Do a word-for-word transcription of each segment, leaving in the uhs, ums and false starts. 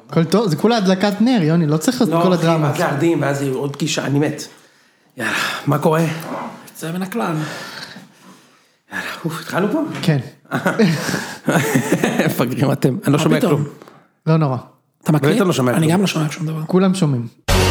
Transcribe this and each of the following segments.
הכל טוב, זה כולה הדלקת נר, יוני, לא צריך לעשות כל הדרמה. לא, אחי, ואז להרדים, ואז עוד פגישה, אני מת. יאללה, מה קורה? זה מן הכלל. יאללה, אוף, התחלנו פה? כן. פגרים אתם, אני לא שומע כלום. לא נורא. אתה מקליט? באמת אני לא שומע כלום. אני גם לא שומע שום דבר. כולם שומעים.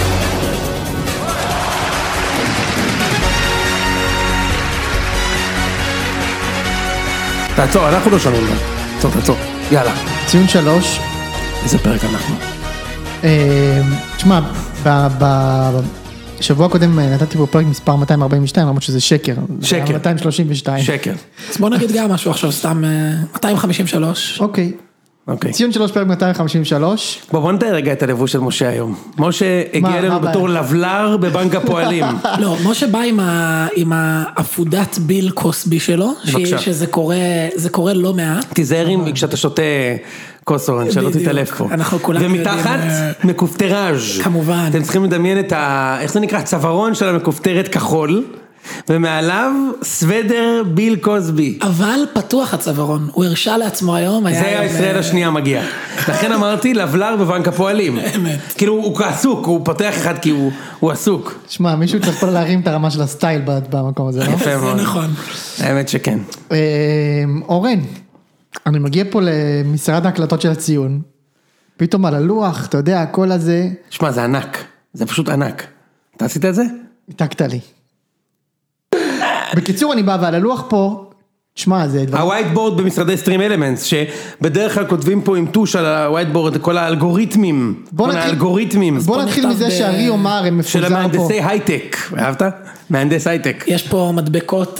תעצור, אנחנו לא שומעים. תעצור, תעצור. יאללה. ציון שלוש. איזה פרק אנחנו? תשמע, בשבוע הקודם נתתי פה פרק מספר מאתיים ארבעים ושתיים, למרות שזה שקר. שקר. מאתיים שלושים ושתיים. שקר. אז בוא נגיד גם משהו עכשיו, סתם מאתיים חמישים ושלוש. אוקיי. אוקיי. ציון שלוש פרק מאתיים חמישים ושלוש. בוא בוא נתאר רגע את הלבוש של משה היום. משה הגיע אלינו בתור לבלר בבנק הפועלים. לא, משה בא עם האפודת ביל קוסבי שלו, שזה קורה לא מעט. תיזהרים כשאתה שותה כוס אורן, שלא תתעלף פה. ומתחת מקופטראז'. כמובן. אתם צריכים לדמיין את ה... איך זה נקרא? צווארון של המקופטרת כחול. ומעליו סוודר ביל קוסבי. אבל פתוח הצווארון, הוא הרשה לעצמו היום. זה הישראל השנייה מגיע. לכן אמרתי לבלר בבנק הפועלים. כאילו הוא עסוק, הוא פותח אחד כי הוא עסוק. שמע, מישהו צריך פה להרים את הרמה של הסטייל במקום הזה, לא? יפה מאוד. זה נכון. האמת שכן. אורן, אני מגיע פה למשרד ההקלטות של הציון, פתאום על הלוח, אתה יודע, הכל הזה. שמע, זה ענק, זה פשוט ענק. אתה עשית את זה? התקת לי. בקיצור, אני בא ועל הלוח פה, תשמע, זה דבר... הווייטבורד במשרדי סטרים אלמנטס, שבדרך כלל כותבים פה עם טוש על הווייטבורד, כל האלגוריתמים. בוא נתחיל, האלגוריתמים. בוא נתחיל מזה שהרי אומר הם מפוזר פה. של המהנדסי הייטק, אהבת? מהנדס הייטק. יש פה מדבקות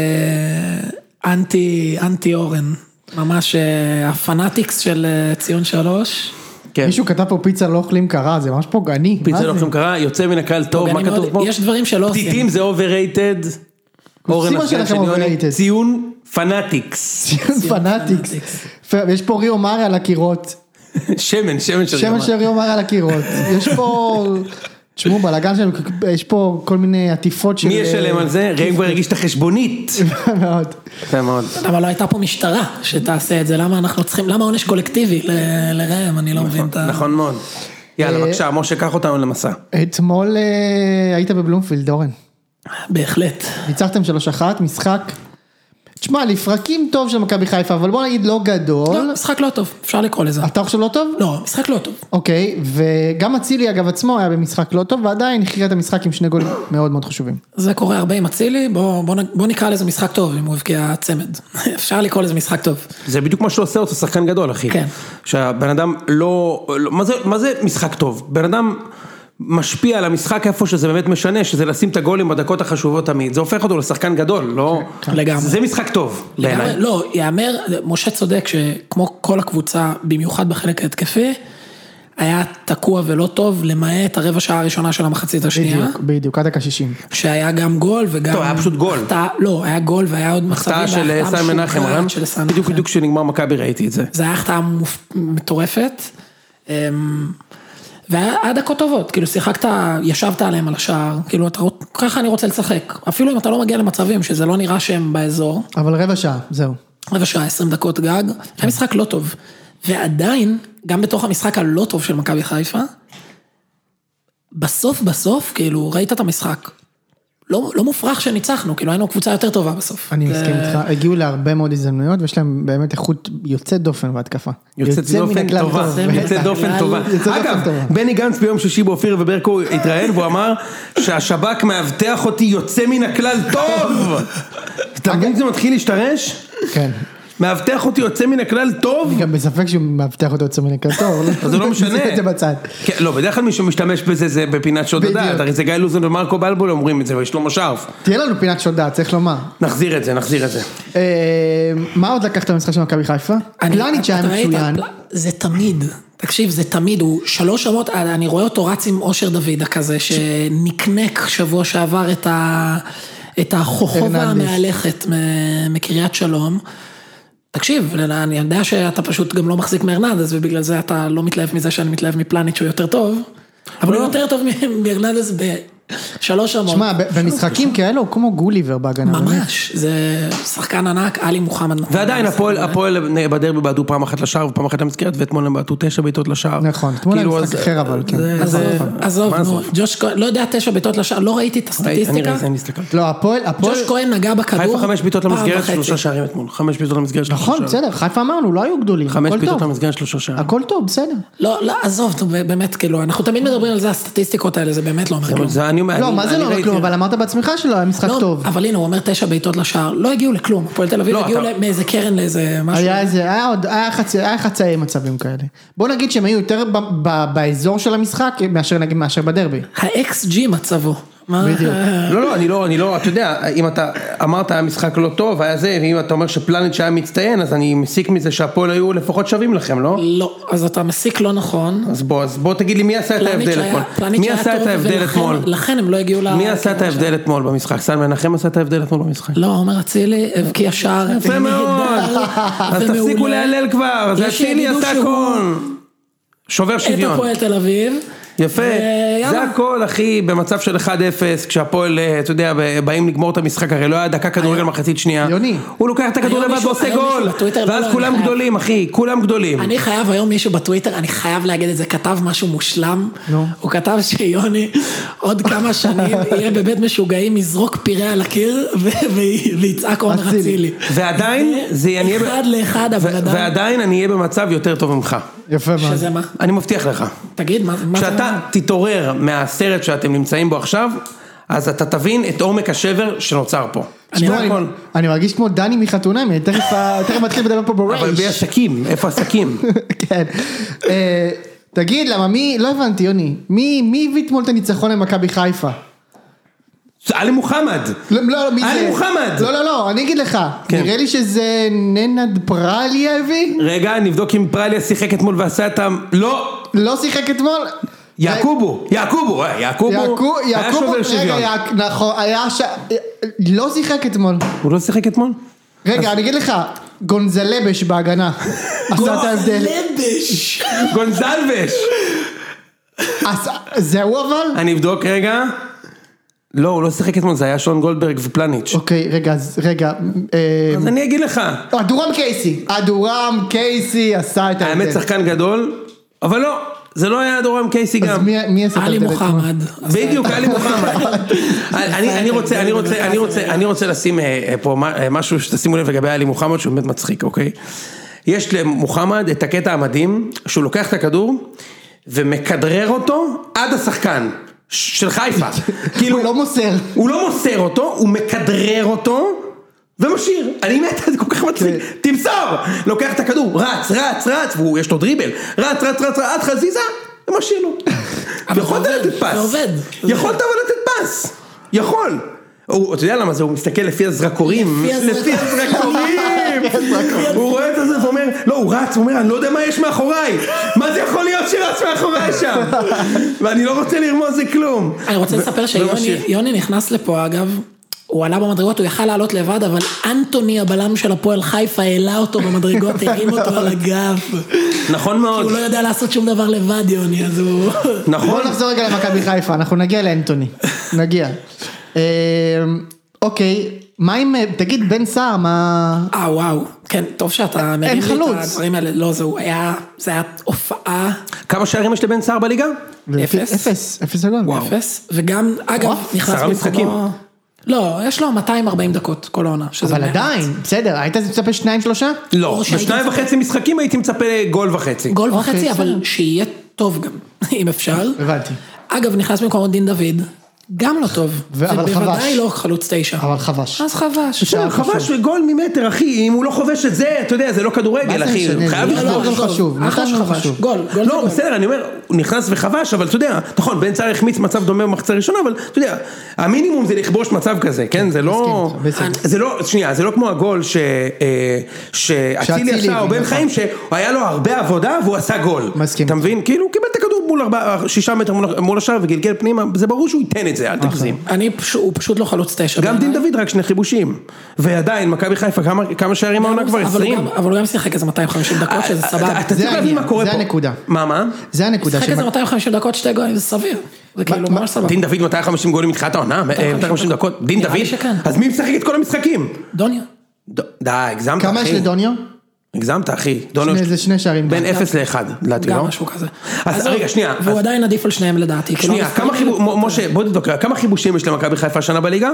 אנטי, אנטי אורן, ממש הפנאטיקס של ציון שלוש. מישהו כתב פה פיצה לא אוכלים קרה, זה ממש פוגעני. פיצה לא אוכלים קרה, יוצא מן הקהל טוב, מה כתוב פה? יש דברים שלא עושים. פתיתים זה overrated. אורן הסגן של יוני, ציון פנאטיקס. ציון פנאטיקס. יש פה ריו מרי על הקירות. שמן, שמן של ריו מרי. שמן של ריו מרי על הקירות. יש פה, תשמעו, בלגן שלנו, יש פה כל מיני עטיפות של... מי ישלם על זה? ראם כבר הרגיש את החשבונית. מאוד. יפה מאוד. אבל לא הייתה פה משטרה שתעשה את זה, למה אנחנו צריכים, למה עונש קולקטיבי לראם, אני לא מבין את ה... נכון מאוד. יאללה, בבקשה, משה, קח אותנו למסע. אתמול היית בבלומפילד, אורן. בהחלט. ניצחתם שלוש אחת, משחק, תשמע, לפרקים טוב של מכבי חיפה, אבל בוא נגיד לא גדול. לא, משחק לא טוב, אפשר לקרוא לזה. אתה חושב לא טוב? לא, משחק לא טוב. אוקיי, וגם אצילי אגב עצמו היה במשחק לא טוב, ועדיין הכריע את המשחק עם שני גולים מאוד מאוד חשובים. זה קורה הרבה עם אצילי, בוא, בוא, בוא נקרא לזה משחק טוב, אם הוא הבקיע צמד. אפשר לקרוא לזה משחק טוב. זה בדיוק מה שעושה אותו שחקן גדול, אחי. כן. שהבן אדם לא, לא מה זה, מה זה משחק טוב? בן אדם משפיע על המשחק איפה שזה באמת משנה, שזה לשים את הגולים בדקות החשובות תמיד, זה הופך אותו לשחקן גדול, לא? לגמרי. זה משחק טוב, בעיניי. לא, יאמר, משה צודק שכמו כל הקבוצה, במיוחד בחלק ההתקפי, היה תקוע ולא טוב, למעט הרבע שעה הראשונה של המחצית השנייה. בדיוק, בדיוק, עד הקשישים. שהיה גם גול וגם... טוב, היה פשוט גול. לא, היה גול והיה עוד מצבים. החטאה של סיים מנחם, בדיוק בדיוק כשנגמר מכבי ראיתי את זה. זה היה החטאה מטורפת. והיה דקות טובות, כאילו שיחקת, ישבת עליהם על השער, כאילו אתה, ככה אני רוצה לשחק, אפילו אם אתה לא מגיע למצבים, שזה לא נראה שהם באזור. אבל רבע שעה, זהו. רבע שעה, עשרים דקות גג, היה משחק לא טוב. ועדיין, גם בתוך המשחק הלא טוב של מכבי חיפה, בסוף בסוף, כאילו, ראית את המשחק. לא, לא מופרך שניצחנו, כאילו היינו קבוצה יותר טובה בסוף. אני מסכים איתך, הגיעו להרבה מאוד הזדמנויות, ויש להם באמת איכות יוצאת דופן בהתקפה. יוצאת דופן טובה, יוצאת דופן טובה. אגב, בני גנץ ביום שישי באופיר וברקו התראיין, והוא אמר שהשב"כ מאבטח אותי יוצא מן הכלל טוב. אתה מבין שזה מתחיל להשתרש? כן. מאבטח אותי יוצא מן הכלל טוב? אני גם בספק שהוא מאבטח אותי יוצא מן הכלל טוב. זה לא משנה. זה את זה בצד. לא, בדרך כלל מי שמשתמש בזה זה בפינת שוד הדעת. הרי זה גיא לוזון ומרקו בלבול אומרים את זה, ויש לו מושב. תהיה לנו פינת שוד דעת, צריך לומר. נחזיר את זה, נחזיר את זה. מה עוד לקחת במשחק של מכבי חיפה? פלניץ' היה מצוין. זה תמיד, תקשיב, זה תמיד, הוא שלוש שמות, אני רואה אותו רץ עם אושר דוד כזה, שנקנק שבוע שעבר את החוכבה המהלכת מקריית שלום. תקשיב, אני יודע שאתה פשוט גם לא מחזיק מארנדס, ובגלל זה אתה לא מתלהב מזה שאני מתלהב מפלניץ' שהוא יותר טוב, אבל הוא יותר טוב מארנדס שלוש רמות. שמע, במשחקים כאלו הוא כמו גוליבר בהגנה. ממש, זה שחקן ענק, עלי מוחמד. ועדיין הפועל בדרבי בעטו פעם אחת לשער ופעם אחת למסגרת, ואתמול הם בעטו תשע בעיטות לשער. נכון, אתמול הם משחק אחר אבל, כן. עזוב, ג'וש כהן, לא יודע תשע בעטות לשער, לא ראיתי את הסטטיסטיקה. לא, הפועל... ג'וש כהן נגע בכדור. חיפה חמש בעטות למסגרת, שלושה שערים אתמול. חמש בעטות למסגרת, שלושה שערים. נכון, בסדר, חיפה אמרנו, לא היו גדולים. חמש בעטות למסגרת, שלושה שערים. הכל טוב, בסדר. לא, לא, עזוב, באמת, כאילו, אנחנו תמיד מדברים על זה, הסטטיסטיקות האלה, זה באמת לא אומר כלום. לא, מה זה לא אומר כלום, אבל אמרת בעצמך שלא, היה משחק טוב. אבל הנה, הוא אומר תשע בעיטות לשער, לא הגיעו לכלום. הפועל תל אביב הגיעו מאיזה קרן לאיזה משהו. היה איזה, היה חצאי מצבים כאלה. בוא נגיד שהם היו יותר באזור של המשחק, מאשר בדרבי. ה-אקס ג'י מצבו. לא, לא, אני לא, אני לא, אתה יודע, אם אתה אמרת היה משחק לא טוב, היה זה, ואם אתה אומר שפלניץ' שהיה מצטיין, אז אני מסיק מזה שהפועל היו לפחות שווים לכם, לא? לא, אז אתה מסיק לא נכון. אז בוא, אז בוא תגיד לי מי עשה את ההבדל אתמול. מי עשה את ההבדל אתמול? לכן הם לא הגיעו ל... מי עשה את ההבדל אתמול במשחק? סל מנחם עשה את ההבדל אתמול במשחק. לא, עומר אצילי, הבקיע שער. יפה מאוד. אז תפסיקו להלל כבר, אז אצילי עשה הכל. שובר שוויון. את הפועל תל אביב. יפה, זה הכל אחי במצב של אחד אפס, כשהפועל, אתה יודע, באים לגמור את המשחק, הרי לא היה דקה כדורגל מחצית שנייה, הוא לוקח את הכדור לבד ועושה גול, ואז כולם גדולים אחי, כולם גדולים. אני חייב היום מישהו בטוויטר, אני חייב להגיד את זה, כתב משהו מושלם, הוא כתב שיוני עוד כמה שנים יהיה בבית משוגעים, יזרוק פירה על הקיר ויצעק עומר אצילי. ועדיין, אחד לאחד, ועדיין אני אהיה במצב יותר טוב ממך. יפה מאוד. שזה מה? אני מבטיח לך. תגיד, מה זה? כשאתה תתעורר מהסרט שאתם נמצאים בו עכשיו, אז אתה תבין את עומק השבר שנוצר פה. אני מרגיש כמו דני מחתונמי, תכף מתחיל לדבר פה ברייש. אבל בעסקים, איפה עסקים? כן. תגיד, למה מי, לא הבנתי יוני, מי הביא אתמול את הניצחון למכבי חיפה? עלי מוחמד. לא, לא, מי זה? עלי מוחמד. לא, לא, לא, אני אגיד לך. נראה לי שזה ננד פרליה הביא. רגע, נבדוק אם פרליה שיחק אתמול ועשה את ה... לא. לא שיחק אתמול? יעקובו, יעקובו, יעקובו. היה שובר שוויון. נכון, היה ש... לא שיחק אתמול. הוא לא שיחק אתמול? רגע, אני אגיד לך, גונזלבש בהגנה. עשה את ההבדל. גונזלבש. גונזלבש. זהו אבל? אני אבדוק רגע. לא, הוא לא שיחק אתמול, זה היה שון גולדברג ופלניץ'. אוקיי, רגע, רגע. אז אני אגיד לך. אדורם קייסי. אדורם קייסי עשה את ההבדל. האמת שחקן גדול, אבל לא, זה לא היה אדורם קייסי גם. אז מי עשה את ההבדל? עלי מוחמד. בדיוק, עלי מוחמד. אני רוצה, אני רוצה, אני רוצה, אני רוצה לשים פה משהו שתשימו לב לגבי עלי מוחמד, שהוא באמת מצחיק, אוקיי? יש למוחמד את הקטע המדהים, שהוא לוקח את הכדור, ומכדרר אותו עד השחקן. של חיפה. הוא לא מוסר. הוא לא מוסר אותו, הוא מכדרר אותו, ומשאיר. אני מת, זה כל כך מצחיק. תמסור! לוקח את הכדור, רץ, רץ, רץ, ויש לו דריבל. רץ, רץ, רץ, עד חזיזה, ומשאיר לו. יכולת לתת פס. זה עובד. יכולת אבל לתת פס. יכול. אתה יודע למה זה? הוא מסתכל לפי הזרקורים. לפי הזרקורים. הוא רואה את זה ואומר, לא, הוא רץ, הוא אומר, אני לא יודע מה יש מאחוריי. מה זה יכול להיות שרץ מאחוריי שם? ואני לא רוצה לרמוז זה כלום. אני רוצה לספר שיוני נכנס לפה, אגב, הוא עלה במדרגות, הוא יכל לעלות לבד, אבל אנטוני, הבלם של הפועל חיפה, העלה אותו במדרגות, הרים אותו על הגב. נכון מאוד. כי הוא לא יודע לעשות שום דבר לבד, יוני, אז הוא... נכון. בואו נחזור רגע למכבי חיפה, אנחנו נגיע לאנטוני. נגיע. אוקיי, מה אם, תגיד, בן סער, מה... אה, וואו, כן, טוב שאתה מרים לי את הדברים האלה, לא, זהו, היה, זה היה הופעה... כמה שערים יש לבן סער בליגה? אפס. אפס, אפס הגול. אפס, וגם, אגב, נכנס במקומו... לא, יש לו מאתיים וארבעים דקות כל העונה. אבל עדיין, בסדר, היית מצפה שניים שלושה? לא, בשניים וחצי משחקים הייתי מצפה גול וחצי. גול וחצי, אבל שיהיה טוב גם, אם אפשר. הבנתי. אגב, נכנס במקומו דין דוד. גם לא טוב, ובוודאי לא חלוץ תשע. אבל חבש. אז חבש. חבש וגול ממטר, אחי, אם הוא לא חובש את זה, אתה יודע, זה לא כדורגל, אחי, הוא חייב לכבוש. אחלה שחבש, גול. לא, בסדר, אני אומר, הוא נכנס וחבש, אבל אתה יודע, נכון, בן סער החמיץ מצב דומה במחצית הראשונה, אבל אתה יודע, המינימום זה לכבוש מצב כזה, כן, זה לא, זה לא, שנייה, זה לא כמו הגול שאצילי עשה, או בן חיים, שהיה לו הרבה עבודה, והוא עשה גול. אתה מבין? כאילו, הוא קיבל את הכדור מול שישה מטר מול השער וגלגל פנימה, זה ברור שהוא ייתן את זה. זה, אל תגזים. הוא פשוט לא חלוץ תשע. גם דין דוד רק שני חיבושים, ועדיין, מכבי חיפה, כמה שערים העונה כבר עשרים. אבל הוא גם שיחק איזה מאתיים וחמישים דקות, שזה סבבה. אתה צריך להבין מה קורה פה. זה הנקודה. מה, מה? זה הנקודה. שיחק איזה מאתיים וחמישים דקות, שתי גולים, זה סביר. זה כאילו ממש סבבה. דין דוד מאתיים וחמישים גולים מתחילת העונה, מאתיים וחמישים דקות, דין דוד, אז מי משחק את כל המשחקים? דוניו. די, הגזמת, כמה יש לדוניו? הגזמת, אחי. זה שני שערים. בין אפס לאחד, לדעתי, לא? גם משהו כזה. אז רגע, שנייה. והוא עדיין עדיף על שניהם לדעתי. שנייה, כמה חיבושים, משה, בוא תבדוק, כמה חיבושים יש למכבי חיפה שנה בליגה?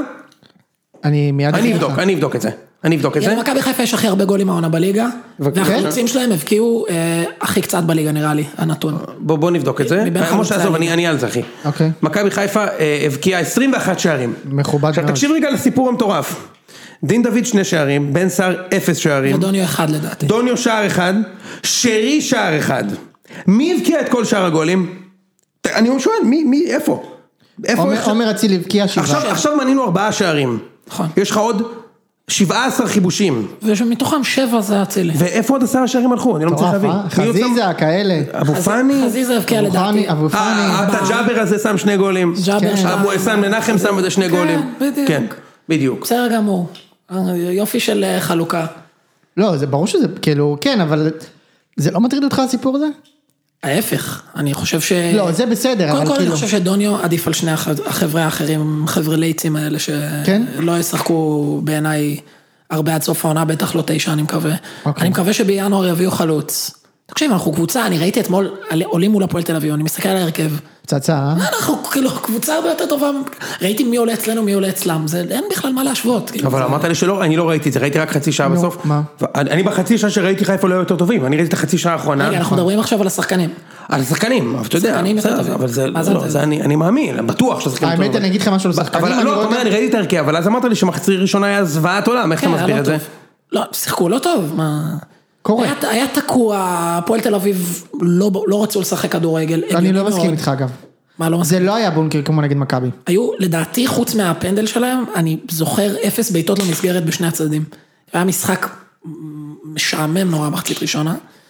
אני מיד... אני אבדוק, אני אבדוק את זה. אני אבדוק את זה. למכבי חיפה יש הכי הרבה גולים העונה בליגה, והחלוצים שלהם הבקיעו הכי קצת בליגה נראה לי, הנתון. בוא נבדוק את זה. משה, עזוב, אני על זה, אחי. מכבי חיפה הבקיעה עשרים ואחד שערים. מכובד מאוד. תקשיב רגע לסיפור המטורף. דין דוד שני שערים, בן סער אפס שערים. ודוניו אחד לדעתי. דוניו שער אחד, שרי שער אחד. מי הבקיע את כל שער הגולים? אני שואל, מי, מי, איפה? עומר אצילי הבקיע שבעה. עכשיו מנינו ארבעה שערים. נכון. יש לך עוד שבעה עשר חיבושים. ומתוכם שבע זה אצילי. ואיפה עוד עשרה שערים הלכו? אני לא מצליח להבין. חזיזה, כאלה. אבו פאני. חזיזה הבקיע לדעתי. אבו פאני. אתה ג'אבר הזה שם שני גולים. ג'אבר שם מנחם שם איזה שני גולים. כן, בדיוק. בסדר גמור. יופי של חלוקה. לא, זה ברור שזה, כאילו, כן, אבל זה לא מטריד אותך הסיפור הזה? ההפך, אני חושב ש... לא, זה בסדר, קודם כל אני חושב שדוניו עדיף על שני החבר'ה האחרים, חבר'ה לייצים האלה, שלא ישחקו בעיניי הרבה עד סוף העונה, בטח לא תשע, אני מקווה. אני מקווה שבינואר יביאו חלוץ. תקשיב, אנחנו קבוצה, אני ראיתי אתמול, עולים מול הפועל תל אביב, אני מסתכל על ההרכב. פצצה, אה? אנחנו כאילו קבוצה הרבה יותר טובה, ראיתי מי עולה אצלנו, מי עולה אצלם, זה אין בכלל מה להשוות. אבל אמרת לי שלא, אני לא ראיתי את זה, ראיתי רק חצי שעה בסוף. מה? אני בחצי שעה שראיתי חיפה לא יותר טובים, אני ראיתי את החצי שעה האחרונה. רגע, אנחנו מדברים עכשיו על השחקנים. על השחקנים, אבל אתה יודע, אבל זה, אני מאמין, בטוח שהשחקנים טובים. האמת, אני אגיד לך משהו על השחקנים. אבל לא, אני ראיתי את ההרכב, אבל אז אמרת לי שמחצית ראשונה היה זוועת עולם, איך אתה מסביר את זה? לא, שיחקו לא טוב, מה... קורה. היה תקוע, הפועל תל אביב לא רצו לשחק כדורגל. אני לא מסכים איתך אגב. מה לא מסכים? זה לא היה בונקר כמו נגד מכבי. היו, לדעתי, חוץ מהפנדל שלהם, אני זוכר אפס בעיטות למסגרת בשני הצדדים. היה משחק משעמם נורא מחצית ראשונה.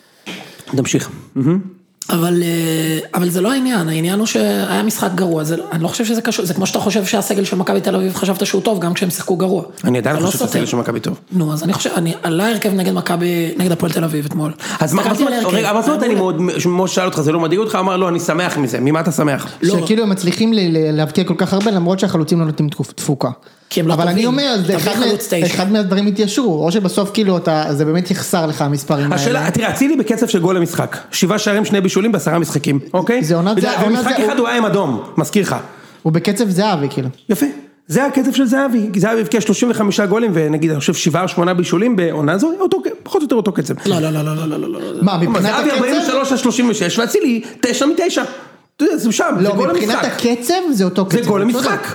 תמשיך. אבל, אבל זה לא העניין, העניין הוא שהיה משחק גרוע, זה, אני לא חושב שזה קשור, זה כמו שאתה חושב שהסגל של מכבי תל אביב חשבת שהוא טוב, גם כשהם שיחקו גרוע. אני עדיין חושב שהסגל של מכבי טוב. נו, אז אני חושב, אני עלה הרכב נגד מכבי, נגד הפועל תל אביב אתמול. אז מה, רגע, אבל זאת אני מאוד, מאוד שאל אותך, זה לא מדאיג אותך, אמר, לא, אני שמח מזה, ממה אתה שמח? שכאילו הם מצליחים להבקיע כל כך הרבה, למרות שהחלוצים לא נותנים תפוקה. אבל אני אומר, אחד מהדברים התיישרו, או שבסוף כאילו זה באמת יחסר לך המספרים האלה. תראה, אצילי בקצב של גול למשחק, שבעה שערים, שני בישולים בעשרה משחקים, אוקיי? זה עונת זהבי. ומשחק אחד הוא היה עם אדום, מזכיר לך. הוא בקצב זהבי כאילו. יפה, זה הקצב של זהבי, זהבי הבקיע שלושים וחמישה גולים, ונגיד, אני חושב, שבעה או שמונה בישולים בעונה זו, פחות או יותר אותו קצב. לא, לא, לא, לא, לא, לא. מה, מבחינת הקצב? זהבי ארבעים ושלוש עד שלושים ושש, ואצילי תשע מתשע. זה שם, זה גול למשחק. מבחינת הקצב זה אותו קצב. זה גול למשחק.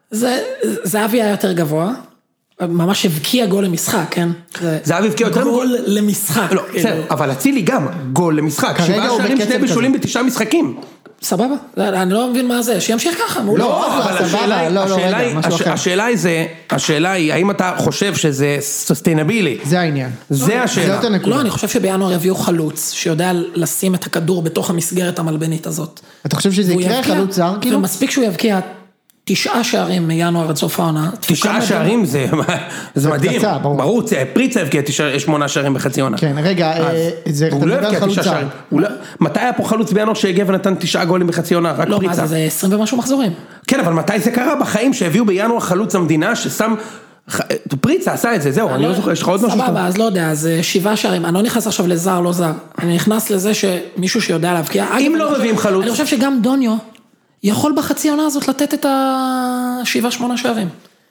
זהבי היה יותר גבוה, ממש הבקיע גול למשחק, כן? זהבי הבקיע יותר גול למשחק. לא, בסדר, אבל אצילי גם גול למשחק, שבעה שערים שני בישולים בתשעה משחקים. סבבה, אני לא מבין מה זה, שימשיך ככה. לא, אבל השאלה היא זה, השאלה היא, האם אתה חושב שזה סוסטיינבילי? זה העניין. זה השאלה. לא, אני חושב שבינואר יביאו חלוץ, שיודע לשים את הכדור בתוך המסגרת המלבנית הזאת. אתה חושב שזה יקרה חלוץ זר כאילו? ומספיק שהוא יבקיע תשעה שערים מינואר עד סוף העונה. תשעה שערים זה מדהים, ברור, פריצה הבקיע שמונה שערים בחצי עונה. כן, רגע, הוא לא הבקיע תשעה שערים. מתי היה פה חלוץ בינואר שהגיע ונתן תשעה גולים בחצי עונה, רק פריצה? לא, זה עשרים ומשהו מחזורים. כן, אבל מתי זה קרה בחיים שהביאו בינואר חלוץ המדינה ששם... פריצה עשה את זה, זהו, אני לא זוכר, יש לך עוד משהו? סבבה, אז לא יודע, אז שבעה שערים, אני לא נכנס עכשיו לזר, לא זר. אני נכנס לזה שמישהו שיודע להבקיע. אם לא מביאים חלוץ. אני חושב שגם דוניו יכול בחצי עונה הזאת לתת את השבעה שמונה שערים.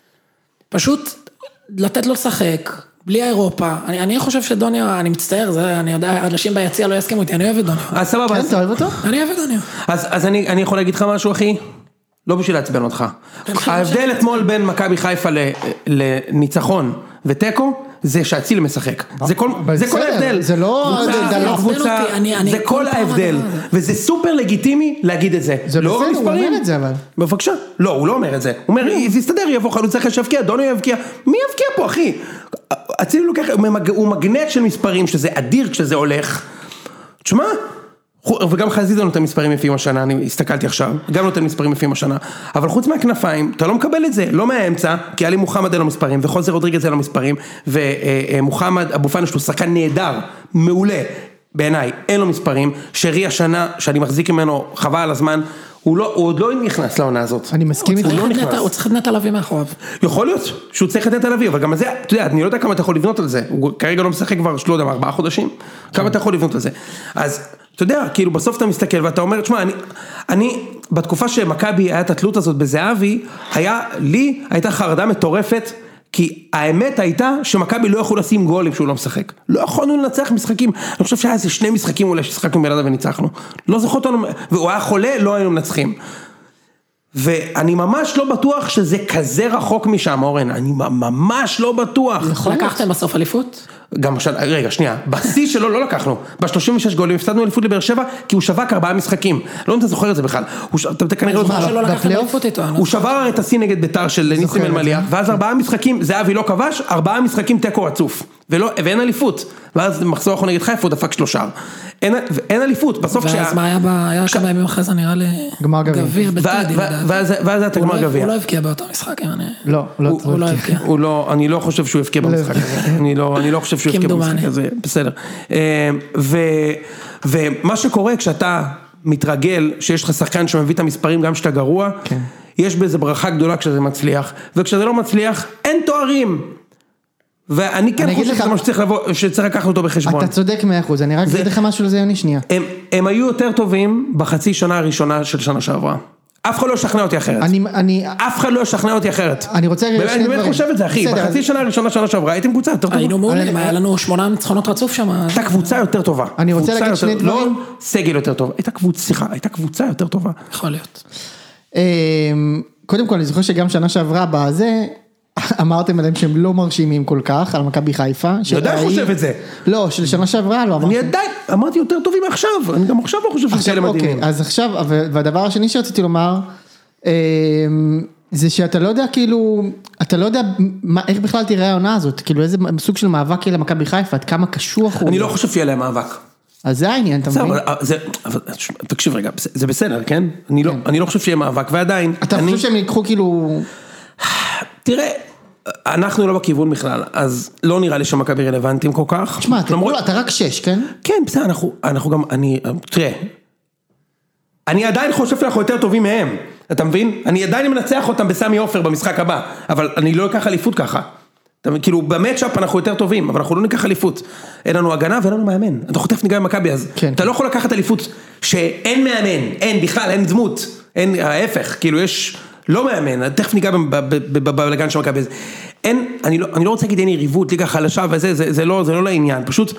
פשוט לתת לו לשחק, בלי אירופה. אני, אני חושב שדוניו, אני מצטער, זה, אני יודע, אנשים ביציע לא יסכימו איתי, אני אוהב את דוניו. אז סבבה. כן, אתה אוהב אותו? אני אוהב את דוניו. אז, אז אני, אני יכול להגיד לך משהו, אחי? לא בשביל להצבן אותך. ההבדל אתמול בין מכבי חיפה לניצחון וטקו, זה שאצילי משחק. זה כל, זה כל ההבדל. זה לא קבוצה, זה כל ההבדל. וזה סופר לגיטימי להגיד את זה. זה בסדר, הוא אומר את זה אבל. בבקשה. לא, הוא לא אומר את זה. הוא אומר, זה יסתדר, יבוא חלוץ אחרי שיבקיע, דוניו יבקיע. מי יבקיע פה, אחי? אצילי לוקח, הוא מגנט של מספרים, שזה אדיר כשזה הולך. תשמע, וגם חזיזה נותן מספרים יפים השנה, אני הסתכלתי עכשיו, גם נותן מספרים יפים השנה, אבל חוץ מהכנפיים, אתה לא מקבל את זה, לא מהאמצע, כי עלי מוחמד אין לו מספרים, וחוזר רודריגז אין לו מספרים, ומוחמד אבו פאני יש לו שחקן נהדר, מעולה, בעיניי, אין לו מספרים, שרי השנה, שאני מחזיק ממנו חבל על הזמן, הוא, לא, הוא עוד לא נכנס לעונה הזאת. אני מסכים איתך. הוא, לא הוא צריך את נטע לביא מאחוריו. יכול להיות שהוא צריך את נטע לביא, אבל גם זה, אתה יודע, אני לא יודע כמה אתה יכול לבנות על זה, הוא כרגע לא משחק כבר, לא יודע, ארבעה חודשים, כמה אתה יכול לבנות על זה. אז, אתה יודע, כאילו בסוף אתה מסתכל ואתה אומר, תשמע, אני, אני, בתקופה שמכבי היה את התלות הזאת בזהבי, היה, לי הייתה חרדה מטורפת, כי האמת הייתה שמכבי לא יכולו לשים גולים שהוא לא משחק. לא יכולנו לנצח משחקים. אני חושב שהיה איזה שני משחקים אולי ששחקנו בלעדה וניצחנו. לא זוכר אותנו, והוא היה חולה, לא היינו מנצחים. ואני ממש לא בטוח שזה כזה רחוק משם, אורן. אני ממש לא בטוח. לקחתם בסוף אליפות? גם עכשיו, רגע, שנייה, בשיא שלו לא לקחנו, ב-שלושים ושש גולים הפסדנו אליפות לבאר שבע, כי הוא שבק ארבעה משחקים, לא אתה זוכר את זה בכלל, אתה כנראה לא זוכר, הוא שבר את השיא נגד ביתר של ניסים אלמליח, ואז ארבעה משחקים, זהבי לא כבש, ארבעה משחקים תיקו רצוף, ואין אליפות, ואז מחזור אחרון נגד חיפה הוא דפק שלושה, אין אליפות, בסוף שה... ואז מה היה היה כמה ימים אחרי זה נראה לי גביר בטדי, ואז היה את הגמר גביע. הוא לא הבקיע באותו משחק, לא, הוא לא הבקיע. אני לא חושב שהוא הבקיע במשחק הזה, אני לא חושב שהוא הבקיע במשחק הזה, בסדר. ומה שקורה כשאתה מתרגל, שיש לך שחקן שמביא את המספרים גם שאתה גרוע, יש בזה ברכה גדולה כשזה מצליח, וכשזה לא מצליח, אין תוארים. ואני כן חושב שזה מה שצריך לבוא, שצריך לקחת אותו בחשבון. אתה צודק מאה אחוז, אני רק אגיד לך משהו לזה יוני שנייה. הם היו יותר טובים בחצי שנה הראשונה של שנה שעברה. אף אחד לא ישכנע אותי אחרת. אף אחד לא ישכנע אותי אחרת. אני רוצה להגיד שני דברים. אני באמת חושב את זה, אחי. בחצי שנה הראשונה שנה שעברה, הייתם קבוצה יותר טובה. היינו מעולים, היה לנו שמונה ניצחונות רצוף שם. הייתה קבוצה יותר טובה. אני רוצה להגיד שני דברים. לא סגל יותר טוב. הייתה קבוצה, סליחה, הייתה קבוצה יותר טובה. יכול להיות. קודם כל, אני זוכר שגם שנה שעברה בזה, אמרתם עליהם שהם לא מרשימים כל כך, על מכבי חיפה. אני עדיין חושב את זה. לא, של שנה שעברה לא אמרתם. אני עדיין, אמרתי יותר טובים מעכשיו, אני גם עכשיו לא חושב שהם כאלה מדהימים. אז עכשיו, והדבר השני שרציתי לומר, זה שאתה לא יודע כאילו, אתה לא יודע איך בכלל תראה העונה הזאת, כאילו איזה סוג של מאבק יהיה למכבי חיפה, עד כמה קשוח הוא. אני לא חושב שיהיה להם מאבק. אז זה העניין, אתה מבין? תקשיב רגע, זה בסדר, כן? אני לא חושב שיהיה מאבק, ועדיין. אתה חושב שהם יקחו כאילו... תראה, אנחנו לא בכיוון בכלל, אז לא נראה לי שמכבי רלוונטיים כל כך. תשמע, אתה רק שש, כן? כן, בסדר, אנחנו גם, אני, תראה, אני עדיין חושב שאנחנו יותר טובים מהם, אתה מבין? אני עדיין מנצח אותם בסמי עופר במשחק הבא, אבל אני לא אקח אליפות ככה. כאילו, במאצ'אפ אנחנו יותר טובים, אבל אנחנו לא ניקח אליפות. אין לנו הגנה ואין לנו מאמן. אתה חוטף ניגע במכבי, אז אתה לא יכול לקחת אליפות שאין מאמן, אין בכלל, אין דמות, אין ההפך, כאילו יש... לא מאמן, תכף ניגע בבלגן של מכבי. אין, אני לא, אני לא רוצה להגיד אין יריבות, ליגה חלשה וזה, זה, זה לא, זה לא לעניין. פשוט,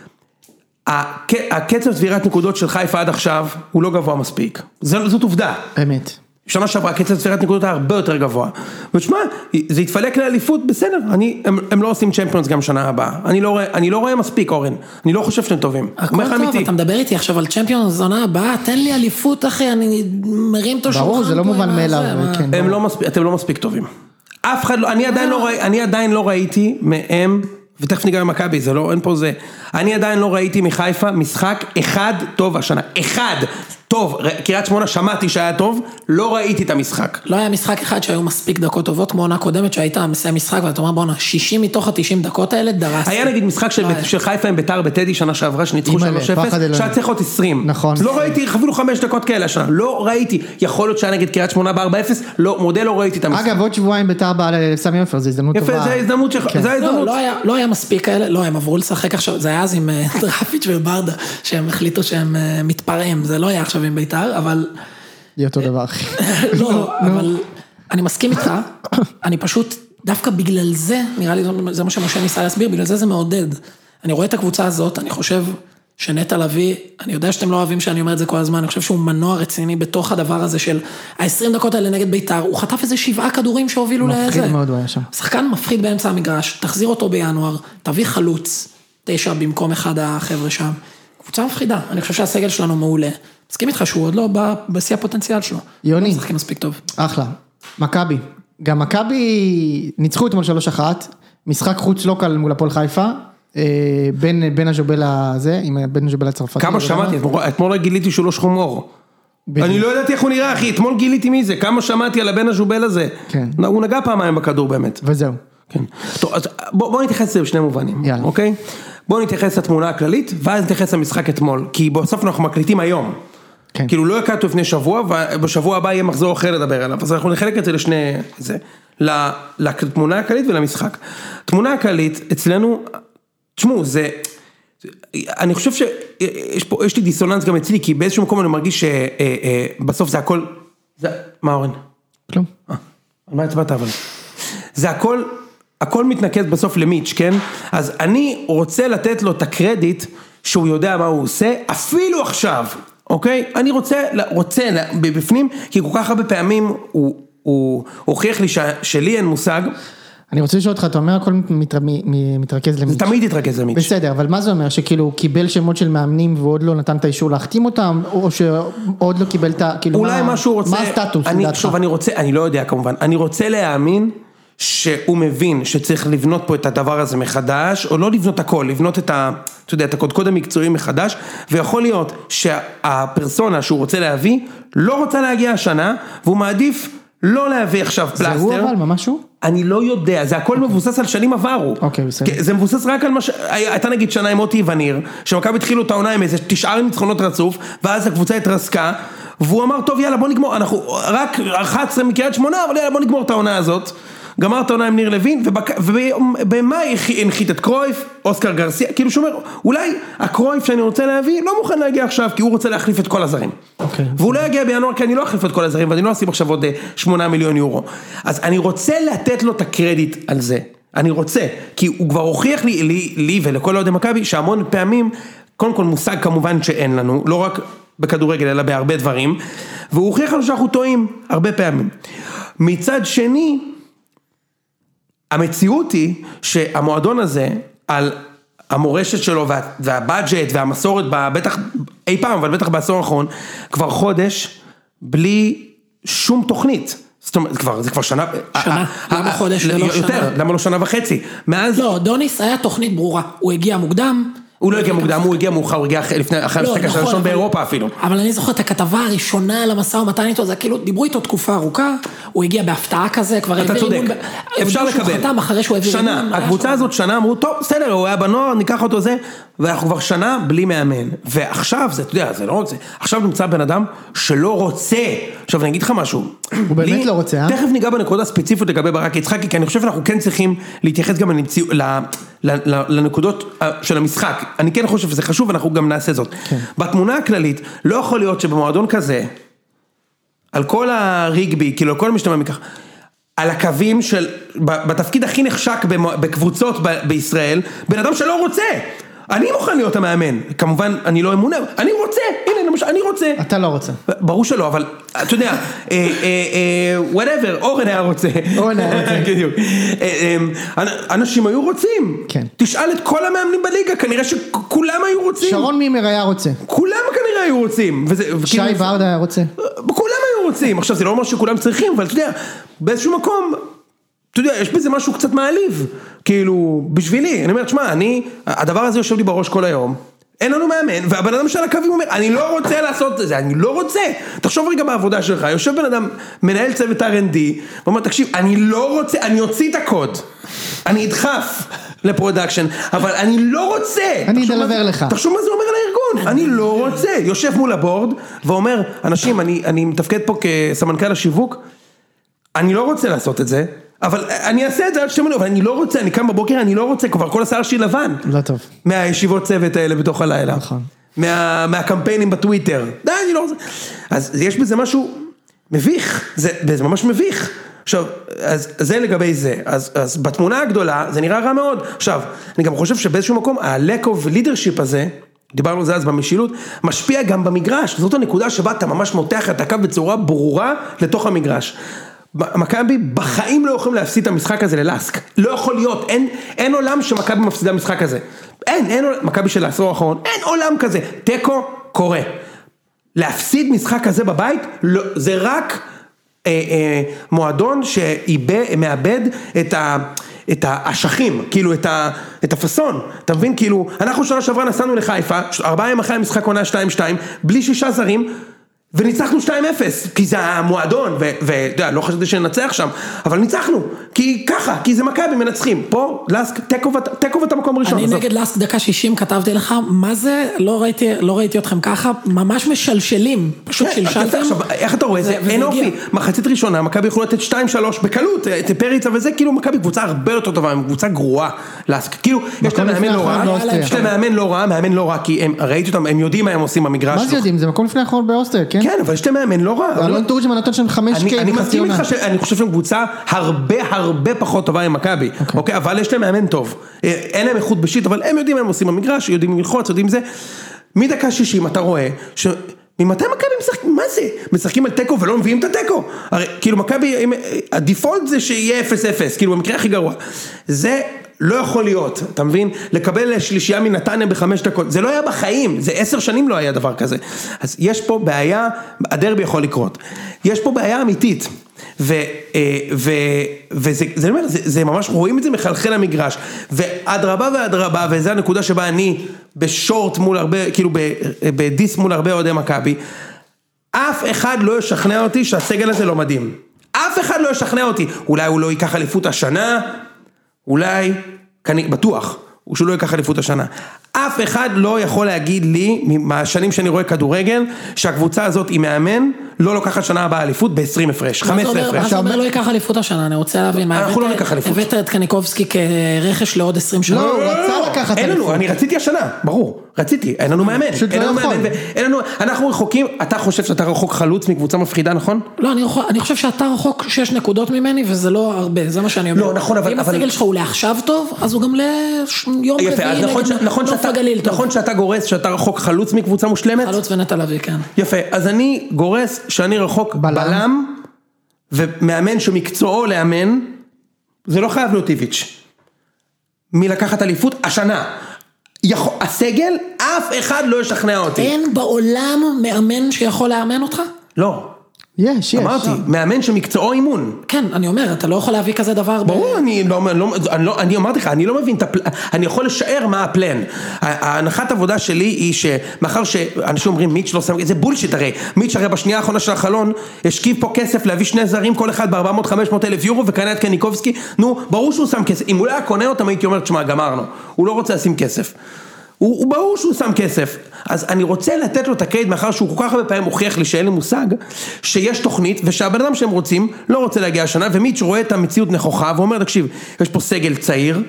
הקצב צבירת נקודות של חיפה עד עכשיו, הוא לא גבוה מספיק. זאת עובדה. אמת. שנה שעברה, הקצב צבירת נקודות היה הרבה יותר גבוה. ותשמע, זה יתפלק לאליפות, בסדר. אני, הם, הם לא עושים צ'מפיונס גם שנה הבאה. אני לא רואה, אני לא רואה מספיק, אורן. אני לא חושב שאתם טובים. הכל טוב, אתה מדבר איתי עכשיו על צ'מפיונס זונה הבאה, תן לי אליפות, אחי, אני מרים את השולחן. ברור, זה לא מובן מאליו. הם לא מספיק, אתם לא מספיק טובים. אף אחד לא, אני עדיין לא ראיתי, אני עדיין לא ראיתי מהם, ותכף ניגע במכבי, זה לא, אין פה זה. אני עדיין לא ראיתי מחיפה משחק אחד טוב השנה. אחד טוב, קריית שמונה שמעתי שהיה טוב, לא ראיתי את המשחק. לא היה משחק אחד שהיו מספיק דקות טובות, כמו עונה קודמת שהייתה מסיים משחק, ואתה אומר בואנה, שישים מתוך ה-תשעים דקות האלה דרסתי. היה נגיד משחק של, של חיפה עם ביתר בטדי שנה שעברה, שניצחו שלוש אפס, שהיה צריך להיות עשרים. נכון. לא ראיתי, חבילו חמש דקות כאלה השנה, לא ראיתי. יכול להיות שהיה נגד קריית שמונה ב-ארבע אפס, לא, מודל לא ראיתי את המשחק. אגב, עוד שבועיים ביתר באה לסמי עופר, זו הזדמנות טובה. יפה, זו ההזדמנות שלך, זו ההזדמנות. לא, לא היה, לא היה מספיק כאלה, לא, הם עברו לשחק עכשיו, זה היה אז עם דרפיץ' וברדה, שהם החליטו שהם מתפרעים, זה לא היה עכשיו עם ביתר, אבל זה אותו דבר. לא, אבל אני מסכים איתך, אני פשוט, דווקא בגלל זה, נראה לי זה מה שמשה ניסה להסביר, בגלל זה זה מעודד. אני רואה את הקבוצה הזאת, אני חושב שנטע לביא, אני יודע שאתם לא אוהבים שאני אומר את זה כל הזמן, אני חושב שהוא מנוע רציני בתוך הדבר הזה של ה-עשרים דקות האלה נגד ביתר, הוא חטף איזה שבעה כדורים שהובילו לזה. מפחיד מאוד הוא היה שם. שחקן מפחיד באמצע המגרש, תחזיר אותו בינואר, תביא חלוץ, תשע במקום אחד החבר'ה שם. קבוצה מפחידה, אני חושב שהסגל שלנו מעולה. מסכים איתך שהוא עוד לא בשיא הפוטנציאל שלו. יוני. לא משחקים מספיק טוב. אחלה. מכבי. גם מכבי ניצחו אתמול שלוש אחת, משחק חוץ לא קל מול הפועל חיפה, בין הז'ובל הזה, עם בין הז'ובל הצרפתי. כמה שמעתי, אתמול גיליתי שהוא לא שחום עור. אני לא ידעתי איך הוא נראה, אחי, אתמול גיליתי מי זה, כמה שמעתי על הבן הז'ובל הזה. הוא נגע פעמיים בכדור באמת. וזהו. טוב, אז בואו נתייחס לזה בשני מובנים, אוקיי? בואו נתייחס לתמונה הכללית, ואז נתייחס למשחק אתמול, כי בסוף אנחנו מקליטים היום. כאילו לא הקלטנו לפני שבוע, ובשבוע הבא יהיה מחזור אחר לדבר עליו, אז אנחנו נחלק את זה לשני, זה, לתמונה הכללית ולמשחק. תמונה הכללית, אצלנו, תשמעו, זה, אני חושב שיש פה, יש לי דיסוננס גם אצלי, כי באיזשהו מקום אני מרגיש שבסוף זה הכל, זה, מה אורן? כלום. אה, על מה הצבעת אבל? זה הכל, הכל מתנקז בסוף למיץ', כן? אז אני רוצה לתת לו את הקרדיט שהוא יודע מה הוא עושה, אפילו עכשיו, אוקיי? אני רוצה, רוצה בפנים, כי כל כך הרבה פעמים הוא, הוא הוכיח לי ש, שלי אין מושג. אני רוצה לשאול אותך, אתה אומר הכל מתרכז למיץ'. זה תמיד יתרכז למיץ'. בסדר, אבל מה זה אומר? שכאילו הוא קיבל שמות של מאמנים והוא עוד לא נתן את האישור להחתים אותם, או שעוד לא קיבל את ה... אולי מה שהוא רוצה... מה הסטטוס? אני, שוב, אני רוצה, אני לא יודע כמובן, אני רוצה להאמין שהוא מבין שצריך לבנות פה את הדבר הזה מחדש, או לא לבנות הכל, לבנות את ה... אתה יודע, את הקודקוד המקצועי מחדש, ויכול להיות שהפרסונה שהוא רוצה להביא, לא רוצה להגיע השנה, והוא מעדיף לא להביא עכשיו פלסטר. זה הוא אבל, מה משהו? אני לא יודע, זה הכל מבוסס על שנים עברו. אוקיי, בסדר. זה מבוסס רק על מה ש... הייתה נגיד שנה עם מוטי וניר, שמכבי התחילו את העונה עם איזה תשעה ניצחונות רצוף, ואז הקבוצה התרסקה, והוא אמר, טוב, יאללה, בוא נגמור, אנחנו רק אחת עשרה מקריית שמונה, אבל יאללה, בוא נגמור את העונה הזאת. גמר את העונה עם ניר לוין, ובמאי הנחית את קרויף, אוסקר גרסיה, כאילו שאומר, אולי הקרויף שאני רוצה להביא, לא מוכן להגיע עכשיו, כי הוא רוצה להחליף את כל הזרים. והוא לא יגיע בינואר, כי אני לא אחליף את כל הזרים, ואני לא אשים עכשיו עוד שמונה מיליון יורו. אז אני רוצה לתת לו את הקרדיט על זה. אני רוצה, כי הוא כבר הוכיח לי, לי, לי ולכל עוד מכבי, שהמון פעמים, קודם כל מושג כמובן שאין לנו, לא רק בכדורגל, אלא בהרבה דברים, והוא הוכיח לנו שאנחנו טועים, הרבה פעמים. מצד שני, המציאות היא שהמועדון הזה, על המורשת שלו וה, והבאג'ט והמסורת, בטח אי פעם, אבל בטח בעשור האחרון, כבר חודש, בלי שום תוכנית. זאת אומרת, כבר, זה כבר שנה... שנה, למה חודש ולא שנה? יותר, למה לא שנה וחצי? מאז... לא, דוניס היה תוכנית ברורה, הוא הגיע מוקדם, הוא לא הגיע מוקדם, הוא הגיע מאוחר, הוא הגיע אחרי המשחק הראשון באירופה אפילו. אבל אני זוכר את הכתבה הראשונה על המשא ומתן איתו, זה כאילו, דיברו איתו תקופה ארוכה, הוא הגיע בהפתעה כזה, כבר... אתה צודק, אפשר לקבל. שנה, הקבוצה הזאת שנה אמרו, טוב, בסדר, הוא היה בנוער, ניקח אותו זה, ואנחנו כבר שנה בלי מאמן. ועכשיו, זה, אתה יודע, זה לא רק זה, עכשיו נמצא בן אדם שלא רוצה. עכשיו אני אגיד לך משהו. הוא באמת לא רוצה, אה? תכף ניגע בנקודה ספציפית לגבי ברק יצחקי, כי אני חושב שאנחנו כן צריכים להתייחס גם לנקודות של המשחק. אני כן חושב שזה חשוב, אנחנו גם נעשה זאת. בתמונה הכללית, לא יכול להיות שבמועדון כזה, על כל הריגבי, כאילו כל משתמע מכך, על הקווים של, בתפקיד הכי נחשק בקבוצות בישראל, בן אדם שלא רוצה. אני מוכן להיות המאמן, כמובן אני לא אמונה, אני רוצה, הנה למשל, אני רוצה. אתה לא רוצה. ברור שלא, אבל אתה יודע, whatever, אורן היה רוצה. אורן היה רוצה. אנשים היו רוצים. כן. תשאל את כל המאמנים בליגה, כנראה שכולם היו רוצים. שרון מימר היה רוצה. כולם כנראה היו רוצים. שי ברדה היה רוצה. כולם היו רוצים, עכשיו זה לא אומר שכולם צריכים, אבל אתה יודע, באיזשהו מקום... אתה יודע, יש בזה משהו קצת מעליב, כאילו, בשבילי, אני אומר, תשמע, אני, הדבר הזה יושב לי בראש כל היום, אין לנו מאמן, והבן אדם של הקווים אומר, אני לא רוצה לעשות את זה, אני לא רוצה, תחשוב רגע בעבודה שלך, יושב בן אדם, מנהל צוות אר אנד די, ואומר, תקשיב, אני לא רוצה, אני אוציא את הקוד, אני אדחף לפרודקשן, אבל אני לא רוצה, אני אדלבר לך, תחשוב מה זה אומר על הארגון, אני לא רוצה, יושב מול הבורד, ואומר, אנשים, אני, אני מתפקד פה כסמנכ"ל השיווק, אני לא רוצה לעשות את זה, אבל אני אעשה את זה עד שאתם אומרים, אבל אני לא רוצה, אני קם בבוקר, אני לא רוצה, כבר כל השיער שלי לבן. לא טוב. מהישיבות צוות האלה בתוך הלילה. נכון. מה, מהקמפיינים בטוויטר. די, אני לא רוצה. אז יש בזה משהו מביך, זה, זה ממש מביך. עכשיו, אז זה לגבי זה. אז, אז בתמונה הגדולה, זה נראה רע מאוד. עכשיו, אני גם חושב שבאיזשהו מקום, ה-lack of leadership הזה, דיברנו על זה אז במשילות, משפיע גם במגרש. זאת הנקודה שבה אתה ממש מותח את הקו בצורה ברורה לתוך המגרש. מכבי בחיים לא יכולים להפסיד את המשחק הזה ללסק, לא יכול להיות, אין, אין עולם שמכבי מפסידה משחק הזה, אין, אין, מכבי של העשור האחרון, אין עולם כזה, טקו קורה, להפסיד משחק כזה בבית, לא, זה רק אה, אה, מועדון שמאבד את, ה, את האשכים, כאילו את, ה, את הפסון, אתה מבין? כאילו, אנחנו שנה שעברה נסענו לחיפה, ארבעה ימים אחרי המשחק עונה שתיים שתיים, בלי שישה זרים, וניצחנו שתיים אפס, כי זה המועדון, ואתה יודע, לא חשבתי שננצח שם, אבל ניצחנו, כי ככה, כי זה מכבי מנצחים, פה לסק, תקו ואת המקום ראשון. אני נגד לסק דקה שישים כתבתי לך, מה זה, לא ראיתי, לא ראיתי אתכם ככה, ממש משלשלים, פשוט שלשלתם. איך אתה רואה, זה אין אופי, מחצית ראשונה, מכבי יכולו לתת שתיים שלוש בקלות, את פריצה וזה, כאילו מכבי קבוצה הרבה יותר טובה, קבוצה גרועה, לסק, כאילו, יש להם מאמן לא רע, יש להם מאמן לא רע, מאמן לא רע, כי ראיתי אותם, הם יודעים מה הם עושים במגרש. מה זה יודעים? זה מקום לפני האחרון באוסטריה, כן? כן, אבל יש להם מאמן לא רע. אלון תורג'מן נתן שם חמש קיי בחצי עונה. אני חושב שהם קבוצה הרבה הרבה פחות טובה עם מכבי, אוקיי, אבל יש להם מאמן טוב. אין להם איכות בשיט, אבל הם יודעים מה הם עושים במגרש, יודעים ללחוץ, יודעים זה. מדקה שישים אתה רואה ש... ממתי מכבי משחקים, מה זה? משחקים על טקו ולא מביאים את הטקו. הרי כאילו מכבי, הדיפולט זה שיהיה אפס אפס, כאילו במקרה הכי גרוע. זה לא יכול להיות, אתה מבין? לקבל שלישייה מנתניה בחמש דקות, זה לא היה בחיים, זה עשר שנים לא היה דבר כזה. אז יש פה בעיה, הדרבי יכול לקרות. יש פה בעיה אמיתית. ו, ו, וזה, זה, אומר, זה, זה ממש רואים את זה מחלחל המגרש, ואדרבה ואדרבה, וזו הנקודה שבה אני בשורט מול הרבה, כאילו בדיס מול הרבה אוהדי מכבי, אף אחד לא ישכנע אותי שהסגל הזה לא מדהים. אף אחד לא ישכנע אותי. אולי הוא לא ייקח אליפות השנה, אולי, כני, בטוח, הוא שהוא לא ייקח אליפות השנה. אף אחד לא יכול להגיד לי, מהשנים שאני רואה כדורגל, שהקבוצה הזאת היא מאמן, לא לוקחת שנה הבאה אליפות ב-עשרים הפרש, חמש עשרה הפרש. מה זה אומר לא ייקח אליפות השנה? אני רוצה להבין, אנחנו לא ניקח אליפות. הבאת את קניקובסקי כרכש לעוד עשרים שנה? לא, הוא רצה לקחת אין לנו, אני רציתי השנה, ברור, רציתי, אין לנו מאמן. פשוט לא יכול. אנחנו רחוקים, אתה חושב שאתה רחוק חלוץ מקבוצה מפחידה, נכון? לא, אני חושב שאתה רחוק שש נקודות ממני, וזה לא הרבה, זה מה שאני אומר. לא, נכון, אבל... אם הסגל שלך הוא לעכשיו טוב, אז הוא גם ליום רביעי נגד נכון שאתה גורס שאתה רחוק חלוץ מקבוצה מושלמת? חלוץ ונטע לביא, כן. יפה, אז אני גורס שאני רחוק בלם, ומאמן שמקצועו לאמן, זה לא חייב להיות טיביץ'. מלקחת אליפות השנה. הסגל, אף אחד לא ישכנע אותי. אין בעולם מאמן שיכול לאמן אותך? לא. יש, יש. אמרתי, מאמן שמקצועו אימון. כן, אני אומר, אתה לא יכול להביא כזה דבר. ברור, אני לא, אני אמרתי לך, אני לא מבין את הפלן, אני יכול לשער מה הפלן. ההנחת עבודה שלי היא שמאחר שאנשים אומרים, מיץ' לא שם, זה בולשיט הרי, מיץ' הרי בשנייה האחרונה של החלון, השקיב פה כסף להביא שני זרים, כל אחד ב-ארבע מאות חמש מאות אלף יורו, וקנה את קניקובסקי, נו, ברור שהוא שם כסף, אם הוא לא היה קונה אותם, הייתי אומר, תשמע, גמרנו, הוא לא רוצה לשים כסף. הוא, הוא ברור שהוא שם כסף, אז אני רוצה לתת לו את הקייד, מאחר שהוא כל כך הרבה פעמים מוכיח לי שאין לי מושג, שיש תוכנית, ושהבן אדם שהם רוצים, לא רוצה להגיע השנה, ומיץ' רואה את המציאות נכוחה, ואומר, תקשיב, יש פה סגל צעיר,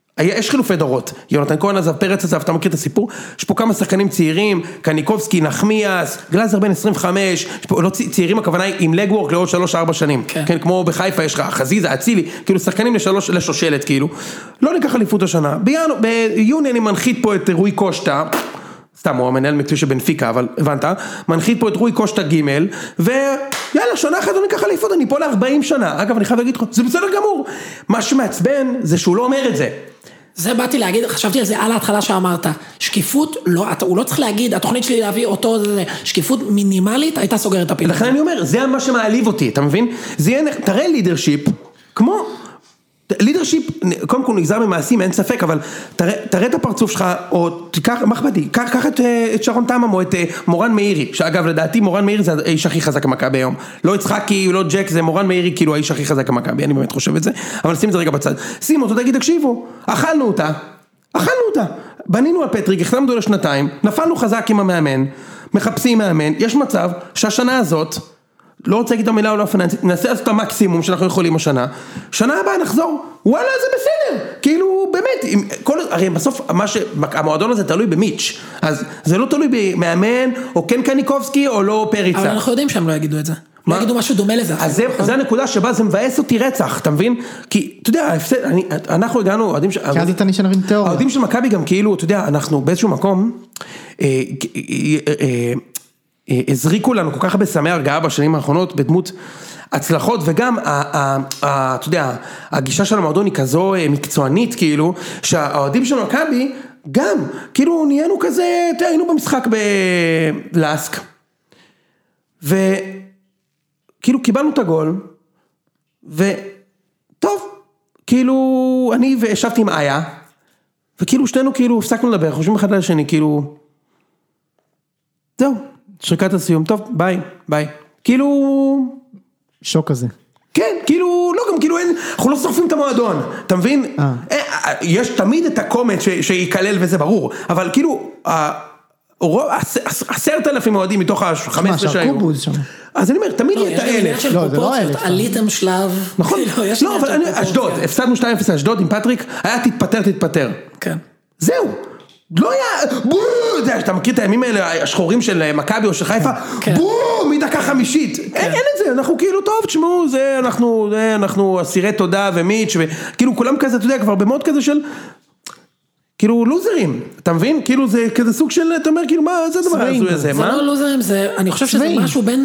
יש חילופי דורות, יונתן כהן עזב, פרץ עזב, אתה מכיר את הסיפור? יש פה כמה שחקנים צעירים, קניקובסקי, נחמיאס, גלאזר בן עשרים וחמש, יש פה, לא צעירים, הכוונה היא עם לגוורק לעוד שלוש ארבע שנים, כן. כן, כמו בחיפה יש לך, חזיזה, אצילי, כאילו שחקנים לשלוש, לשושלת, כאילו, לא ניקח אליפות השנה, ביוני, ביוני אני מנחית פה את רוי קושטה, סתם הוא המנהל מקצועי של בנפיקה, אבל הבנת, מנחית פה את רוי קושטה ג' ויאללה, שנה אחת לא ניקח אליפות, אני פה ל-ארבעים שנה, אגב אני חייב להגיד לך, זה בסדר גמור, מה שמעצבן זה שהוא לא אומר את זה. זה באתי להגיד, חשבתי על זה על ההתחלה שאמרת, שקיפות, לא, אתה, הוא לא צריך להגיד, התוכנית שלי להביא אותו, זה, שקיפות מינימלית, הייתה סוגרת את הפיל. לכן אני אומר, זה מה שמעליב אותי, אתה מבין? זה יהיה, תראה לידרשיפ, כמו, לידרשיפ, קודם כל נגזר ממעשים, אין ספק, אבל תראה, תראה את הפרצוף שלך, או תיקח, מה אכפתי, קח, קח את, את שרון תמם, או את מורן מאירי, שאגב, לדעתי, מורן מאירי זה האיש הכי חזק המכבי היום. לא יצחקי, לא ג'ק, זה מורן מאירי, כאילו האיש הכי חזק המכבי, אני באמת חושב את זה, אבל שים את זה רגע בצד. שים אותו, תגיד, תקשיבו, אכלנו אותה, אכלנו אותה, בנינו על פטריק, החלמנו לשנתיים, נפלנו חזק עם המאמן, מחפשים מאמן, יש מצב שהשנה הזאת, לא רוצה להגיד את המילה או לא פיננסית, נעשה את המקסימום שאנחנו יכולים השנה, שנה הבאה נחזור, וואלה זה בסדר, כאילו באמת, כל, הרי בסוף מה ש, המועדון הזה תלוי במיץ', אז זה לא תלוי במאמן, או כן קניקובסקי, או לא פריצה. אבל אנחנו יודעים שהם לא יגידו את זה, לא יגידו משהו דומה לזה. אז זה, זה הנקודה שבה זה מבאס אותי רצח, אתה מבין? כי, אתה יודע, אני, אנחנו הגענו, כי אז אתה נשאר עם תיאוריה. העודים של מכבי גם כאילו, אתה יודע, אנחנו באיזשהו מקום, אה, אה, אה, הזריקו לנו כל כך הרבה סמי הרגעה בשנים האחרונות בדמות הצלחות, וגם אתה יודע, הגישה של המועדון היא כזו מקצוענית כאילו, שהאוהדים של מכבי גם, כאילו נהיינו כזה, אתה יודע, היינו במשחק בלסק, וכאילו קיבלנו את הגול, וטוב, כאילו, אני וישבתי עם איה, וכאילו שנינו כאילו הפסקנו לדבר, חושבים אחד על השני, כאילו, זהו, שריקת הסיום, טוב, ביי, ביי. כאילו... שוק כזה. כן, כאילו, לא, גם כאילו אין, אנחנו לא שורפים את המועדון, אתה מבין? יש תמיד את הקומט שיקלל וזה ברור, אבל כאילו, עשרת אלפים מועדים מתוך ה-חמש עשרה שהיו. אז אני אומר, תמיד יהיה את האלף. לא, זה לא האלף. עליתם שלב. נכון. לא, אבל אשדוד, הפסדנו שתיים אפס אשדוד עם פטריק, היה תתפטר, תתפטר. כן. זהו. לא היה, בואו, אתה מכיר את הימים האלה, השחורים של מכבי או של חיפה, בואו, מדקה חמישית. אין את זה, אנחנו כאילו, טוב, תשמעו, זה אנחנו, זה אנחנו אסירי תודה ומיץ' וכאילו כולם כזה, אתה יודע, כבר במוד כזה של... כאילו לוזרים, אתה מבין? כאילו זה כזה סוג של, אתה אומר, כאילו מה, זה דבר הזה, זה לא לוזרים, אני חושב שזה משהו בין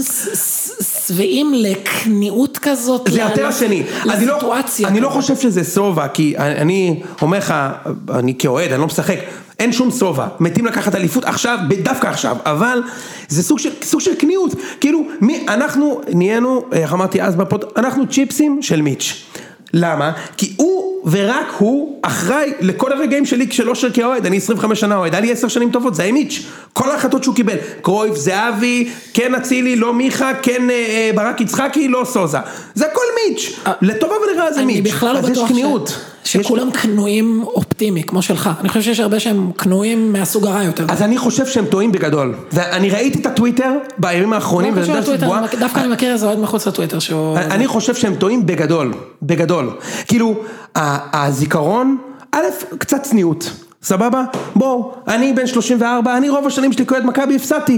סבעים לקניעות כזאת, זה יותר השני, אני לא חושב שזה סובה, כי אני אומר לך, אני כאוהד, אני לא משחק, אין שום סובה, מתים לקחת אליפות עכשיו, דווקא עכשיו, אבל זה סוג של, סוג של קניעות, כאילו, מי, אנחנו נהיינו, איך אמרתי אז בפוד, אנחנו צ'יפסים של מיץ'. למה? כי הוא ורק הוא אחראי לכל הרגעים שלי כשלא שרקי אוהד, אני עשרים וחמש שנה אוהד, היה לי עשר שנים טובות, זה אימיץ', כל ההחלטות שהוא קיבל, קרויף, זהבי, כן אצילי, לא מיכה, כן אה, ברק יצחקי, לא סוזה, זה הכל מיץ', לטובה ולרעה זה מיץ', אני בכלל לא בטוח ש... שכולם קנועים אופטימי, כמו שלך, אני חושב שיש הרבה שהם קנועים מהסוג הרע יותר. אז אני חושב שהם טועים בגדול, ואני ראיתי את הטוויטר בימים האחרונים, דווקא אני מכיר איזה אוהד מחוץ לטוויטר שהוא... אני חושב שהם טועים בגדול, בגדול, כאילו, הזיכרון, א', קצת צניעות, סבבה? בואו, אני בן שלושים וארבע, אני רוב השנים שלי כאוהד מכבי הפסדתי,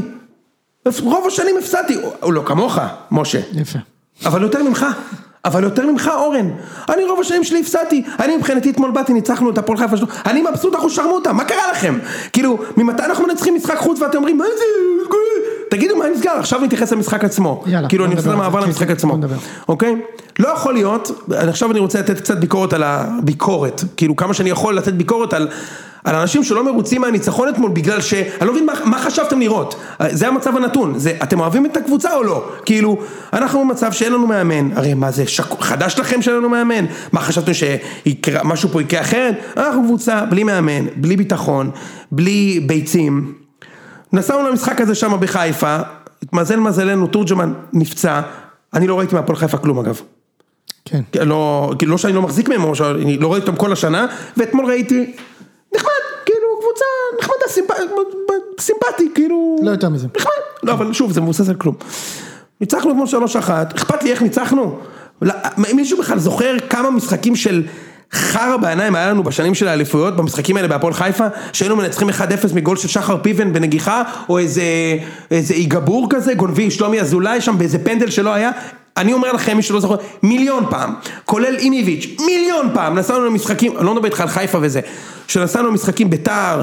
רוב השנים הפסדתי, הוא לא כמוך, משה. יפה. אבל יותר ממך. אבל יותר ממך אורן, אני רוב השנים שלי הפסדתי, אני מבחינתי אתמול באתי, ניצחנו את הפועל חיפה, אני מבסוט, אנחנו שרמוטה, מה קרה לכם? כאילו, ממתי אנחנו מנצחים משחק חוץ ואתם אומרים, מה זה? תגידו מה נסגר, עכשיו נתייחס למשחק עצמו, כאילו אני עושה מעבר למשחק עצמו, אוקיי? לא יכול להיות, עכשיו אני רוצה לתת קצת ביקורת על הביקורת, כאילו כמה שאני יכול לתת ביקורת על... על אנשים שלא מרוצים מהניצחון אתמול, בגלל ש... אני לא מבין מה, מה חשבתם לראות. זה המצב הנתון. זה, אתם אוהבים את הקבוצה או לא? כאילו, אנחנו במצב שאין לנו מאמן. הרי מה זה, שק... חדש לכם שאין לנו מאמן? מה חשבתם שמשהו פה יקרה אחרת? אנחנו קבוצה בלי מאמן, בלי ביטחון, בלי ביצים. נסענו למשחק הזה שם בחיפה, התמזל מזלנו, תורג'מן נפצע, אני לא ראיתי מהפועל חיפה כלום אגב. כן. לא, לא שאני לא מחזיק מהם, אני לא ראיתי אותם כל השנה, ואתמול ראיתי... נחמד, כאילו קבוצה נחמדה, סימפטי, כאילו... לא יותר מזה. נחמד, לא, אבל שוב, זה מבוסס על כלום. ניצחנו כמו שלוש אחת, אכפת לי איך ניצחנו? מישהו בכלל זוכר כמה משחקים של חרה בעיניים היה לנו בשנים של האליפויות, במשחקים האלה בהפועל חיפה, שהיינו מנצחים אחד אפס מגול של שחר פיבן בנגיחה, או איזה איגבור כזה, גונבי, שלומי אזולאי שם, באיזה פנדל שלא היה... אני אומר לכם, מי שלא זוכר, מיליון פעם, כולל אימיביץ', מיליון פעם, נסענו למשחקים, אני לא מדבר איתך על חיפה וזה, שנסענו למשחקים ביתר,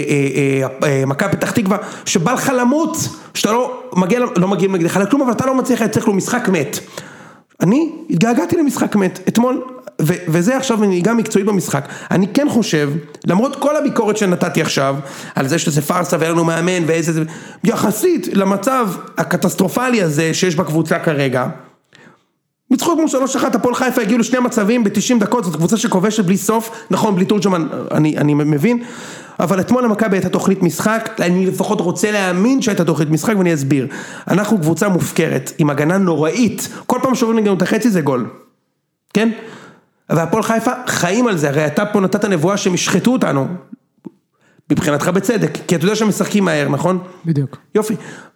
מכבי פתח תקווה, שבא לך למות, שאתה לא מגיע, לא מגיע נגדך לכלום, אבל אתה לא מצליח לייצר לו משחק מת. אני התגעגעתי למשחק מת, אתמול, וזה עכשיו נהיגה מקצועית במשחק, אני כן חושב, למרות כל הביקורת שנתתי עכשיו, על זה שזה פרסה ואין לנו מאמן, ואיזה, יחסית למצב הקטסטרופלי הזה שיש בקבוצה כרגע, ניצחו כמו שלוש אחת, הפועל חיפה הגיעו לשני מצבים ב-תשעים דקות, זאת קבוצה שכובשת בלי סוף, נכון, בלי תורג'מן, אני, אני מבין, אבל אתמול למכבי הייתה תוכנית משחק, אני לפחות רוצה להאמין שהייתה תוכנית משחק, ואני אסביר, אנחנו קבוצה מופקרת, עם הגנה נוראית, כל פעם שעוברים נגדנו את החצי זה גול, כן? והפועל חיפה חיים על זה, הרי אתה פה נתת נבואה שהם ישחטו אותנו, מבחינתך בצדק, כי אתה יודע שהם משחקים מהר, נכון? בדיוק. יופי,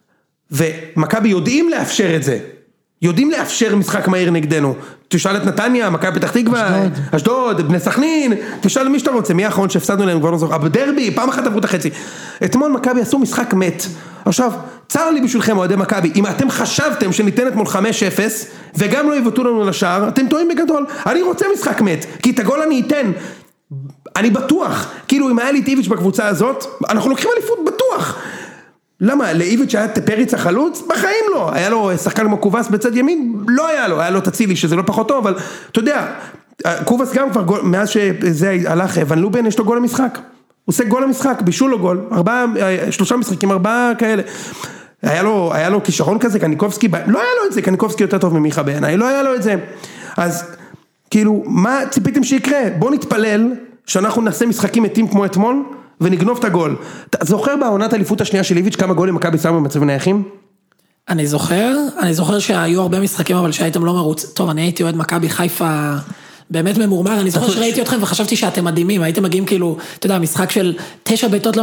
ומכבי יודעים לאפשר את זה, יודעים לאפשר משחק מהיר נגדנו, תשאל את נתניה, מכבי פתח תקווה, אשדוד, בני סכנין, תשאל מי שאתה רוצה, מי האחרון שהפסדנו להם כבר לא זוכר, בדרבי, פעם אחת עברו את החצי, אתמול מכבי עשו משחק מת, עכשיו, צר לי בשבילכם אוהדי מכבי, אם אתם חשבתם שניתן אתמול חמש אפס, וגם לא יבטאו לנו לשער, אתם טועים בגדול, אני רוצה משחק מת, כי את הגול אני אתן, אני בטוח, כאילו אם היה לי איביץ' בקבוצה הזאת, אנחנו לוקחים אליפות בטוח, למה? לאיביץ' היה פריץ החלוץ? בחיים לא. היה לו שחקן כמו קובס בצד ימין? לא היה לו. היה לו תצילי שזה לא פחות טוב, אבל אתה יודע, קובס גם כבר, מאז שזה הלך, ון לובן יש לו גול למשחק. הוא עושה גול למשחק, בישול לו גול. ארבעה, שלושה משחקים, ארבעה כאלה. היה לו, היה לו כישרון כזה, קניקובסקי, לא היה לו את זה, קניקובסקי יותר טוב ממיכה בעיניי, לא היה לו את זה. אז כאילו, מה ציפיתם שיקרה? בוא נתפלל שאנחנו נעשה משחקים מתים כמו אתמול, ונגנוב את הגול. אתה זוכר בעונת האליפות השנייה של איביץ' כמה גולים מכבי שמו במצבים נייחים? אני זוכר, אני זוכר שהיו הרבה משחקים, אבל שהייתם לא מרוץ. טוב, אני הייתי אוהד מכבי חיפה באמת ממורמר, אני זוכר שראיתי אתכם וחשבתי שאתם מדהימים, הייתם מגיעים כאילו, אתה יודע, משחק של תשע ביתות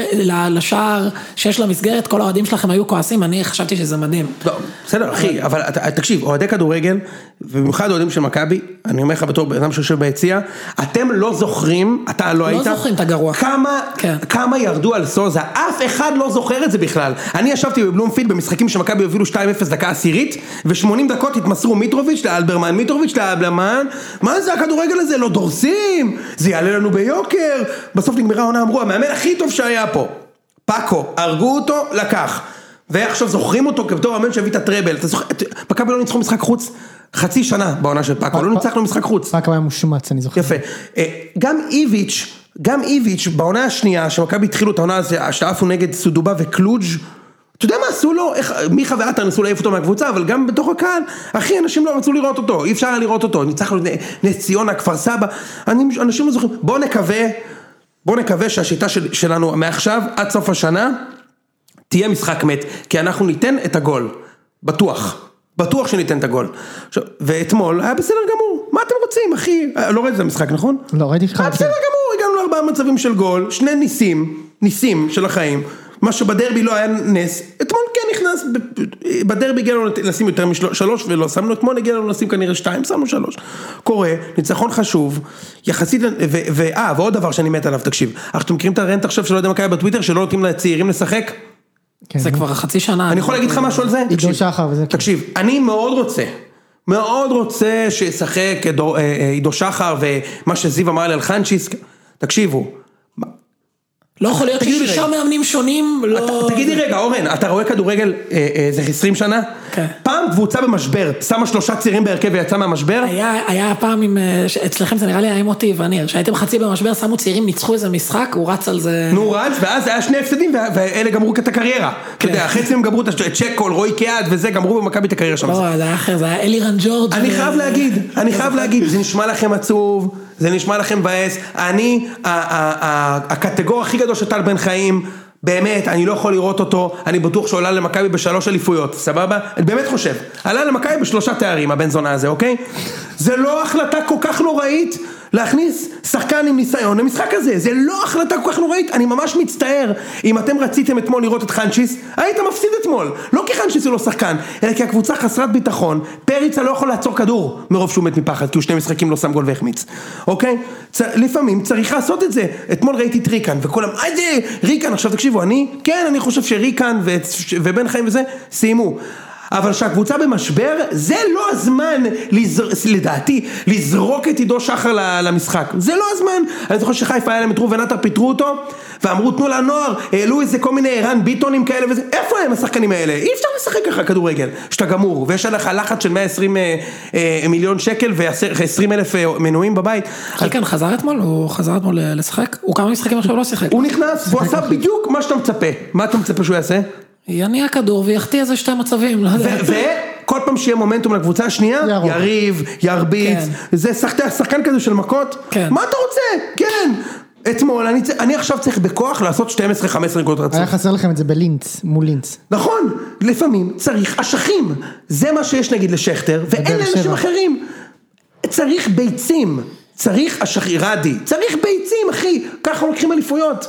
לשער, שש למסגרת, כל האוהדים שלכם היו כועסים, אני חשבתי שזה מדהים. לא, בסדר, אחי, אבל תקשיב, אוהדי כדורגל, ובמיוחד אוהדים של מכבי, אני אומר לך בתור אדם שיושב ביציע, אתם לא זוכרים, אתה לא היית, לא זוכרים את הגרוע. כמה ירדו על סוזה, אף אחד לא זוכר את זה בכלל. אני ישבתי בבלומפילד במשחקים שמכבי הובילו שתיים אפס דקה עשירית, ו-שמונים דקות התמסרו מיטרוביץ' לאלברמן, מיטרוביץ' לאלברמן, מה זה הכדורגל הזה? לא דורסים, זה יעלה לנו ביוקר. בסוף נגמרה העונה, אמרו, המאמן הכי טוב שהיה פה, פאקו, הרגו אותו, לקח. ועכשיו זוכרים אותו כבתור המאמן שהביא את הטראבל. מכבי לא ניצחו משחק חוץ חצי שנה בעונה של פאקו, לא ניצחנו משחק חוץ. פאקו היה מושמץ, אני זוכר. יפה. גם איביץ', גם איביץ', בעונה השנייה, שמכבי התחילו את העונה הזה, שעפו נגד סודובה וקלוג', אתה יודע מה עשו לו? מיכה ועטר ניסו להעיף אותו מהקבוצה, אבל גם בתוך הקהל, אחי, אנשים לא רצו לראות אותו, אי אפשר לראות אותו, ניצחנו נס ציונה, כפר סבא, אנשים לא זוכרים, בוא נקווה, בוא נקווה שהשיטה של, שלנו מעכשיו, עד סוף השנה, תהיה משחק מת, כי אנחנו ניתן את הגול, בטוח, בטוח שניתן את הגול. עכשיו, ואתמול היה בסדר גמור, מה אתם רוצים, אחי? לא ראיתי את המשחק, נכון? לא, ראיתי לך. בסדר גמור, הגענו לארבעה מצבים של גול, שני ניסים, ניסים של החיים, מה שבדרבי לא היה נס, אתמול כן נכנס, בדרבי הגיע לנו לשים יותר משלוש, ולא שמנו אתמול, הגיע לנו לשים כנראה שתיים, שמנו שלוש. קורה, ניצחון חשוב, יחסית, ואה, ועוד דבר שאני מת עליו, תקשיב, אך אתם מכירים את הרנט עכשיו שלא יודע מה קרה בטוויטר, שלא נותנים לצעירים לשחק? זה כבר חצי שנה. אני יכול להגיד לך משהו על זה? עידו שחר וזה. תקשיב, אני מאוד רוצה, מאוד רוצה שישחק עידו שחר, ומה שזיו אמר לי על חנצ'יס, תקשיבו, לא יכול להיות ששישה מאמנים שונים, לא... תגידי רגע, אורן, אתה רואה כדורגל איזה עשרים שנה? כן. פעם קבוצה במשבר, שמה שלושה צעירים בהרכב ויצא מהמשבר? היה פעם עם... אצלכם זה נראה לי היה מוטי וניר, שהייתם חצי במשבר, שמו צעירים, ניצחו איזה משחק, הוא רץ על זה... נו, רץ, ואז היה שני הפסדים, ואלה גמרו את הקריירה. אתה יודע, חצי הם גמרו את צ'קול, רוי קיאד וזה, גמרו במכבי את הקריירה שם. לא, זה היה אחר, זה היה אלירן ג'ורג'. אני חייב להגיד, אני חייב להגיד, זה נשמע לכם עצוב, זה נשמע לכם מבאס, אני, הקטגור הכי גדול של טל בן חיים, באמת, אני לא יכול לראות אותו, אני בטוח שהוא עלה למכבי בשלוש אליפויות, סבבה? אני באמת חושב, עלה למכבי בשלושה תארים, הבן זונה הזה, אוקיי? זה לא החלטה כל כך נוראית להכניס שחקן עם ניסיון למשחק הזה, זה לא החלטה כל כך נוראית, אני ממש מצטער, אם אתם רציתם אתמול לראות את חנצ'יס, הייתם מפסיד אתמול, לא כי חנצ'יס הוא לא שחקן, אלא כי הקבוצה חסרת ביטחון, פריצה לא יכול לעצור כדור, מרוב שהוא מת מפחד, כי הוא שני משחקים לא שם גול והחמיץ, אוקיי? צ... לפעמים צריך לעשות את זה, אתמול ראיתי את ריקן, וכולם, איזה ריקן, עכשיו תקשיבו, אני, כן, אני חושב שריקן ו... ובן חיים וזה, סיימו, אבל שהקבוצה במשבר, זה לא הזמן, לזר... לדעתי, לזרוק את עידו שחר למשחק. זה לא הזמן. אני זוכר שחיפה היה להם את רובן עטר, פיטרו אותו, ואמרו, תנו לנוער, העלו איזה כל מיני ערן ביטונים כאלה וזה. איפה הם השחקנים האלה? אי אפשר לשחק ככה כדורגל, שאתה גמור, ויש עליך לחץ של מאה ועשרים מיליון שקל, ו-עשרים אלף מנויים בבית. ריקן חזר אתמול? הוא חזר אתמול לשחק? הוא כמה משחקים עכשיו לא שיחק? הוא נכנס, והוא עשה בדיוק מה שאתה מצפה. מה אתה מצפה שהוא יעשה? יניע כדור ויחטיא איזה שתי מצבים. וכל פעם שיהיה מומנטום לקבוצה השנייה, יריב, ירביץ, זה שחקן כזה של מכות, מה אתה רוצה? כן, אתמול, אני עכשיו צריך בכוח לעשות שתים עשרה חמש עשרה נקודות רצוף. היה חסר לכם את זה בלינץ, מול לינץ. נכון, לפעמים צריך אשכים, זה מה שיש נגיד לשכתר, ואין לאנשים אחרים. צריך ביצים, צריך אשכי רדי, צריך ביצים אחי, ככה לוקחים אליפויות.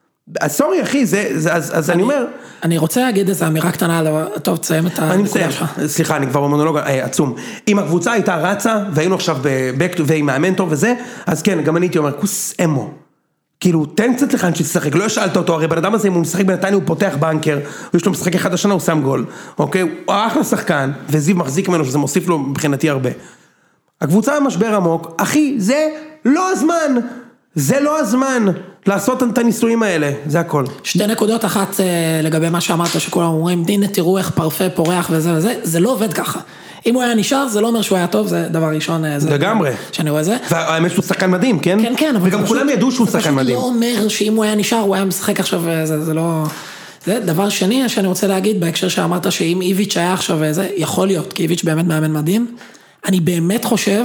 סורי אחי, אז אני אומר... אני רוצה להגיד איזו אמירה קטנה, טוב, תסיים את הנקודה שלך. סליחה, אני כבר במונולוג עצום. אם הקבוצה הייתה רצה, והיינו עכשיו בבקט ועם המנטור וזה, אז כן, גם אני הייתי אומר, כוס אמו. כאילו, תן קצת לך שתשחק, לא שאלת אותו, הרי בן אדם הזה, אם הוא משחק בנתניה, הוא פותח בנקר, ויש לו משחק אחד השנה, הוא שם גול. אוקיי? הוא אחלה שחקן, וזיו מחזיק ממנו, שזה מוסיף לו מבחינתי הרבה. הקבוצה במשבר עמוק, אחי, זה לא הזמן. זה לא הזמן לעשות את הניסויים האלה, זה הכל. שתי נקודות, אחת לגבי מה שאמרת שכולם אומרים, דין תראו איך פרפה פורח וזה וזה, זה לא עובד ככה. אם הוא היה נשאר, זה לא אומר שהוא היה טוב, זה דבר ראשון. לגמרי. שאני רואה זה. והאמת שהוא שחקן מדהים, כן? כן, כן. וגם כולם ידעו שהוא שחקן מדהים. זה פשוט לא אומר שאם הוא היה נשאר, הוא היה משחק עכשיו, זה לא... זה דבר שני שאני רוצה להגיד, בהקשר שאמרת שאם איביץ' היה עכשיו וזה, יכול להיות, כי איביץ' באמת מאמן מדהים. אני באמת חושב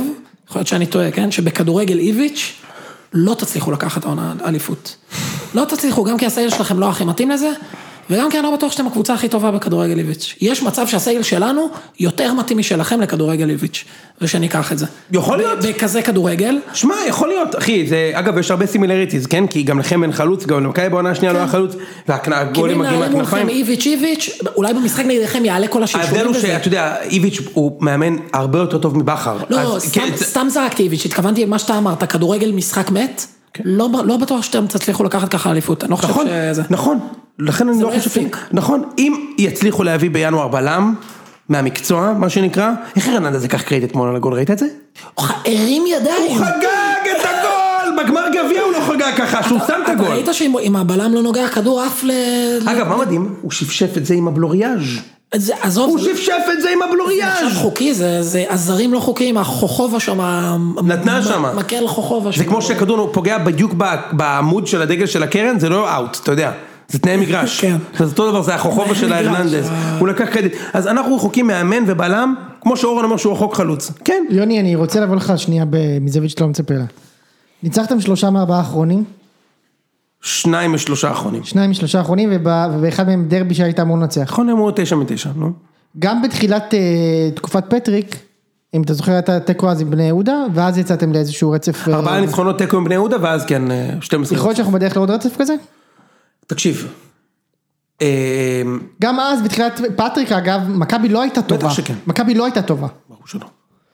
יכול להיות שאני טועה, כן? שבכדורגל איביץ' לא תצליחו לקחת העונה אליפות. לא תצליחו, גם כי הסגל שלכם לא הכי מתאים לזה, וגם כי אני לא בטוח שאתם הקבוצה הכי טובה בכדורגל איביץ'. יש מצב שהסגל שלנו יותר מתאים משלכם לכדורגל איביץ', ושניקח את זה. יכול להיות. בכזה כדורגל. שמע, יכול להיות, אחי, זה, אגב, יש הרבה סימילריטיז, כן? כי גם לכם אין חלוץ, גם למכבי בעונה השנייה לא היה חלוץ, והגולים מגיעים מהכנפיים. איביץ' איביץ', אולי במשחק נגדכם יעלה כל השלשורים בזה. ההבדל הוא שאתה יודע, איביץ' הוא מאמן הרבה יותר טוב מבחר. לא, סתם זרקתי איביץ', התכוונתי למה שאתה אמרת, כדורגל משחק מת, לא בטוח שאתם תצליחו לקחת ככה אליפות. אני לא חושב שזה... נכון, לכן אני לא חושב... נכון, אם יצליחו להביא בינואר בלם, מהמקצוע, מה שנקרא, איך הרננדז זה כך קרדיט אתמול על הגול, ראית את זה? הוא הרים ידיים. הוא חגג את הגול, בגמר גביע הוא לא חגג ככה, שהוא שם את הגול. אתה ראית שאם הבלם לא נוגע, הכדור אף ל... אגב, מה מדהים? הוא שפשף את זה עם הבלוריאז'. הוא שפשף את זה עם הבלוריאז'. זה עכשיו חוקי, זה הזרים לא חוקיים, החוכובה שם, נתנה שם. מקל חוכובה שם. זה כמו שכדור פוגע בדיוק בעמוד של הדגל של הקרן, זה לא אאוט, אתה יודע. זה תנאי מגרש. אז אותו דבר, זה החוכובה של ההרננדז. הוא לקח קרדיט. אז אנחנו רחוקים מאמן ובלם, כמו שאורן אומר שהוא רחוק חלוץ. כן. יוני, אני רוצה לבוא לך שנייה מזווית שאתה לא מצפה לה. ניצחתם שלושה מארבעה האחרונים? שניים משלושה האחרונים. שניים משלושה האחרונים, ובאחד מהם דרבי שהייתה אמור לנצח. נכון, אמרו תשע מתשע, נו. גם בתחילת תקופת פטריק, אם אתה זוכר את התיקו אז עם בני יהודה, ואז יצאתם לאיזשהו רצף... ארבעה ניצחונות תיקו עם בני יהודה, ואז כן, שתים עשרה. יכול להיות שאנחנו בדרך לעוד רצף כזה? תקשיב. גם אז בתחילת פטריק, אגב, מכבי לא הייתה טובה. בטח שכן. מכבי לא הייתה טובה. ברור שלא.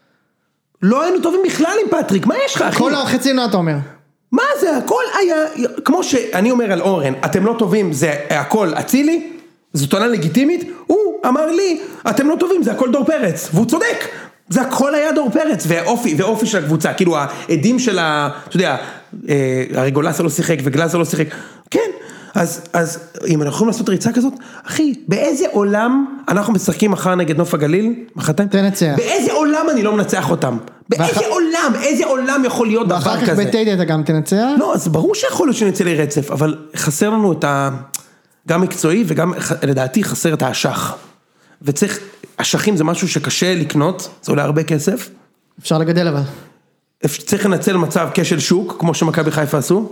לא היינו טובים בכלל עם פטריק, מה יש לך, אחי? כל החצי עונה אתה אומר. מה זה, הכל היה, כמו שאני אומר על אורן, אתם לא טובים, זה הכל אצילי, זאת עונה לגיטימית, הוא אמר לי, אתם לא טובים, זה הכל דור פרץ, והוא צודק, זה הכל היה דור פרץ, ואופי, ואופי של הקבוצה, כאילו העדים של ה, אתה יודע, הרי גולסה לא שיחק וגלאזר לא שיחק, כן, אז, אז אם אנחנו יכולים לעשות ריצה כזאת, אחי, באיזה עולם אנחנו משחקים מחר נגד נוף הגליל, מחרתיים? תנצח. באיזה עולם אני לא מנצח אותם? באיזה עולם, איזה עולם יכול להיות דבר כזה? ואחר כך בטיידי אתה גם תנצח? לא, אז ברור שיכול להיות שנצא לרצף, אבל חסר לנו את ה... גם מקצועי וגם, לדעתי, חסר את האשך. וצריך, אשכים זה משהו שקשה לקנות, זה עולה הרבה כסף. אפשר לגדל אבל. צריך לנצל מצב כשל שוק, כמו שמכבי חיפה עשו.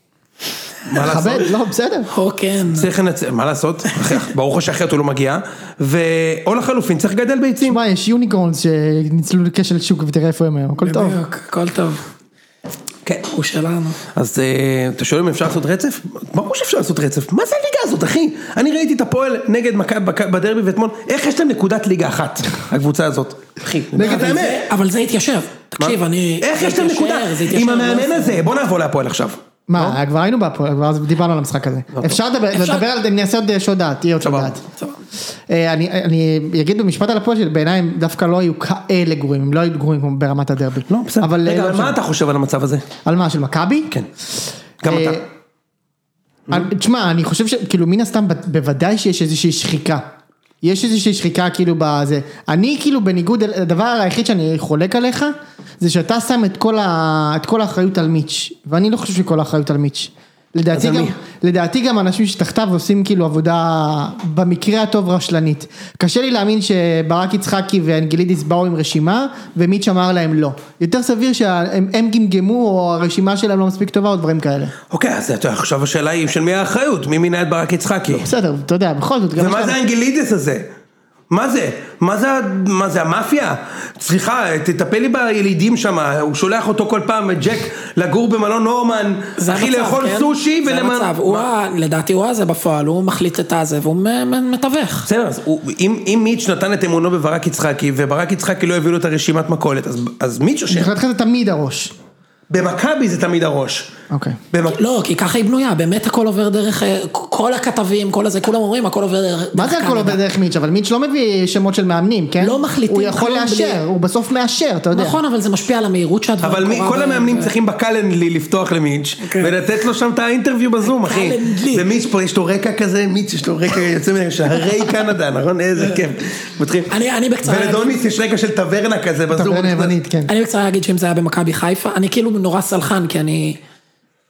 מה לעשות? לא, בסדר. או כן. צריך לנצל, מה לעשות? ברור שאחרת הוא לא מגיע. או לחלופין, צריך לגדל ביצים. שמע, יש יוניקורנס שניצלו כשל שוק ותראה איפה הם היום. הכל טוב. הכל טוב. כן, הוא שלנו. אז אתה שואל אם אפשר לעשות רצף? ברור שאפשר לעשות רצף. מה זה הליגה הזאת, אחי? אני ראיתי את הפועל נגד בדרבי ואתמול, איך יש להם נקודת ליגה אחת, הקבוצה הזאת? אחי, נגד האמת. אבל זה התיישב. תקשיב, אני... איך יש להם נקודה? עם המאמן הזה, בוא נעבור להפועל עכשיו. מה, כבר היינו בהפועל, כבר דיברנו על המשחק הזה. אפשר לדבר על, אני אעשה עוד שודעת, תהיה עוד שודעת. אני אגיד במשפט על הפועל שבעיניי הם דווקא לא היו כאלה גרועים, הם לא היו גרועים כמו ברמת הדרבי. לא, בסדר. רגע, מה אתה חושב על המצב הזה? על מה, של מכבי? כן. גם אתה. תשמע, אני חושב שכאילו מן הסתם בוודאי שיש איזושהי שחיקה. יש איזושהי שחיקה כאילו בזה. אני כאילו בניגוד, הדבר היחיד שאני חולק עליך, זה שאתה שם את כל, ה, את כל האחריות על מיץ', ואני לא חושב שכל האחריות על מיץ'. לדעתי גם, לדעתי גם אנשים שתחתיו עושים כאילו עבודה במקרה הטוב רשלנית. קשה לי להאמין שברק יצחקי ואנגלידיס באו עם רשימה, ומיץ' אמר להם לא. יותר סביר שהם הם גמגמו, או הרשימה שלהם לא מספיק טובה, או דברים כאלה. אוקיי, אז עכשיו השאלה היא של מי האחריות? מי מינה את ברק יצחקי? בסדר, אתה יודע, בכל זאת. ומה זה האנגלידיס הזה? מה זה? מה זה, מה זה המאפיה? סליחה, תטפל לי בילידים שם, הוא שולח אותו כל פעם, ג'ק, לגור במלון נורמן, אחי לאכול סושי ולמען... זה המצב, לדעתי הוא הזה בפועל, הוא מחליט את הזה, והוא מתווך. בסדר, אם מיץ' נתן את אמונו בברק יצחקי, וברק יצחקי לא הביא לו את הרשימת מכולת, אז מיץ' יושב. מבחינתך זה תמיד הראש. במכבי זה תמיד הראש. אוקיי. לא, כי ככה היא בנויה, באמת הכל עובר דרך, כל הכתבים, כל הזה, כולם אומרים, הכל עובר דרך... מה זה הכל עובר דרך מיץ'? אבל מיץ' לא מביא שמות של מאמנים, כן? לא מחליטים. הוא יכול לאשר, הוא בסוף מאשר, אתה יודע. נכון, אבל זה משפיע על המהירות שהדברים קורה. אבל כל המאמנים צריכים בקלנדלי לפתוח למיץ' ולתת לו שם את האינטרוויו בזום, אחי. ומיץ' פה יש לו רקע כזה, מיץ' יש לו רקע יוצא מן שערי קנדה, נכון? איזה כיף. אני בקצרה... ולדוניס יש רקע של טברנה כזה בזום. טברנה יוונית, כן. אני בקצרה להגיד שאם זה היה במכבי חיפה, אני כאילו נורא סלחן, כי אני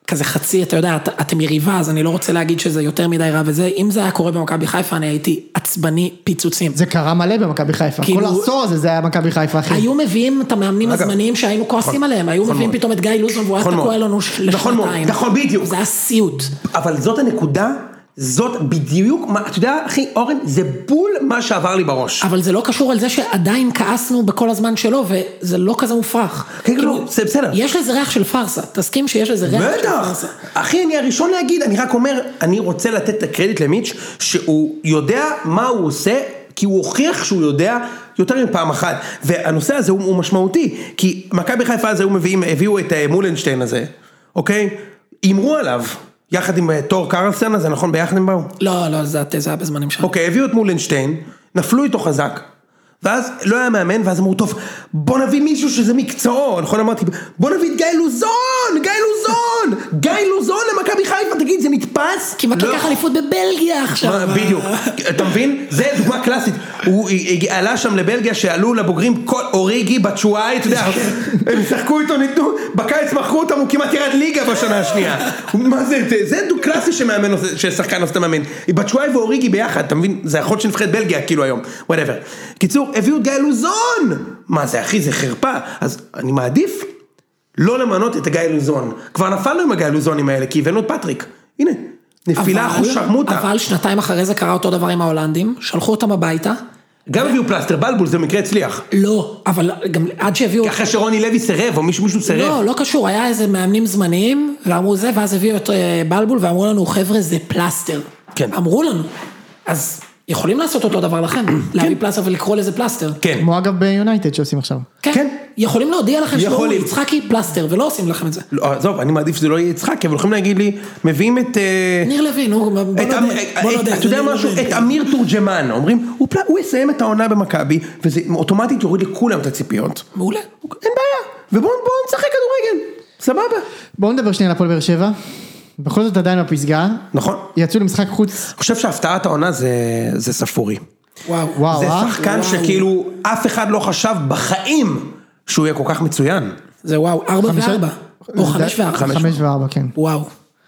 כזה חצי, אתה יודע, את, אתם יריבה, אז אני לא רוצה להגיד שזה יותר מדי רע וזה, אם זה היה קורה במכבי חיפה, אני הייתי עצבני פיצוצים. זה קרה מלא במכבי חיפה, כאילו, כל העשור הזה, זה היה מכבי חיפה, אחי. היו מביאים את המאמנים הזמניים שהיינו כועסים עליהם, היו מביאים פתאום את גיא לוזון, והוא היה תקוע לנו לשנתיים. נכון, בדיוק. זה היה סיוט. אבל זאת הנקודה, זאת בדיוק, אתה יודע, אחי, אורן, זה בול מה שעבר לי בראש. אבל זה לא קשור על זה שעדיין כעסנו בכל הזמן שלו, וזה לא כזה מופרך. כן, לא, זה בסדר. יש לזה ריח של פרסה, תסכים שיש לזה ריח של פרסה. אחי, אני הראשון להגיד, אני רק אומר, אני רוצה לתת את הקרדיט למיץ' שהוא יודע מה הוא עושה, כי הוא הוכיח שהוא יודע יותר מפעם אחת, והנושא הזה הוא משמעותי, כי מכבי חיפה הזה הביאו את מולנשטיין הזה, אוקיי? אמרו עליו, יחד עם תור קרלסן, זה נכון ביחד הם באו? לא, לא, זה היה בזמנים שם. אוקיי, הביאו את מולנשטיין, נפלו איתו חזק, ואז לא היה מאמן, ואז אמרו, טוב, בוא נביא מישהו שזה מקצועו, נכון אמרתי, בוא נביא את גיא לוזון, גיא לוזון, גיא לוזון למכבי חיפה, תגיד, זה נתפס? כי מכבי לקח אליפות בבלגיה עכשיו. בדיוק, אתה מבין? זה דוגמה קלאסית, הוא עלה שם לבלגיה, שעלו לבוגרים אוריגי, בצ'ואי, אתה יודע, הם שחקו איתו, ניתנו, בקיץ מכרו אותם, הוא כמעט ירד ליגה בשנה השנייה. מה זה? זה דוגמה קלאסי שמאמן, ששחקן עושה מאמן. בצ'ואי ואוריגי ביחד, אתה מבין? זה יכול שנבחרת בלגיה, כאילו היום, whatever. קיצור, הביאו את גיא לוזון. מה זה, אחי, זה חרפה. אז אני מעדיף לא למנות את הגיא לוזון. כבר נפלנו עם הגיא לוזונים האלה, כי הבאנו את פטריק. הנה, נפילה אחוז שרמוטה. אבל שנתיים אחרי זה קרה אותו דבר עם ההולנדים, שלחו אותם הביתה. גם הביאו פלסטר בלבול, זה מקרה הצליח. לא, אבל גם עד שהביאו... אחרי שרוני לוי סירב, או מישהו מישהו סירב. לא, לא קשור, היה איזה מאמנים זמניים, ואמרו זה, ואז הביאו את בלבול, ואמרו לנו, חבר'ה, זה פלסטר. כן. אמרו לנו. אז... יכולים לעשות אותו דבר לכם, להביא פלסטר ולקרוא לזה פלסטר. כן. כמו אגב ביונייטד שעושים עכשיו. כן. יכולים להודיע לכם שהוא יצחקי פלסטר, ולא עושים לכם את זה. לא, עזוב, אני מעדיף שזה לא יהיה יצחקי, אבל יכולים להגיד לי, מביאים את... ניר לוי, נו, בוא נודה. אתה יודע משהו? את אמיר תורג'מן, אומרים, הוא יסיים את העונה במכבי, וזה אוטומטית יוריד לכולם את הציפיות. מעולה. אין בעיה. ובואו נצחק כדורגל. סבבה. בואו נדבר שנייה לפועל באר שבע. בכל זאת עדיין בפסגה. נכון. יצאו למשחק חוץ. אני חושב שהפתעת העונה זה, זה ספורי. וואו. וואו. זה שחקן וואו. שכאילו אף אחד לא חשב בחיים שהוא יהיה כל כך מצוין. זה וואו, ארבע וארבע. או חמש וארבע. חמש וארבע, כן. וואו.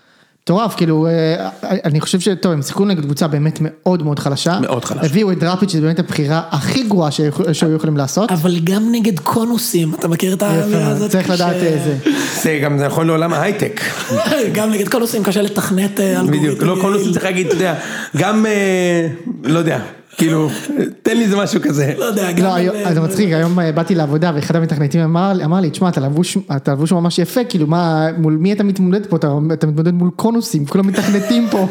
טורף, כאילו, אני חושב שטוב, הם שיחקו נגד קבוצה באמת מאוד מאוד חלשה. מאוד חלשה. הביאו את דראפיץ' שזה באמת הבחירה הכי גרועה שהיו יכולים לעשות. אבל גם נגד קונוסים, אתה מכיר את האמירה הזאת? צריך לדעת איזה. זה גם, זה נכון לעולם ההייטק. גם נגד קונוסים קשה לתכנת אלגוריתם. בדיוק, לא קונוסים צריך להגיד, אתה יודע, גם, לא יודע. כאילו, תן לי זה משהו כזה. לא יודע, לא, זה מצחיק, היום באתי לעבודה, ואחד המתכנתים אמר לי, תשמע, אתה לבוש ממש יפה, כאילו, מול מי אתה מתמודד פה? אתה מתמודד מול קונוסים, כולם מתכנתים פה.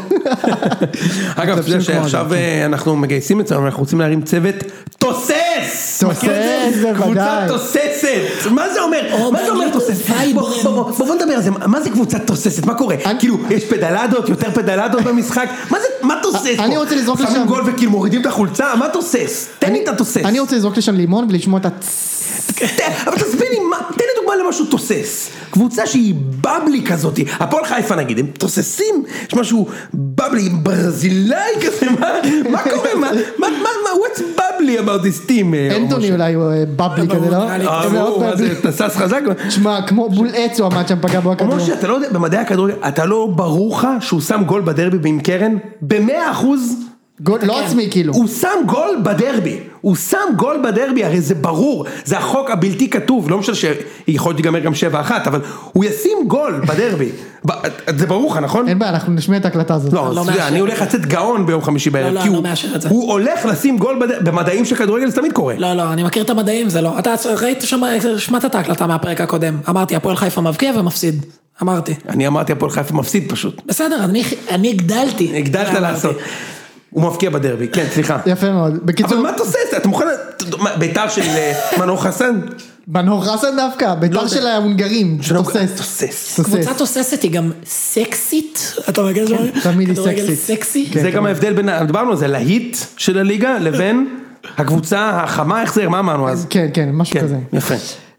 אגב, אתה יודע שעכשיו אנחנו מגייסים את זה, אנחנו רוצים להרים צוות תוסס! תוסס, בוודאי. קבוצה תוססת! מה זה אומר? מה זה אומר תוסס? בוא נדבר על זה, מה זה קבוצה תוססת? מה קורה? כאילו, יש פדלדות, יותר פדלדות במשחק? מה זה, מה תוסס פה? אני רוצה לזרוק לשם. שמים גול וכאילו מורידים את החולצה, מה תוסס? תן לי את התוסס. אני רוצה לזרוק לשם לימון ולשמוע את אבל תסביר לי, תן לי דוגמה למשהו תוסס. קבוצה שהיא בבלי כזאת, הפועל חיפה נגיד, הם תוססים, יש משהו בבלי, ברזילאי כזה, מה קורה? מה, מה, מה, what's bubbly about this team? אנטוני אולי הוא בבלי כזה, לא? אה, זה תסס חזק. תשמע, כמו בול עץ הוא עמד שם פגע בו הכדור. משה, אתה לא יודע, במדעי הכדורגל, אתה לא ברור לך שהוא שם גול בדרבי עם קרן? במאה אחוז? לא עצמי כאילו. הוא שם גול בדרבי, הוא שם גול בדרבי, הרי זה ברור, זה החוק הבלתי כתוב, לא משנה שיכול להיגמר גם שבע אחת, אבל הוא ישים גול בדרבי, זה ברור לך, נכון? אין בעיה, אנחנו נשמיע את ההקלטה הזאת. לא, אני הולך לצאת גאון ביום חמישי בערב, כי הוא הולך לשים גול במדעים של כדורגל, זה תמיד קורה. לא, לא, אני מכיר את המדעים, זה לא, אתה ראית, שמעת את ההקלטה מהפרק הקודם, אמרתי, הפועל חיפה מבקיע ומפסיד, אמרתי. אני אמרתי, הפועל חיפה מפסיד פשוט. בסדר, אני הגדלתי. הגדלת לעשות. הוא מבקיע בדרבי, כן, סליחה. יפה מאוד. אבל מה תוסס? אתה מוכן, ביתר של מנור חסן? מנור חסן דווקא, ביתר של ההונגרים, תוסס. קבוצה תוססת היא גם סקסית, אתה מגן שם? תמיד היא סקסית. זה גם ההבדל בין, דיברנו על זה, להיט של הליגה, לבין הקבוצה החמה, איך זה, מה אמרנו אז? כן, כן, משהו כזה. יפה.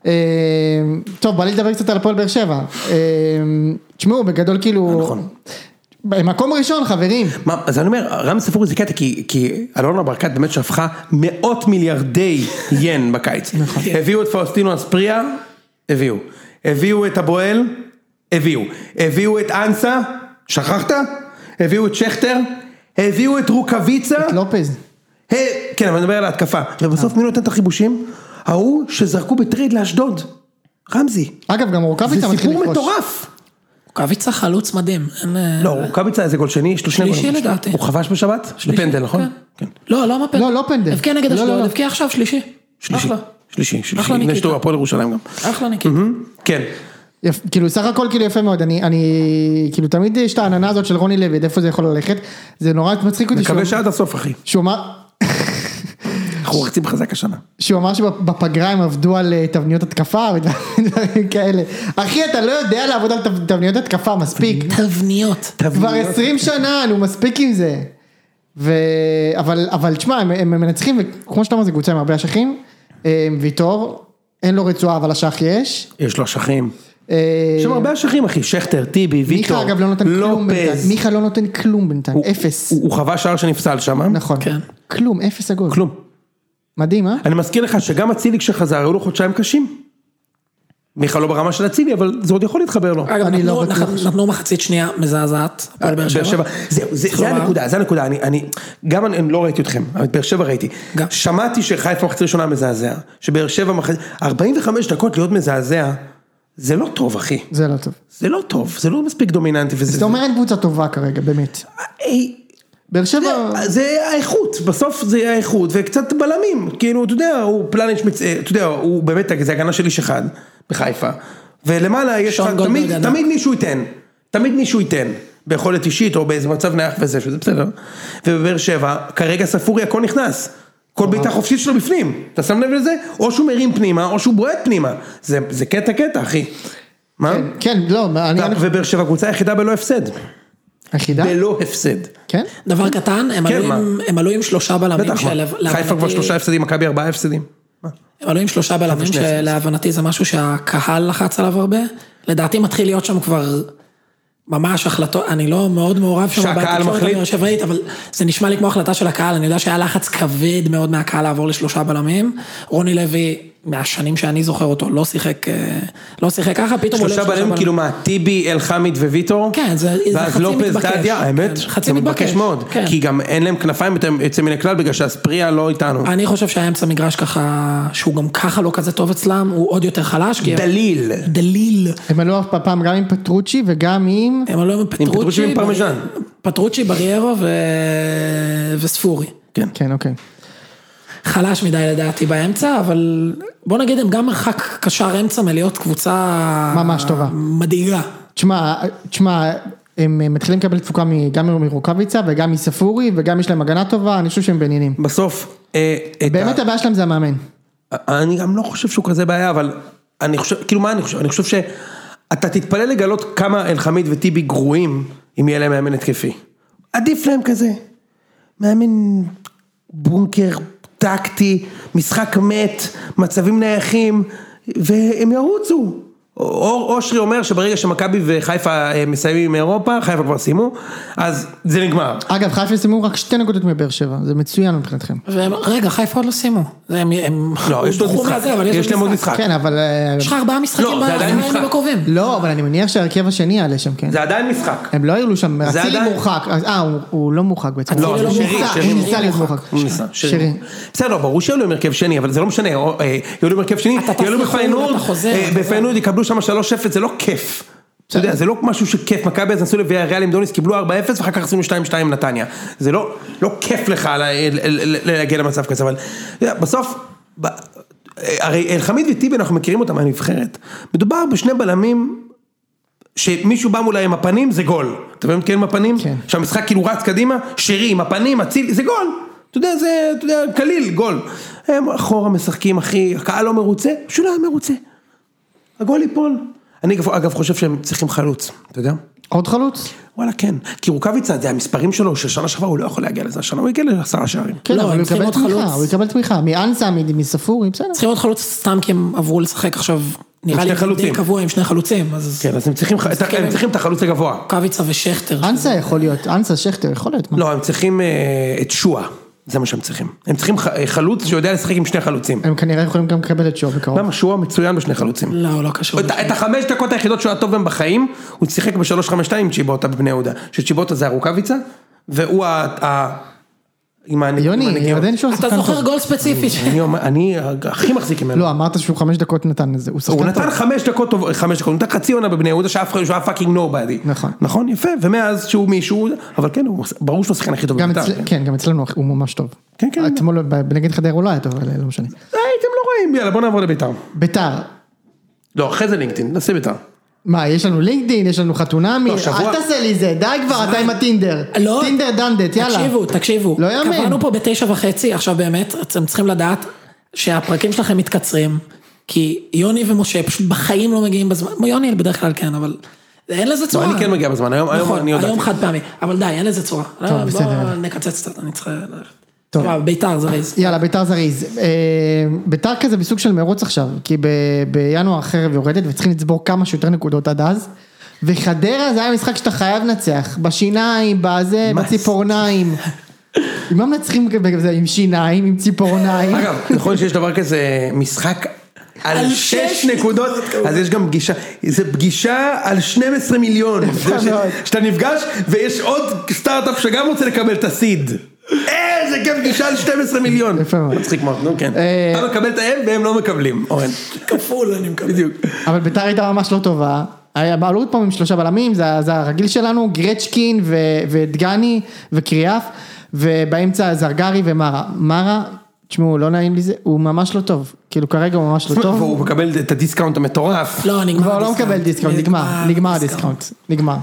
טוב, בא לי לדבר קצת על הפועל באר שבע. תשמעו, בגדול כאילו... נכון. במקום ראשון, חברים. מה, אז אני אומר, רמי ספורי זה קטע, כי, כי אלונה ברקת באמת שפכה מאות מיליארדי ין בקיץ. נכון. הביאו את פאוסטינו אספריה, הביאו. הביאו את הבועל, הביאו, הביאו את אנסה, שכחת? הביאו את שכטר, הביאו את רוקביצה. את לופז. כן, אבל נדבר על ההתקפה. ובסוף מי נותן את החיבושים? ההוא שזרקו בטרייד לאשדוד. רמזי. אגב, גם רוקביצה מתחיל לפרוש. זה סיפור מטורף. רוקביצה חלוץ מדהים. לא, רוקביצה איזה גול שני, יש לו שני גולים. שלישי לדעתי. הוא חבש בשבת? בפנדל, נכון? לא, לא בפנדל. לא, לא פנדל. הבקיע נגד אשדוד, הבקיע עכשיו שלישי. שלישי. שלישי, שלישי. נשתו הפועל ירושלים גם. אחלה ניקית. כן. כאילו סך הכל כאילו יפה מאוד, אני, אני, כאילו תמיד יש את העננה הזאת של רוני לוי, איפה זה יכול ללכת, זה נורא מצחיק אותי. מקווה שעד הסוף אחי. שהוא אמר, אנחנו רצים חזק השנה. שהוא אמר שבפגרה הם עבדו על תבניות התקפה ודברים כאלה. אחי, אתה לא יודע לעבוד על תבניות התקפה, מספיק. תבניות. כבר עשרים שנה, נו מספיק עם זה. אבל, אבל תשמע, הם, הם מנצחים, וכמו שאתה אומר, זה קבוצה עם הרבה אשכים, ויטור, אין לו רצועה, אבל אשך יש. יש לו אשכים. יש שם הרבה אשכים אחי, שכטר, טיבי, ויטור, מיכה אגב לא נותן כלום בינתיים, מיכה לא נותן כלום בינתיים, אפס. הוא חווה שער שנפסל שם. נכון, כלום, אפס הגול. כלום. מדהים, אה? אני מזכיר לך שגם הצילי כשחזר, היו לו חודשיים קשים. מיכה לא ברמה של הצילי, אבל זה עוד יכול להתחבר לו. אגב, נתנו מחצית שנייה מזעזעת, באר שבע. זה הנקודה, זה הנקודה, גם אני לא ראיתי אתכם, אבל באר שבע ראיתי. שמעתי שחיפה מחצית ראשונה מזעזע, שבאר שבע מחצית, ארבעים וחמש דקות להיות מזעזע, זה לא טוב אחי. זה לא טוב. זה לא טוב, זה לא מספיק דומיננטי. זאת אומרת אין קבוצה טובה כרגע, באמת. באר שבע... זה האיכות, בסוף זה האיכות, וקצת בלמים, כאילו, אתה יודע, הוא פלניץ', אתה יודע, הוא באמת, זה הגנה של איש אחד, בחיפה, ולמעלה יש לך, תמיד מישהו ייתן, תמיד מישהו ייתן, ביכולת אישית, או באיזה מצב נייח וזה, שזה בסדר, ובבאר שבע, כרגע ספורי, הכל נכנס, כל ביתה חופשית שלו בפנים, אתה שם לב לזה? או שהוא מרים פנימה, או שהוא בועט פנימה, זה קטע קטע, אחי. מה? כן, לא, ובאר שבע, קבוצה היחידה בלא הפסד. היחידה? בלא הפסד. כן? דבר קטן, הם עלו עם שלושה בלמים. חיפה כבר שלושה הפסדים, מכבי ארבעה הפסדים. הם עלו עם שלושה בלמים, שלהבנתי זה משהו שהקהל לחץ עליו הרבה. לדעתי מתחיל להיות שם כבר ממש החלטות, אני לא מאוד מעורב שם בתקשורת המרשברית, אבל זה נשמע לי כמו החלטה של הקהל, אני יודע שהיה לחץ כבד מאוד מהקהל לעבור לשלושה בלמים. רוני לוי, מהשנים שאני זוכר אותו, לא שיחק, לא שיחק ככה, פתאום עולה שלושה בלמים, כאילו מה, טיבי, אלחמיד וויטור? כן, זה חצי מתבקש. האמת, זה מתבקש מאוד, כי גם אין להם כנפיים יוצא מן הכלל, בגלל שהספריה לא איתנו. אני חושב שהאמצע מגרש ככה, שהוא גם ככה לא כזה טוב אצלם, הוא עוד יותר חלש. דליל. דליל. הם עלו פעם גם עם פטרוצ'י וגם עם... הם עלו עם פטרוצ'י ועם פרמיז'ן. פטרוצ'י, בריירו וספורי. כן, כן, אוקיי. חלש מדי לדעתי באמצע, אבל בוא נגיד הם גם מרחק קשר אמצע מלהיות קבוצה ממש טובה. מדהיגה. תשמע, תשמע, הם מתחילים לקבל תפוקה גם מרוקביצה וגם מספורי וגם יש להם הגנה טובה, אני חושב שהם בעניינים. בסוף... באמת הבעיה שלהם זה המאמן. אני גם לא חושב שהוא כזה בעיה, אבל אני חושב, כאילו מה אני חושב? אני חושב שאתה תתפלא לגלות כמה אלחמיד וטיבי גרועים אם יהיה להם מאמן התקפי. עדיף להם כזה. מאמן בונקר טקטי, משחק מת, מצבים נייחים, והם ירוצו. אושרי אומר שברגע שמכבי וחיפה מסיימים עם אירופה, חיפה כבר סיימו, אז זה נגמר. אגב, חיפה סיימו רק שתי נקודות מבאר שבע, זה מצוין מבחינתכם. רגע, חיפה עוד לא סיימו. לא, יש להם משחק. יש להם עוד משחק. כן, אבל... יש לך ארבעה משחקים בקרובים. לא, אבל אני מניח שהרכב השני יעלה שם, כן. זה עדיין משחק. הם לא היו שם, אצילי מורחק. אה, הוא לא מורחק בעצם. לא, הוא ניסה להיות מורחק. שרי. בסדר, ברור שיהיה לו הרכב שני, אבל זה לא משנה. יהיו לו הרכב שני, יהיו לו בפיינורד, בפיינורד יקבלו שם שלוש אפס, זה לא כיף. אתה יודע, זה לא משהו שכיף. מכבי אז נסו לוויאריאל עם דוניס, קיבלו ארבע אפס, ואחר כך עשינו שתיים שתיים נתניה. זה לא כיף לך להגיע למצב כזה, אבל בסוף, הרי אלחמיד וטיבי אנחנו מכירים אותם מהנבחרת. מדובר בשני בלמים, שמישהו בא מולה עם הפנים, זה גול. אתה מבין כן עם הפנים? שהמשחק כאילו רץ קדימה, שרי עם הפנים, הציל, זה גול. אתה יודע, זה, אתה יודע, קליל, גול. הם אחורה משחקים, אחי, הקהל לא מרוצה, פשוט לא מרוצה. הגול ייפול. אני אגב חושב שהם צריכים חלוץ, אתה יודע? עוד חלוץ? וואלה, כן. כי רוקביצה, זה המספרים שלו, ששנה שעברה הוא לא יכול להגיע לזה, השנה הוא יגיע לעשרה שערים. כן, אבל הוא יקבל תמיכה, הוא יקבל תמיכה, מאנסה, מספורי, בסדר. צריכים עוד חלוץ סתם כי הם עברו לשחק עכשיו, נראה לי די קבוע עם שני חלוצים. כן, אז הם צריכים את החלוץ הגבוה. רוקביצה ושכטר. אנסה יכול להיות, אנסה, שכטר, יכול להיות. לא, הם צריכים את שואה. זה מה שהם צריכים. הם צריכים חלוץ שיודע לשחק עם שני חלוצים. הם כנראה יכולים גם לקבל את שואה בקרוב. למה? שואה מצוין בשני חלוצים. לא, הוא לא קשור. את החמש דקות היחידות שהוא הטוב בהם בחיים, הוא שיחק ב-שלוש חמש שתיים עם צ'יבוטה בבני יהודה. שצ'יבוטה זה הרוקאביצה, והוא ה... יוני, עדיין שהוא אתה זוכר גול ספציפי. אני הכי מחזיק ממנו. לא, אמרת שהוא חמש דקות נתן לזה. הוא נתן חמש דקות, חמש דקות, הוא נתן חצי עונה בבני יהודה שאף אחד, שהוא היה פאקינג נובדי. נכון. נכון, יפה, ומאז שהוא מישהו, אבל כן, ברור שהוא שחקן הכי טוב בבית"ר. כן, גם אצלנו הוא ממש טוב. כן, כן. אתמול בנגד חדרה הוא לא היה טוב, לא משנה. הייתם לא רואים, יאללה, בוא נעבור לבית"ר. בית"ר. לא, אחרי זה לינקדאין, נעשה בית"ר. מה, יש לנו לינקדאין, יש לנו חתונמי, אל תעשה לי זה, די כבר, אתה עם הטינדר. טינדר דנדט, יאללה. תקשיבו, תקשיבו. לא יאמן. קבענו פה בתשע וחצי, עכשיו באמת, אתם צריכים לדעת שהפרקים שלכם מתקצרים, כי יוני ומשה פשוט בחיים לא מגיעים בזמן, יוני בדרך כלל כן, אבל אין לזה צורה. אני כן מגיע בזמן, היום אני יודעת. היום חד פעמי, אבל די, אין לזה צורה. טוב, בסדר. בוא נקצץ קצת, אני צריך... טוב, בית"ר זריז. יאללה, בית"ר זריז. בית"ר כזה בסוג של מרוץ עכשיו, כי בינואר החרב יורדת וצריכים לצבור כמה שיותר נקודות עד אז, וחדרה זה היה משחק שאתה חייב לנצח, בשיניים, בזה, בציפורניים. אם לא מנצחים עם שיניים, עם ציפורניים. אגב, נכון שיש דבר כזה משחק על שש נקודות, אז יש גם פגישה, זה פגישה על שנים עשר מיליון, שאתה נפגש ויש עוד סטארט-אפ שגם רוצה לקבל את הסיד. איזה כיף פגישה על שנים עשר מיליון. מצחיק מאוד, נו כן. אתה מקבל את האם והם לא מקבלים, אורן. כפול אני מקבל. בדיוק. אבל בית"ר הייתה ממש לא טובה. עלו עוד פעם עם שלושה בלמים, זה הרגיל שלנו, גרצ'קין ודגני וקריאף, ובאמצע זרגרי ומרה. מרה, תשמעו, לא נעים לי זה, הוא ממש לא טוב. כאילו כרגע הוא ממש לא טוב. והוא מקבל את הדיסקאונט המטורף. לא, נגמר. הוא לא מקבל דיסקאונט, נגמר. נגמר הדיסקאונט. נגמר.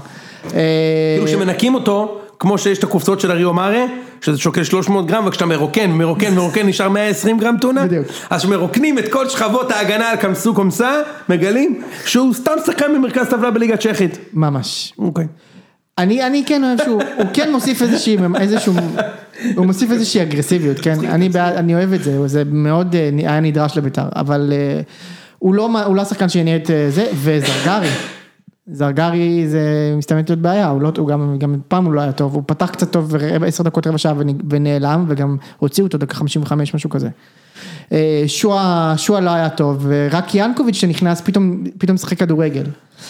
כאילו שמנקים אותו, כמו שיש את הקופסאות של הריו מארה, שזה שוקל שלוש מאות גרם, וכשאתה מרוקן, מרוקן, מרוקן, נשאר מאה ועשרים גרם טונה. בדיוק. אז שמרוקנים את כל שכבות ההגנה על כמסו קומסה, מגלים שהוא סתם שחקן במרכז טבלה בליגה צ'כית. ממש. אוקיי. אני, אני כן אוהב שהוא, הוא כן מוסיף איזושהי, איזשהו, הוא מוסיף איזושהי אגרסיביות, כן? אני, אני אוהב את זה, זה מאוד היה נדרש לבית"ר, אבל הוא לא, הוא לא השחקן שיניע את זה, וזרגרי. זרגרי זה מסתמנת להיות בעיה, הוא, לא, הוא גם, גם פעם הוא לא היה טוב, הוא פתח קצת טוב עשר דקות רבע שעה ונעלם, וגם הוציאו אותו דקה חמישים וחמש, משהו כזה. שואה, שואה לא היה טוב, ורק ינקוביץ' שנכנס, פתאום, פתאום שחק כדורגל.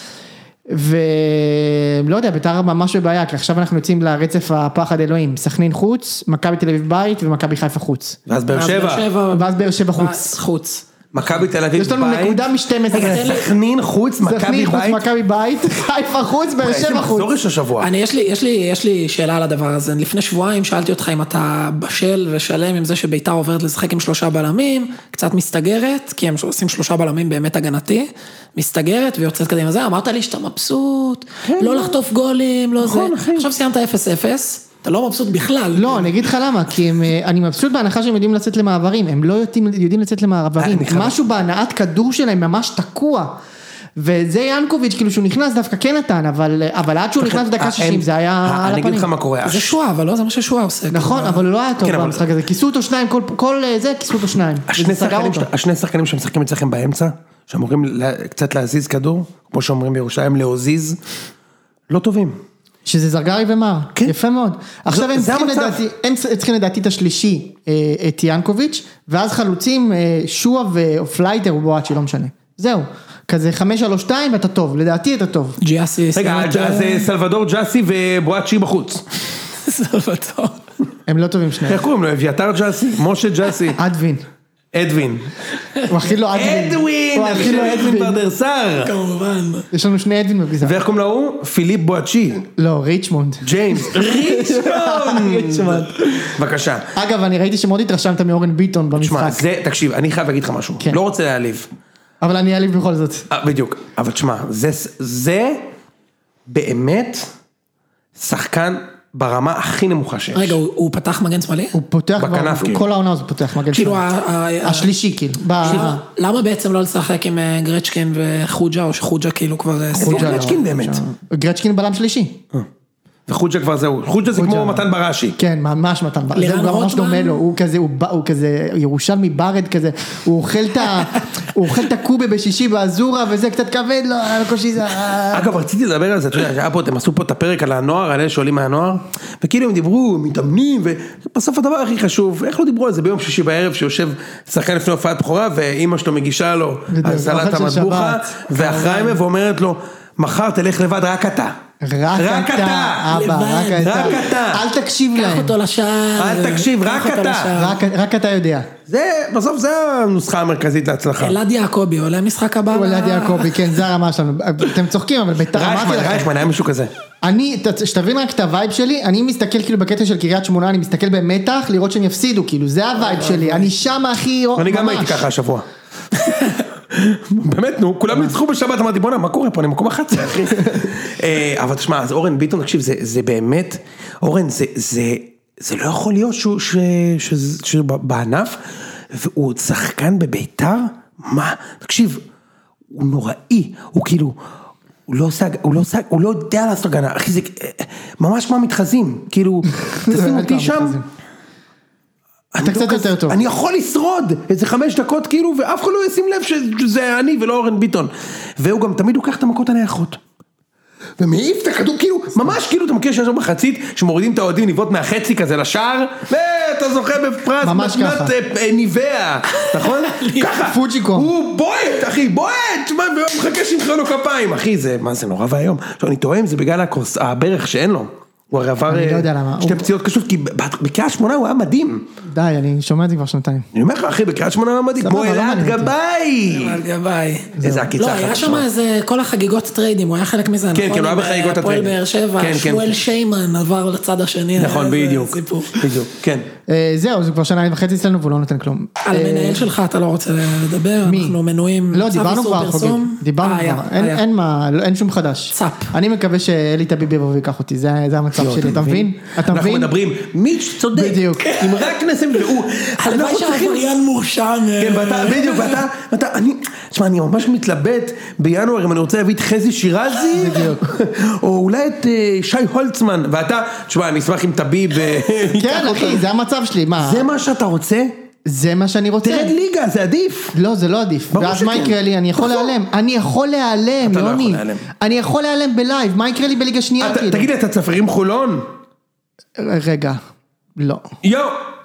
ולא יודע, בית"ר ממש בבעיה, כי עכשיו אנחנו יוצאים לרצף הפחד אלוהים, סכנין חוץ, מכבי תל אביב בית, ומכבי חיפה חוץ. ואז באר שבע. ואז באר שבע חוץ. חוץ. מכבי תל אביב בית. יש לנו נקודה משתים עשרה. סכנין חוץ, מכבי בית. מכבי בית, חיפה חוץ, באר שבע חוץ. מחזור יש השבוע. אני, יש לי, יש לי, יש לי שאלה על הדבר הזה. לפני שבועיים שאלתי אותך אם אתה בשל ושלם עם זה שבית"ר עוברת לשחק עם שלושה בלמים, קצת מסתגרת, כי הם עושים שלושה בלמים באמת הגנתי, מסתגרת ויוצאת קדימה זה. אמרת לי שאתה מבסוט, לא לחטוף גולים, לא זה. עכשיו סיימת אפס אפס. אתה לא מבסוט בכלל. לא, אני אגיד לך למה, כי הם, אני מבסוט בהנחה שהם יודעים לצאת למעברים, הם לא יודעים, יודעים לצאת למעברים, משהו בהנעת כדור שלהם ממש תקוע, וזה ינקוביץ' כאילו שהוא נכנס דווקא כן נתן, אבל, אבל עד שהוא נכנס דקה שישים זה היה על הפנים. אני אגיד לך מה קורה. זה שואה, אבל לא זה מה ששואה עושה. נכון, אבל הוא לא היה טוב במשחק הזה, כיסו אותו שניים, כל זה כיסו אותו שניים. השני שחקנים שמשחקים אצלכם באמצע, שאמורים קצת להזיז כדור, כמו שאומרים בירושלים, להוזיז, לא טובים. שזה זרגרי ומר, כן. יפה מאוד. עכשיו הם צריכים, לדעתי, הם צריכים לדעתי את השלישי, את ינקוביץ', ואז חלוצים שואה ופלייטר ובואצ'י, לא משנה. זהו, כזה חמש שלוש שתיים ואתה טוב, לדעתי אתה טוב. ג'יאסי. רגע, זה סלבדור ג'אסי ובואצ'י בחוץ. סלבדור. הם לא טובים שניהם. איך קוראים לו? אביתר ג'אסי? משה ג'אסי? אדווין. אדווין. הוא הכי לא אדווין. אדווין! הוא הכי לא אדווין ברדרסר. כמובן. יש לנו שני אדווין בפגישה. ואיך קוראים לו הוא? פיליפ בואצ'י. לא, ריצ'מונד. ג'יימס. ריצ'מונד. בבקשה. אגב, אני ראיתי שמאוד התרשמת מאורן ביטון במשחק. תקשיב, אני חייב להגיד לך משהו. לא רוצה להעליב. אבל אני אעליב בכל זאת. בדיוק. אבל תשמע, זה באמת שחקן ברמה הכי נמוכה שיש. רגע, הוא פתח מגן שמאלי? הוא פותח, כל העונה הזאת פותח מגן שמאלי. השלישי כאילו. למה בעצם לא לשחק עם גרצ'קין וחוג'ה, או שחוג'ה כאילו כבר... גרצ'קין באמת. גרצ'קין בלם שלישי. וחוג'ה כבר זהו, חוג'ה זה כמו מתן בראשי. כן, ממש מתן בראשי, זה ממש דומה לו, הוא כזה, הוא כזה ירושלמי ברד כזה, הוא אוכל את הקובה בשישי באזורה, וזה קצת כבד לו, הקושי זה... אגב, רציתי לדבר על זה, אתה יודע, הם עשו פה את הפרק על הנוער, על אלה שעולים מהנוער, וכאילו הם דיברו, מתאמנים, ובסוף הדבר הכי חשוב, איך לא דיברו על זה ביום שישי בערב, שיושב שחקן לפני הופעת בחורה, ואמא שלו מגישה לו, סלט המטבוחה, ואחרי ואומרת לו, מחר תלך לבד, רק אתה. רק אתה, אבא, רק אתה. אל תקשיב להם. קח אותו לשער. אל תקשיב, רק אתה. רק אתה יודע. זה, בסוף זה הנוסחה המרכזית להצלחה. אלעד יעקובי, עולה משחק הבא. אלעד יעקובי, כן, זה הרמה שלנו. אתם צוחקים, אבל ביתר אמרתי לכם. רייכמן, היה מישהו כזה. אני, שתבין רק את הווייב שלי, אני מסתכל כאילו בקטע של קריית שמונה, אני מסתכל במתח, לראות שהם יפסידו, כאילו, זה הווייב שלי. אני שם הכי... אני גם הייתי ככה השבוע. באמת, נו, כולם ניצחו בשבת, אמרתי, בוא'נה, מה קורה פה? אני מקום אחת, אחי. אבל תשמע, אז אורן ביטון, תקשיב, זה באמת, אורן, זה לא יכול להיות שהוא בענף, והוא עוד שחקן בביתר? מה? תקשיב, הוא נוראי, הוא כאילו, הוא לא עושה, הוא לא עושה, הוא לא יודע לעשות הגנה, אחי, זה ממש כמו מתחזים, כאילו, תשים אותי שם, אתה קצת יותר טוב. אני יכול לשרוד איזה חמש דקות כאילו, ואף אחד לא ישים לב שזה אני ולא אורן ביטון. והוא גם תמיד לוקח את המכות הנייחות. ומעיף את הכדור כאילו, ממש כאילו אתה מכיר שיש שם בחצית, שמורידים את האוהדים ניבות מהחצי כזה לשער, ואתה זוכה בפרס מתנת ניבאה, נכון? ככה, פוג'יקו. הוא בועט, אחי, בועט, והוא מחכה שימחא לו כפיים, אחי, זה, מה זה נורא והיום. אני טועה אם זה בגלל הברך שאין לו. הוא הרי עבר שתי פציעות קשות, כי בקריית שמונה הוא היה מדהים. די, אני שומע את זה כבר שנתיים. אני אומר לך, אחי, בקריית שמונה הוא היה מדהים, כמו אלעד גבאי. אלעד גבאי. איזה עקיצה. לא, היה שם איזה, כל החגיגות טריידים, הוא היה חלק מזה, נכון? כן, כן, הוא היה בחגיגות הטריידים. הפועל באר שבע, שמואל שיימן עבר לצד השני. נכון, בדיוק. בדיוק, כן. זהו, זה כבר שנה וחצי אצלנו, והוא לא נותן כלום. על מנהל שלך אתה לא רוצה לדבר, אנחנו מנויים. לא, דיברנו כבר, דיברנו כבר, אין מה, אין שום חדש. צאפ. אני מקווה שאלי טביב יבוא ויקח אותי, זה המצב שלי, אתה מבין? אתה אנחנו מדברים, מיץ' צודק, בדיוק. אם רק נסים והוא, הלוואי שהעבריין מורשע. כן, ואתה, בדיוק, ואתה, ואתה, אני, תשמע, אני ממש מתלבט בינואר, אם אני רוצה להביא את חזי שירזי, או אולי את שי הולצמן, ואתה, תשמע, אני אשמח עם טביב, כן, אחי, זה המצב שלי, מה? זה מה שאתה רוצה? זה מה שאני רוצה. תרד ליגה, זה עדיף. לא, זה לא עדיף. ואז מה יקרה לי? אני יכול להיעלם. אני יכול להיעלם, יוני. אני יכול להיעלם בלייב. מה יקרה לי בליגה שנייה? תגיד לי, אתה צפרים חולון? רגע, לא. יו,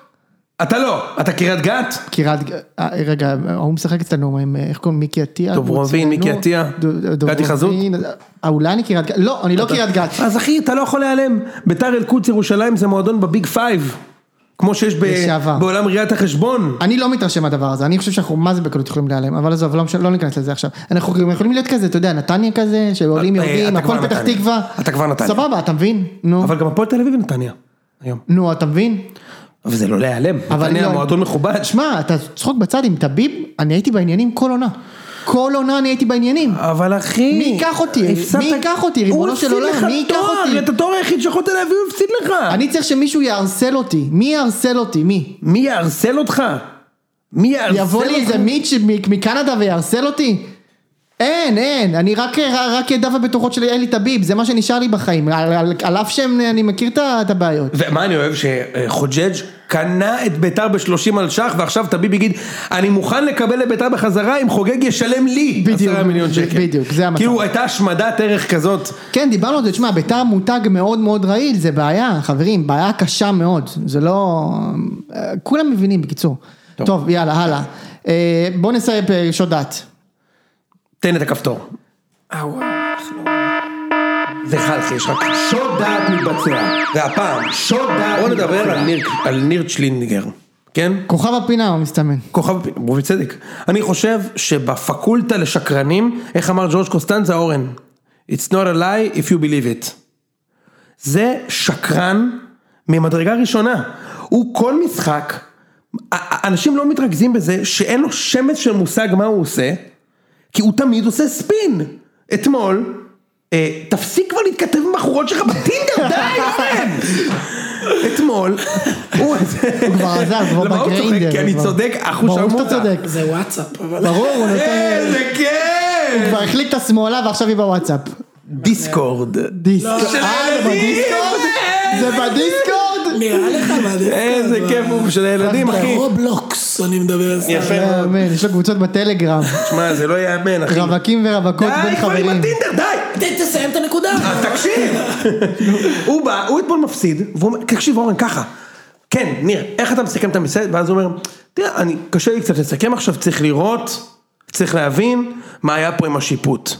אתה לא. אתה קריית גת? קריית גת. רגע, הוא משחק אצלנו עם, איך קוראים, מיקי עטיה? דוברובין, מיקי עטיה? גתי חזות? אולי אני קריית גת. לא, אני לא קריית גת. אז אחי, אתה לא יכול להיעלם. ביתר אל-קודס ירושלים זה מועדון בביג פייב. כמו שיש בעולם ראיית החשבון. אני לא מתרשם מהדבר הזה, אני חושב שאנחנו מה זה בקלות יכולים להיעלם, אבל עזוב, לא ניכנס לזה עכשיו. אנחנו יכולים להיות כזה, אתה יודע, נתניה כזה, שעולים יורדים, הכל פתח תקווה. אתה כבר נתניה. סבבה, אתה מבין? נו. אבל גם הפועל תל אביב ונתניה. היום. נו, אתה מבין? אבל זה לא להיעלם. נתניה מועדון מכובד. שמע, אתה צחוק בצד עם טביב, אני הייתי בעניינים כל עונה. כל עונה אני הייתי בעניינים. אבל אחי, מי ייקח אותי? מי ייקח אותי? ריבונו של עולם, מי ייקח אותי? את התואר היחיד שיכולת להביא, הוא הפסיד לך. אני צריך שמישהו יארסל אותי. מי יארסל אותי? מי? מי יארסל אותך? מי יארסל אותך? יבוא לי איזה מיץ' מקנדה ויארסל אותי? אין, אין. אני רק רק ידיו הבטוחות של אלי טביב, זה מה שנשאר לי בחיים. על אף שאני מכיר את הבעיות. ומה אני אוהב שחוג'ג' קנה את ביתר בשלושים על שח, ועכשיו טביב יגיד, אני מוכן לקבל לביתר בחזרה, אם חוגג ישלם לי עשרה מיליון שקל. בדיוק, זה המצב. כאילו הייתה השמדת ערך כזאת. כן, דיברנו על זה, תשמע, ביתר מותג מאוד מאוד רעיל, זה בעיה, חברים, בעיה קשה מאוד. זה לא... כולם מבינים, בקיצור. טוב, יאללה, הלאה. בואו נסיים שוד דעת. תן את הכפתור. זה חלקי, יש רק שוד דעת מתבצע. והפעם, שוד דעת בוא נדבר על ניר צ'לינגר. כן? כוכב הפינה הוא מסתמן. כוכב הפינה, ובצדק. אני חושב שבפקולטה לשקרנים, איך אמר ג'ורג' קוסטנזה אורן, It's not a lie if you believe it. זה שקרן ממדרגה ראשונה. הוא כל משחק, אנשים לא מתרכזים בזה שאין לו שמץ של מושג מה הוא עושה, כי הוא תמיד עושה ספין. אתמול, אה, תפסיק כבר להתכתב עם בחורות שלך בטינדר, די, אורן! אתמול, הוא כבר עזר, כבר בגריינדר. כי אני צודק, אחו שרמוטה. זה וואטסאפ. ברור, הוא נותן... איזה כן! הוא כבר החליק את השמאלה ועכשיו היא בוואטסאפ. דיסקורד. דיסקורד? אה, זה בדיסקורד? זה בדיסקורד? נראה לך מה דיסקורד? איזה כיף הוא של הילדים, אחי. רובלוקס, אני מדבר. יפה. יש לו קבוצות בטלגרם. תשמע, זה לא יאמן, אחי. רווקים ורווקות בין חברים. די, כבר עם הטינדר, די. תסיים את הנקודה. תקשיב. הוא בא, הוא אתמול מפסיד, והוא אומר, תקשיב אורן, ככה. כן, ניר, איך אתה מסכם את המסעד? ואז הוא אומר, תראה, אני, קשה לי קצת לסכם עכשיו, צריך לראות, צריך להבין מה היה פה עם השיפוט.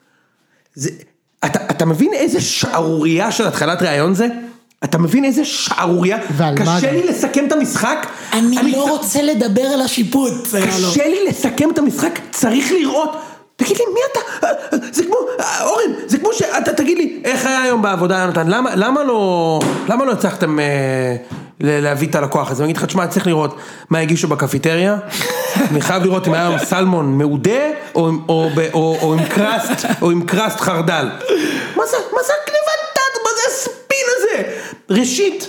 זה, אתה, אתה מבין איזה שערוריה של התחלת ראיון זה? אתה מבין איזה שערוריה? קשה לי לסכם את המשחק. אני, אני לא רוצה לדבר על השיפוט. קשה לי לסכם את המשחק, צריך לראות. תגיד לי, מי אתה? זה כמו, אורן, זה כמו שאתה תגיד לי, איך היה היום בעבודה, יונתן? למה, למה לא, למה לא הצלחתם אה, להביא את הלקוח הזה? אני אגיד לך, תשמע, צריך לראות מה הגישו בקפיטריה. אני חייב לראות אם היה היום סלמון מעודה, או, או, או, או, או עם קרסט, או עם קרסט חרדל. מה זה, מה זה הגניבת, מה זה הספין הזה? ראשית,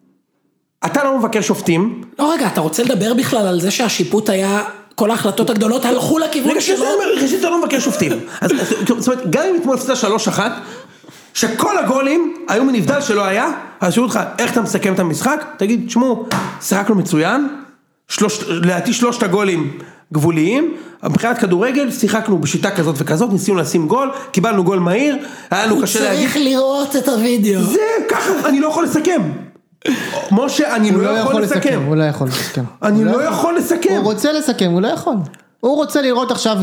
אתה לא מבקר שופטים. לא רגע, אתה רוצה לדבר בכלל על זה שהשיפוט היה... כל ההחלטות הגדולות הלכו לכיוון שלו. ראשית אתה לא מבקר שופטים. זאת אומרת, גם אם אתמול עשתה שלוש אחת, שכל הגולים היו מנבדל שלא היה, אז שאלו אותך, איך אתה מסכם את המשחק? תגיד, תשמעו, שיחקנו מצוין, להעתי שלושת הגולים גבוליים, מבחינת כדורגל, שיחקנו בשיטה כזאת וכזאת, ניסינו לשים גול, קיבלנו גול מהיר, היה לנו קשה להגיד. הוא צריך לראות את הוידאו. זה, ככה, אני לא יכול לסכם. משה, אני לא יכול לסכם. הוא לא יכול לסכם. אני לא יכול לסכם. הוא רוצה לסכם, הוא לא יכול. הוא רוצה לראות עכשיו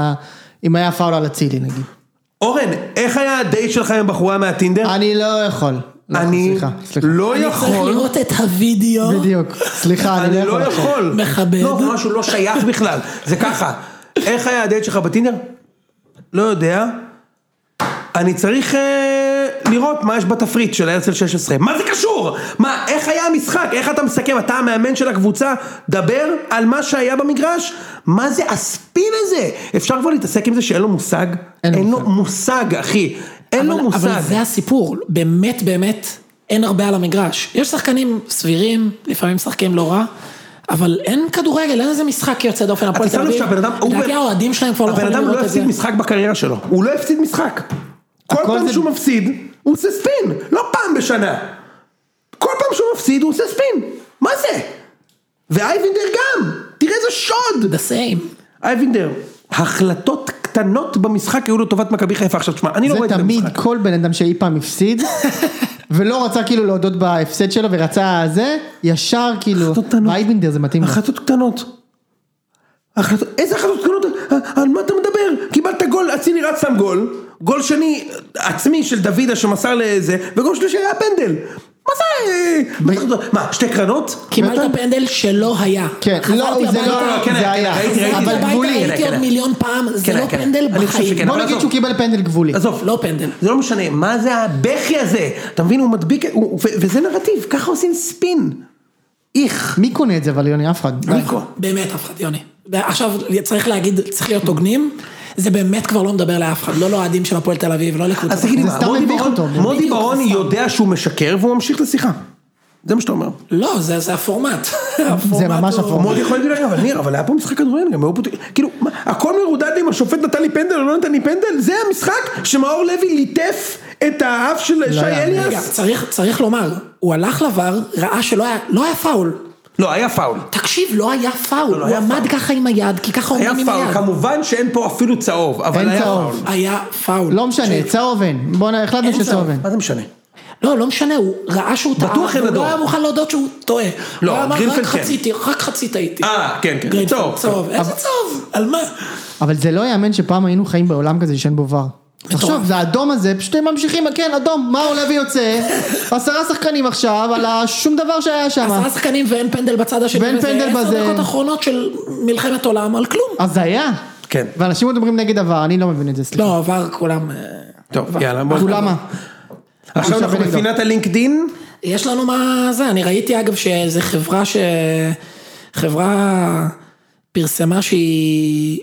אם היה פאול על הצילי, נגיד. אורן, איך היה הדייט שלך עם בחורה מהטינדר? אני לא יכול. אני לא יכול. אני צריך לראות את הוידאו. בדיוק, סליחה, אני לא יכול. מכבד. לא, זה משהו לא שייך בכלל. זה ככה. איך היה הדייט שלך בטינדר? לא יודע. אני צריך לראות מה יש בתפריט של הרצל שש עשרה. מה זה קשור? מה, איך היה המשחק? איך אתה מסכם? אתה המאמן של הקבוצה, דבר על מה שהיה במגרש? מה זה הספין הזה? אפשר כבר להתעסק עם זה שאין לו מושג? אין לו מושג, אחי. אין לו מושג. אבל זה הסיפור. באמת, באמת, אין הרבה על המגרש. יש שחקנים סבירים, לפעמים שחקים לא רע, אבל אין כדורגל, אין איזה משחק יוצא דאופן. הפועל תל אביב. לדעתי האוהדים שלהם כבר לא יכולים לראות את זה. הבן אדם לא הפסיד משחק בקריירה שלו. הוא לא הפסיד משחק. כל פעם שהוא מפסיד, הוא עושה ספין. לא פעם בשנה. כל פעם שהוא מפסיד, הוא עושה ספין. מה זה? ואייבינדר גם. תראה איזה שוד. The same. אייבינדר, החלטות קטנות במשחק היו לטובת מכבי חיפה. עכשיו תשמע, אני לא רואה את המשחק. זה תמיד כל בן אדם שאי פעם הפסיד, ולא רצה כאילו להודות בהפסד שלו, ורצה זה, ישר כאילו, אייבינדר זה מתאים. החלטות קטנות. איזה החלטות קטנות? על מה אתה מדבר? קיבלת גול, אצילי רץ שם גול, גול שני עצמי של דוידה שמסר לזה, וגול שלישי היה פנדל. מה זה? מה, שתי קרנות? קיבלת פנדל שלא היה. כן, לא, זה לא, זה היה. אבל גבולי. ראיתי עוד מיליון פעם, זה לא פנדל בחיים. בוא נגיד שהוא קיבל פנדל גבולי. עזוב, לא פנדל. זה לא משנה, מה זה הבכי הזה? אתה מבין, הוא מדביק, וזה נרטיב, ככה עושים ספין. איך. מי קונה את זה, אבל יוני, אף אחד? מי קונה? באמת אף אחד, יוני. עכשיו צריך להגיד, צריך להיות הוגנים, זה באמת כבר לא מדבר לאף אחד, לא לאוהדים של הפועל תל אביב, לא לקבוצה. אז תגיד לי, מודי ברון יודע שהוא משקר והוא ממשיך לשיחה. זה מה שאתה אומר. לא, זה הפורמט. זה ממש הפורמט. מודי יכול להגיד, אבל ניר, אבל היה פה משחק כדורגל, גם כאילו, הכל מרודד לי אם השופט נתן לי פנדל או לא נתן לי פנדל, זה המשחק שמאור לוי ליטף את האף של שי אליאס. צריך לומר, הוא הלך לבר, ראה שלא היה פאול. לא, היה פאול. תקשיב, לא היה פאול, הוא עמד ככה עם היד, כי ככה עומדים עם היד. היה פאול, כמובן שאין פה אפילו צהוב, אבל היה פאול. היה פאול. לא משנה, צהוב אין. בוא החלטנו שצהוב אין. מה זה משנה? לא, לא משנה, הוא ראה שהוא טעה, הוא לא היה מוכן להודות שהוא טועה. לא, גרינפלד כן. רק חצי טעיתי. אה, כן, כן. צהוב. איזה צהוב? על מה? אבל זה לא יאמן שפעם היינו חיים בעולם כזה שאין בו ור. עכשיו, זה האדום הזה, פשוט הם ממשיכים, כן, אדום, מאור לוי יוצא, עשרה שחקנים עכשיו, על שום דבר שהיה שם. עשרה שחקנים ואין פנדל בצד השני, ואין פנדל בזה. עשר דקות אחרונות של מלחמת עולם על כלום. אז זה היה. כן. ואנשים עוד אומרים נגד עבר, אני לא מבין את זה, סליחה. לא, עבר כולם. טוב, יאללה, בוא. כולמה. עכשיו אנחנו בפינת הלינקדין. יש לנו מה זה, אני ראיתי אגב שזה חברה ש... חברה פרסמה שהיא...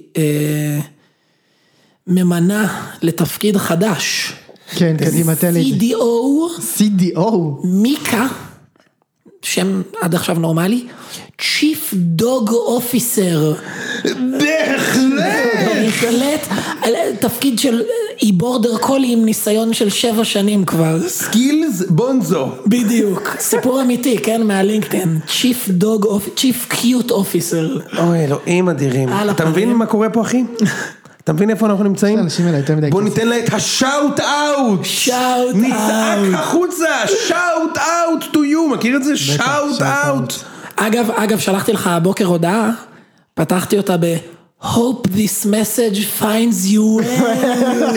ממנה לתפקיד חדש. כן, קדימה, תן לי. סי די או. סי די או. מיקה, שם עד עכשיו נורמלי, Chief Dog Officer. בהחלט. בהחלט. תפקיד של אי-בורדר קולי עם ניסיון של שבע שנים כבר. סקילס בונזו. בדיוק, סיפור אמיתי, כן, מהלינקדאין. Chief Dog, Chief Cute Officer. אוי, אלוהים אדירים. אתה מבין מה קורה פה, אחי? אתה מבין איפה אנחנו נמצאים? בוא ניתן לה את השאוט אאוט. שאוט נצעק החוצה, שאוט אאוט to you, מכיר את זה? שאוט אאוט. אגב, אגב, שלחתי לך הבוקר הודעה, פתחתי אותה ב hope this message finds you well.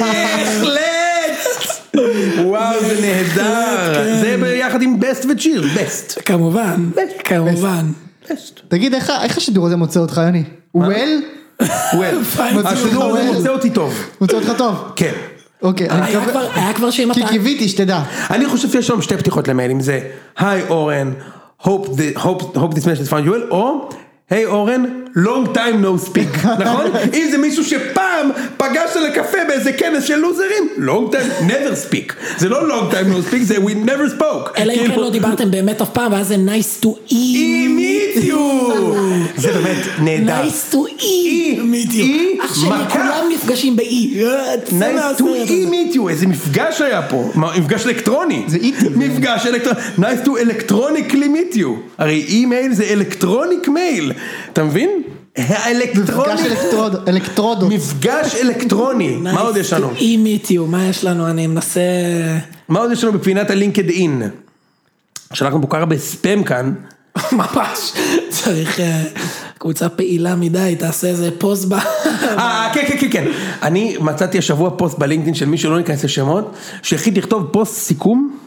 בהחלט. וואו, זה נהדר. זה ביחד עם בסט וצ'יר, בסט. כמובן, כמובן. תגיד, איך השידור הזה מוצא אותך, יוני? well? well. השידור הזה מוצא אותי טוב. מוצא אותך טוב? כן. אוקיי. היה כבר שאם אתה... כי קיוויתי, שתדע. אני חושב שיש שם שתי פתיחות למיילים, זה היי אורן, hope this message finds you well, או היי אורן, long time no speak, נכון? אם זה מישהו שפעם פגשת לקפה באיזה כנס של לוזרים, long time, never speak. זה לא long time no speak, זה we never spoke. אלא אם כן לא דיברתם באמת אף פעם, ואז זה nice to meet you. זה באמת נהדר. nice to meet you. עכשיו כולם נפגשים באי. nice to meet you. איזה מפגש היה פה. מפגש אלקטרוני. זה איטי. מפגש אלקטרוני. nice to electronically meet you. הרי אימייל זה אלקטרוניק מייל. אתה מבין? מפגש אלקטרודות. מפגש אלקטרוני. מה עוד יש לנו? אי-מיטיו, מה יש לנו? אני מנסה... מה עוד יש לנו בפינת הלינקד אין? שאנחנו בוקר בספאם כאן. ממש. צריך קבוצה פעילה מדי, תעשה איזה פוסט בה. אה, כן, כן, כן, כן. אני מצאתי השבוע פוסט בלינקדאין של מי שלא ניכנס לשמות, שהחליט לכתוב פוסט סיכום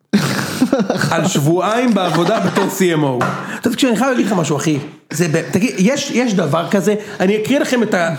על שבועיים בעבודה בתור סי אם או. אתה יודע, כשאני חייב להגיד לך משהו, אחי, תגיד, יש דבר כזה, אני אקריא לכם את ה...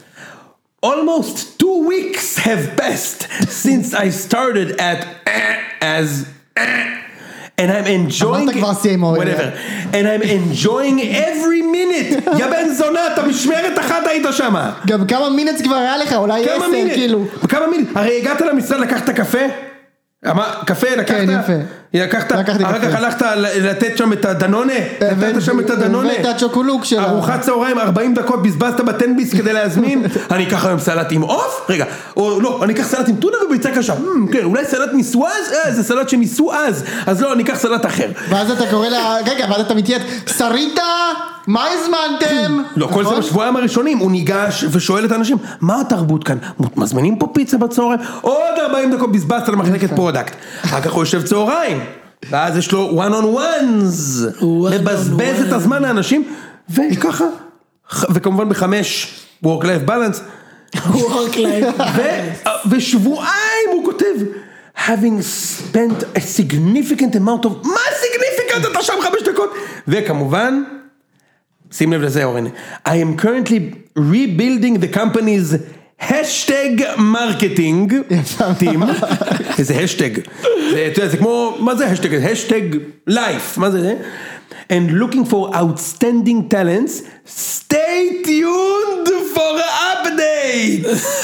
Almost two weeks have passed since I started at as and I'm enjoying whatever and I'm enjoying every minute. יא בן זונה, אתה משמרת אחת היית שמה. גם כמה מינטס כבר היה לך, אולי עשר כאילו. כמה מינטס? הרי הגעת למשרד, לקחת קפה? קפה לקחת? כן, יפה. לקחת, אחר כך הלכת לתת שם את הדנונה, לתת שם את הדנונה, ואת הצ'וקולוק שלה, ארוחת צהריים, ארבעים דקות בזבזת בטנביס כדי להזמין, אני אקח היום סלט עם עוף, רגע, או לא, אני אקח סלט עם טונה וביצה קשה, כן, אולי סלט ניסו אז, אה, זה סלט שניסו אז, אז לא, אני אקח סלט אחר. ואז אתה קורא לה, רגע, ואז אתה מתייד, שריטה, מה הזמנתם? לא, כל זה בשבועיים הראשונים, הוא ניגש ושואל את האנשים, מה התרבות כאן? מזמינים פה פיצה בצהריים? עוד ארבעים דקות בזבזת למחלקת פרודקט. אחר כך הוא יושב צהריים, ואז יש לו one on ones, לבזבז את הזמן לאנשים, וככה, וכמובן בחמש, work life balance, work life balance, ושבועיים הוא כותב, having spent a significant amount of, מה significant? אתה שם חמש דקות, וכמובן, שים לב לזה אורן, I am currently rebuilding the company's השטג מרקטינג טים, איזה השטג, זה כמו, מה זה השטג? השטג לייף, מה זה? And looking for outstanding talents, stay tuned for updates.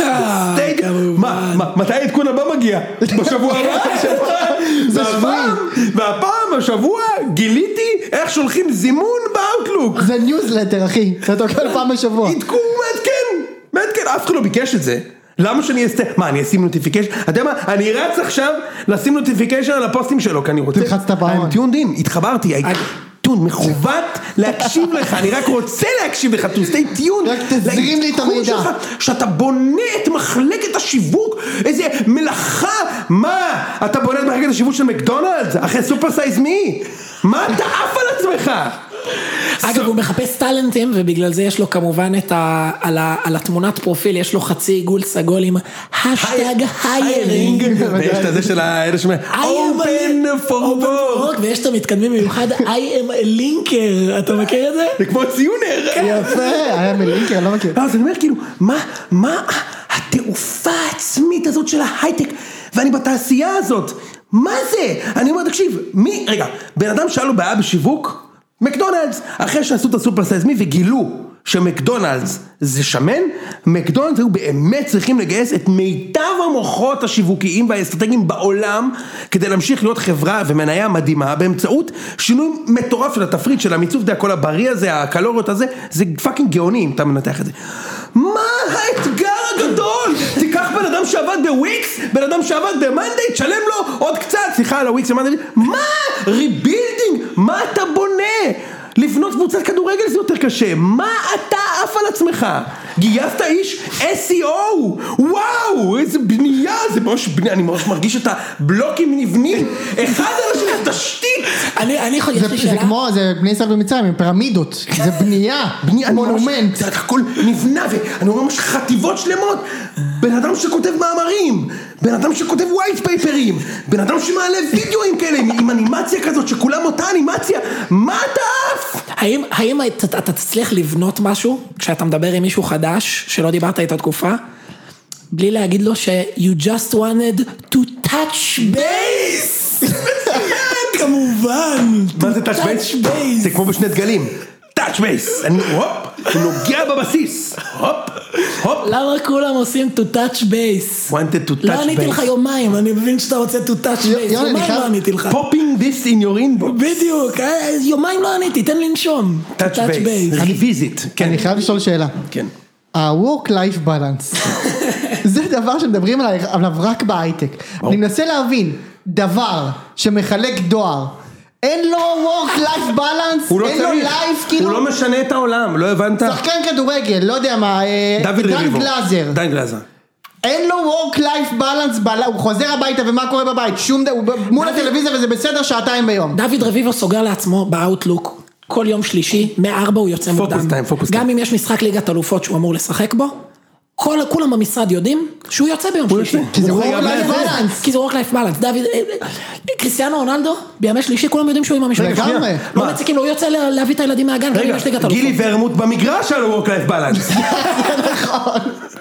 מה, מתי העדכון הבא מגיע? בשבוע הבא? והפעם השבוע גיליתי איך שולחים זימון באוטלוק. זה ניוזלטר אחי, אתה תוקע פעם בשבוע. עדכון מעדכן. מעדכן, אף אחד לא ביקש את זה. למה שאני אעשה? מה, אני אשים נוטיפיקיישן? אתה יודע מה, אני רץ עכשיו לשים נוטיפיקיישן על הפוסטים שלו, כי אני רוצה... תלחץ את הפעמון. I'm tuned in, התחברתי, טון, מחוות להקשיב לך, אני רק רוצה להקשיב לך, to stay tuned. רק תזרים לי את המידע. שאתה בונה את מחלקת השיווק, איזה מלאכה, מה? אתה בונה את מחלקת השיווק של מקדונלדס, אחרי סופר סייז מי? מה אתה עף על עצמך? אגב, הוא מחפש טלנטים, ובגלל זה יש לו כמובן את ה... על התמונת פרופיל, יש לו חצי עיגול סגול עם השטג היירינג. ויש את זה של האלה שאומר, open for work. ויש את המתקדמים במיוחד, I am a linker, אתה מכיר את זה? זה כמו ציונר. יפה, I am a linker, לא מכיר. אז אני אומר כאילו, מה, מה התעופה העצמית הזאת של ההייטק, ואני בתעשייה הזאת, מה זה? אני אומר, תקשיב, מי, רגע, בן אדם שאל לו בעיה בשיווק, מקדונלדס, אחרי שעשו את הסופר סייז מי וגילו שמקדונלדס זה שמן, מקדונלדס היו באמת צריכים לגייס את מיטב המוחות השיווקיים והאסטרטגיים בעולם כדי להמשיך להיות חברה ומניה מדהימה באמצעות שינוי מטורף של התפריט של המיצוב, דה כל הבריא הזה, הקלוריות הזה, זה פאקינג גאוני אם אתה מנתח את זה. מה האתגר הגדול? שעבד בוויקס, בן אדם שעבד במנדי, תשלם לו עוד קצת, סליחה על הוויקס ומנדי, מה? ריבילדינג? מה אתה בונה? לבנות קבוצת כדורגל זה יותר קשה, מה אתה עף על עצמך? גייסת איש אס אי או, וואו, איזה בנייה, זה ממש בנייה, אני ממש מרגיש את הבלוקים נבנים, אחד על השני, תשתית. אני יכול, יש לי שאלה. זה כמו, זה בני ישראל במצרים, עם פירמידות, זה בנייה, מונומנט. זה הכל נבנה, ואני רואה ממש חטיבות שלמות, בן אדם שכותב מאמרים, בן אדם שכותב ווייט פייפרים, בן אדם שמעלה וידאוים כאלה, עם אנימציה כזאת, שכולם אותה אנימציה, מה אתה אף? האם, האם אתה, אתה תצליח לבנות משהו, כשאתה מדבר עם מישהו חדש, שלא דיברת איתו תקופה, בלי להגיד לו ש- you just wanted to touch base? כמובן. מה זה touch base? זה כמו בשני דגלים. touch base. אני, הופ, הוא נוגע בבסיס. הופ, הופ. למה כולם עושים to touch base? wanted to touch base. לא עניתי לך יומיים, אני מבין שאתה רוצה to touch base. יומיים לא עניתי לך. popping this in your inbox. בדיוק, יומיים לא עניתי, תן לנשום. touch base. revisit. אני חייב לשאול שאלה. כן. ה-work-life balance. זה דבר שמדברים עליו רק בהייטק. אני מנסה להבין, דבר שמחלק דואר, אין לו work-life balance, אין לו life, כאילו... הוא לא משנה את העולם, לא הבנת? שחקן כדורגל, לא יודע מה, דוד רביבו. דן גלאזר. דן גלאזר. אין לו work-life balance, הוא חוזר הביתה ומה קורה בבית, שום דבר, הוא מול הטלוויזיה וזה בסדר שעתיים ביום. דוד רביבו סוגר לעצמו באוטלוק, כל יום שלישי, מארבע הוא יוצא מוקדם. פוקוס טיים, פוקוס טיים. גם אם יש משחק ליגת אלופות שהוא אמור לשחק בו, כל, כולם במשרד יודעים שהוא יוצא ביום שלישי. כי זה work-life balance. כי זה work-life balance. דוד, קריסטיאנו רונלדו, בימי שלישי כולם יודעים שהוא עם המשפחה. לגמרי. לא מציקים לו, הוא יוצא להביא את הילדים מהגן, גם אם יש ליגת אלופות. גילי ורמוט במגרש על work-life balance. נכון.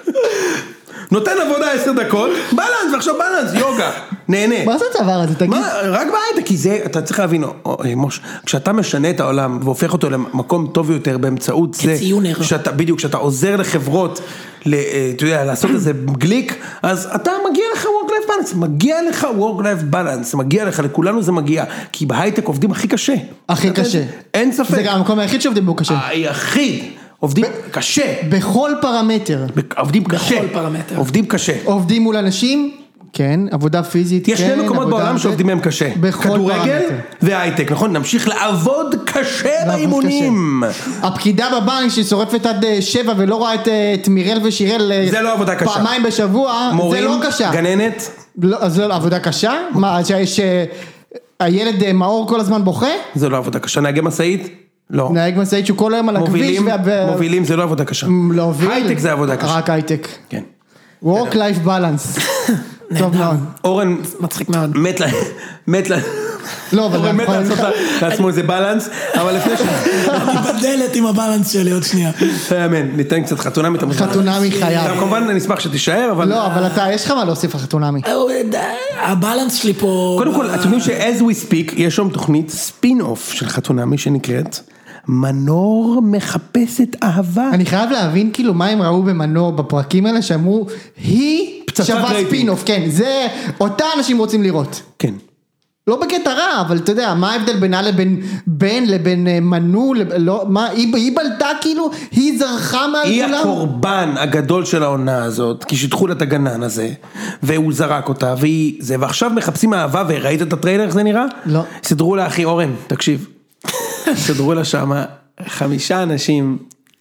נותן עבודה עשר דקות, בלנס, ועכשיו בלנס, יוגה, נהנה. מה זה הדבר הזה, תגיד? מה, רק בהייטק, כי זה, אתה צריך להבין, מוש, כשאתה משנה את העולם, והופך אותו למקום טוב יותר, באמצעות זה, כציונר. שאתה, בדיוק, כשאתה עוזר לחברות, אתה יודע, לעשות איזה גליק, אז אתה מגיע לך work-life balance, מגיע לך work-life balance, מגיע לך, לכולנו זה מגיע, כי בהייטק עובדים הכי קשה. הכי קשה. אין ספק. זה גם המקום היחיד שעובדים בו קשה. היחיד. עובדים קשה. בכל פרמטר. עובדים קשה. בכל פרמטר. עובדים קשה. עובדים מול אנשים, כן, עבודה פיזית, יש שני מקומות בעולם שעובדים מהם קשה. כדורגל והייטק, נכון? נמשיך לעבוד קשה באימונים. הפקידה בבנק ששורפת עד שבע ולא רואה את מירל ושירל זה לא עבודה קשה. פעמיים בשבוע, זה לא קשה. גננת? אז זה לא עבודה קשה? מה, שיש הילד מאור כל הזמן בוכה? זה לא עבודה קשה. נהגי משאית? לא. נהג משאית שהוא כל היום על הכביש. מובילים זה לא עבודה קשה. להוביל? הייטק זה עבודה קשה. רק הייטק. כן. work-life balance. טוב מאוד. אורן מצחיק מאוד. מת לה, מת לה. לא, אבל אורן מת לעשות לעצמו איזה בלנס, אבל לפני ש... אני בדלת עם הבלנס שלי עוד שנייה. אמן, ניתן קצת חתונמי. חתונמי חייב. כמובן נשמח שתישאר, אבל... לא, אבל אתה, יש לך מה להוסיף לחתונמי. הבלנס שלי פה... קודם כל, אתם יודעים ש-as we speak, יש שם תוכנית ספין-אוף של חתונמי שנקראת מנור מחפשת אהבה. אני חייב להבין כאילו מה הם ראו במנור בפרקים האלה שאמרו, היא שווה ספין-אוף, כן, זה אותה אנשים רוצים לראות. כן. לא בקטע רע, אבל אתה יודע, מה ההבדל בינה לבין בן, לבין מנו, לא, מה, היא, היא בלטה כאילו, היא זרחה מעל היא כולם. היא הקורבן הגדול של העונה הזאת, כי שיתחו לה את הגנן הזה, והוא זרק אותה, והיא, זה, ועכשיו מחפשים אהבה, וראית את הטריילר, איך זה נראה? לא. סדרו לה, אחי אורן, תקשיב, סדרו לה שם חמישה אנשים,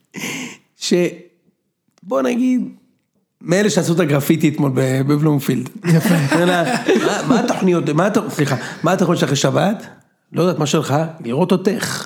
שבוא נגיד, מאלה שעשו את הגרפיטי אתמול בבלומפילד. יפה. מה התוכניות, סליחה, מה התוכניות שלך לשבת? לא יודעת מה שלך, לראות אותך.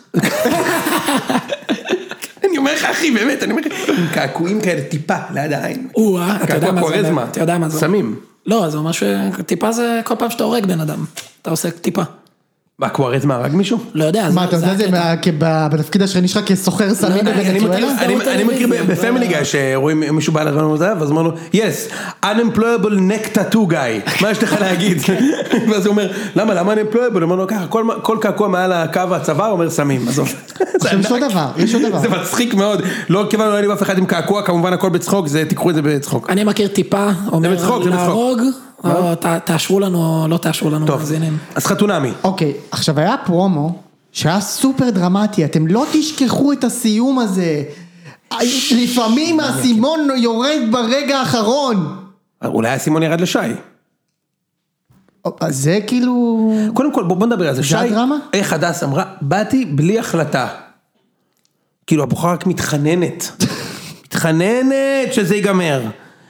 אני אומר לך אחי, באמת, אני אומר לך, עם קעקועים כאלה טיפה ליד העין. אתה יודע מה זה? סמים. לא, זה ממש, טיפה זה כל פעם שאתה הורג בן אדם, אתה עושה טיפה. מה, קוורזמה הרג מישהו? לא יודע. מה, אתה יודע זה בתפקיד השני שלך כסוחר סמים בוונצואלה? אני מכיר בפמילי גאי שרואים מישהו בא לרעיון הזה, ואז אומר לו, yes, unemployable neck tattoo guy, מה יש לך להגיד? ואז הוא אומר, למה, למה unemployable? הוא אומר לו, ככה, כל קעקוע מעל הקו הצבא, הוא אומר סמים, עזוב. יש עוד דבר, יש עוד דבר. זה מצחיק מאוד, לא כיוון, לא היה לי באף אחד עם קעקוע, כמובן הכל בצחוק, תיקחו את זה בצחוק. אני מכיר טיפה, אומר להרוג, או תאשרו לנו, או לא תאשרו לנו. טוב, אז חתונמי. אוקיי, עכשיו היה פרומו שהיה סופר דרמטי, אתם לא תשכחו את הסיום הזה, לפעמים הסימון יורד ברגע האחרון. אולי סימון ירד לשי. אז זה כאילו... קודם כל בוא נדבר על זה. זה הדרמה? איך הדס אמרה, באתי בלי החלטה. כאילו הבוחרה רק מתחננת. מתחננת שזה ייגמר.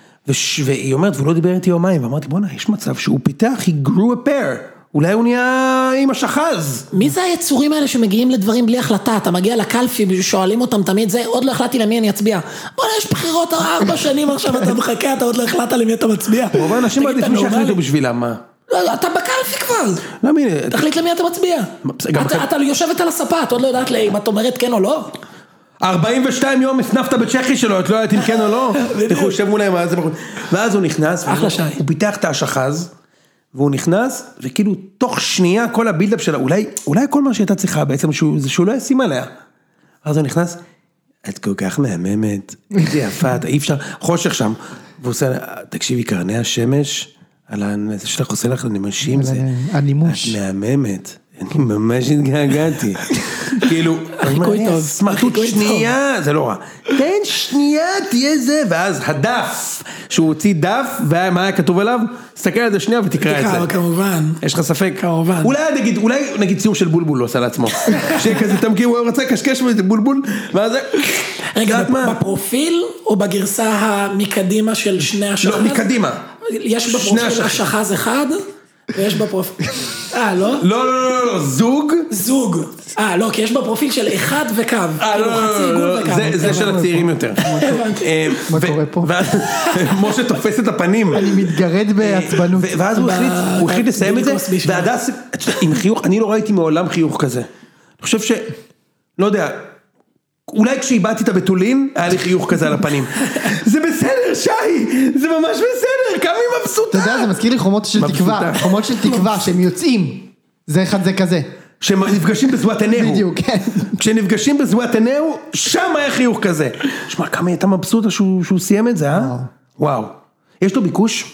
והיא אומרת, והוא לא דיבר איתי יומיים, ואמרתי, בוא'נה, יש מצב שהוא פיתח, he grew a pair. אולי הוא נהיה עם השחז. מי זה היצורים האלה שמגיעים לדברים בלי החלטה? אתה מגיע לקלפי, שואלים אותם תמיד, זה עוד לא החלטתי למי אני אצביע. בוא'נה, יש בחירות ארבע שנים עכשיו, אתה מחכה, אתה עוד לא החלטת למי אתה מצביע. רוב האנשים מעדיפים שיחליטו בשבילם, מה? לא, אתה בקלפי כבר. לא, מי... תחליט למי אתה מצביע. אתה יושבת על הספה, אתה עוד לא יודעת אם את אומרת כן או לא. ארבעים ושתיים יום הסנפת בצ'כי שלו, את לא יודעת אם כן או לא. איך הוא יושב מולהם, ואז הוא נכנס, הוא פיתח את השחז, והוא נכנס, וכאילו תוך שנייה כל הבילדאפ שלה, אולי, אולי כל מה שהייתה צריכה בעצם, זה שהוא לא ישים עליה. אז הוא נכנס, את כל כך מהממת, איזה יפה, אי אפשר, חושך שם, והוא עושה, תקשיבי, קרני השמש, על זה שלך עושה לך לנמשים, זה, הנימוש. את מהממת, אני ממש התגעגעתי. כאילו, חיקוי טוב, סמכות שנייה, זה לא רע. תן שנייה, תהיה זה, ואז הדף, שהוא הוציא דף, ומה היה כתוב עליו, תסתכל על זה שנייה ותקרא את זה. תקרא, כמובן. יש לך ספק? כמובן. אולי נגיד, אולי נגיד ציור של בולבול לא עושה לעצמו. שכזה תמכיר, הוא רוצה קשקש בזה בולבול, ואז זה... רגע, בפרופיל או בגרסה המקדימה של שני השחז? לא, מקדימה. יש בפרופיל השחז אחד, ויש בפרופיל... אה, לא? לא, לא, לא, לא, זוג. זוג. אה, לא, כי יש בפרופיל של אחד וקו. אה, לא, לא, לא, זה של הצעירים יותר. מה קורה פה? משה תופס את הפנים. אני מתגרד בעצבנות. ואז הוא החליט לסיים את זה, והדס, עם חיוך, אני לא ראיתי מעולם חיוך כזה. אני חושב ש... לא יודע... אולי כשאיבדתי את הבטולין, היה לי חיוך כזה על הפנים. זה בסדר, שי, זה ממש בסדר, כמה היא מבסוטה. אתה יודע, זה מזכיר לי חומות של תקווה, חומות של תקווה, שהם יוצאים, זה אחד זה כזה. שנפגשים בזוות עיניהו. בדיוק, כן. כשנפגשים בזוות עיניהו, שם היה חיוך כזה. שמע, כמה הייתה מבסוטה שהוא סיים את זה, אה? וואו. יש לו ביקוש?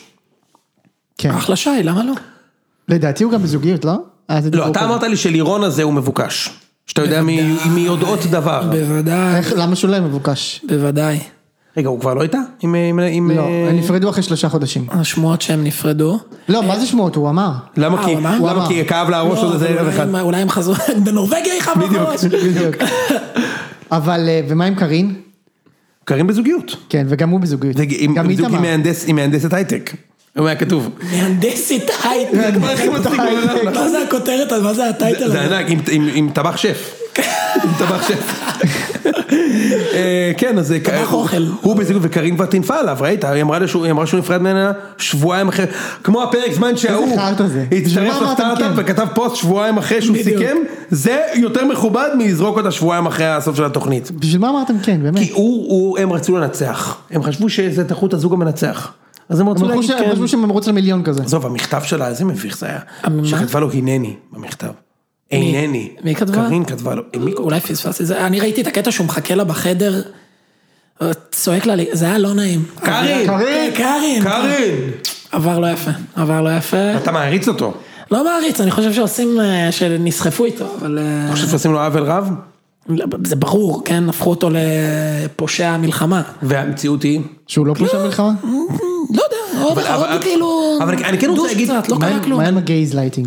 כן. אחלה שי, למה לא? לדעתי הוא גם בזוגיות, לא? לא, אתה אמרת לי שלירון הזה הוא מבוקש. שאתה יודע מי יודעות דבר. בוודאי. למה שהוא לא מבוקש? בוודאי. רגע, הוא כבר לא איתה? לא, הם נפרדו אחרי שלושה חודשים. השמועות שהם נפרדו. לא, מה זה שמועות? הוא אמר. למה כי? למה כי כאב להראש עוד איזה ערב אחד? אולי הם חזרו, בנורווגיה היא חייב להראש. בדיוק. אבל, ומה עם קרין? קרין בזוגיות. כן, וגם הוא בזוגיות. גם איתמר. היא מהנדסת הייטק. הוא היה כתוב. מהנדסת הייטק. מה זה הכותרת? מה זה הטייטל? זה ענק, עם טבח שף. עם טבח שף. כן, אז טבח אוכל. הוא בזוגיות, וקרין כבר תנפה עליו, ראית? היא אמרה שהוא נפרד ממנה שבועיים אחרי, כמו הפרק זמן שההוא, התשרף לסטארט-אפ וכתב פוסט שבועיים אחרי שהוא סיכם, זה יותר מכובד מלזרוק אותה שבועיים אחרי הסוף של התוכנית. בשביל מה אמרתם כן, באמת? כי הם רצו לנצח, הם חשבו שזה תחרות הזוג המנצח. אז הם רצו להגיד כן. הם חשבו שהם רוצים למיליון כזה. עזוב, המכתב שלה, איזה מביך זה היה. שכתבה לו הנני במכתב. אינני. מי כתבה? קרין כתבה לו. אולי פספסתי זה. אני ראיתי את הקטע שהוא מחכה לה בחדר, צועק לה, זה היה לא נעים. קרין! קרין! קרין! עבר לא יפה. עבר לא יפה. אתה מעריץ אותו. לא מעריץ, אני חושב שעושים, שנסחפו איתו, אבל... אתה חושב שעושים לו עוול רב? זה ברור, כן? הפכו אותו לפושע מלחמה. והמציאות היא? שהוא לא פושע מלחמה? לא יודע, עוד כאילו... אבל אני כן רוצה להגיד... מה עם הגייז לייטינג?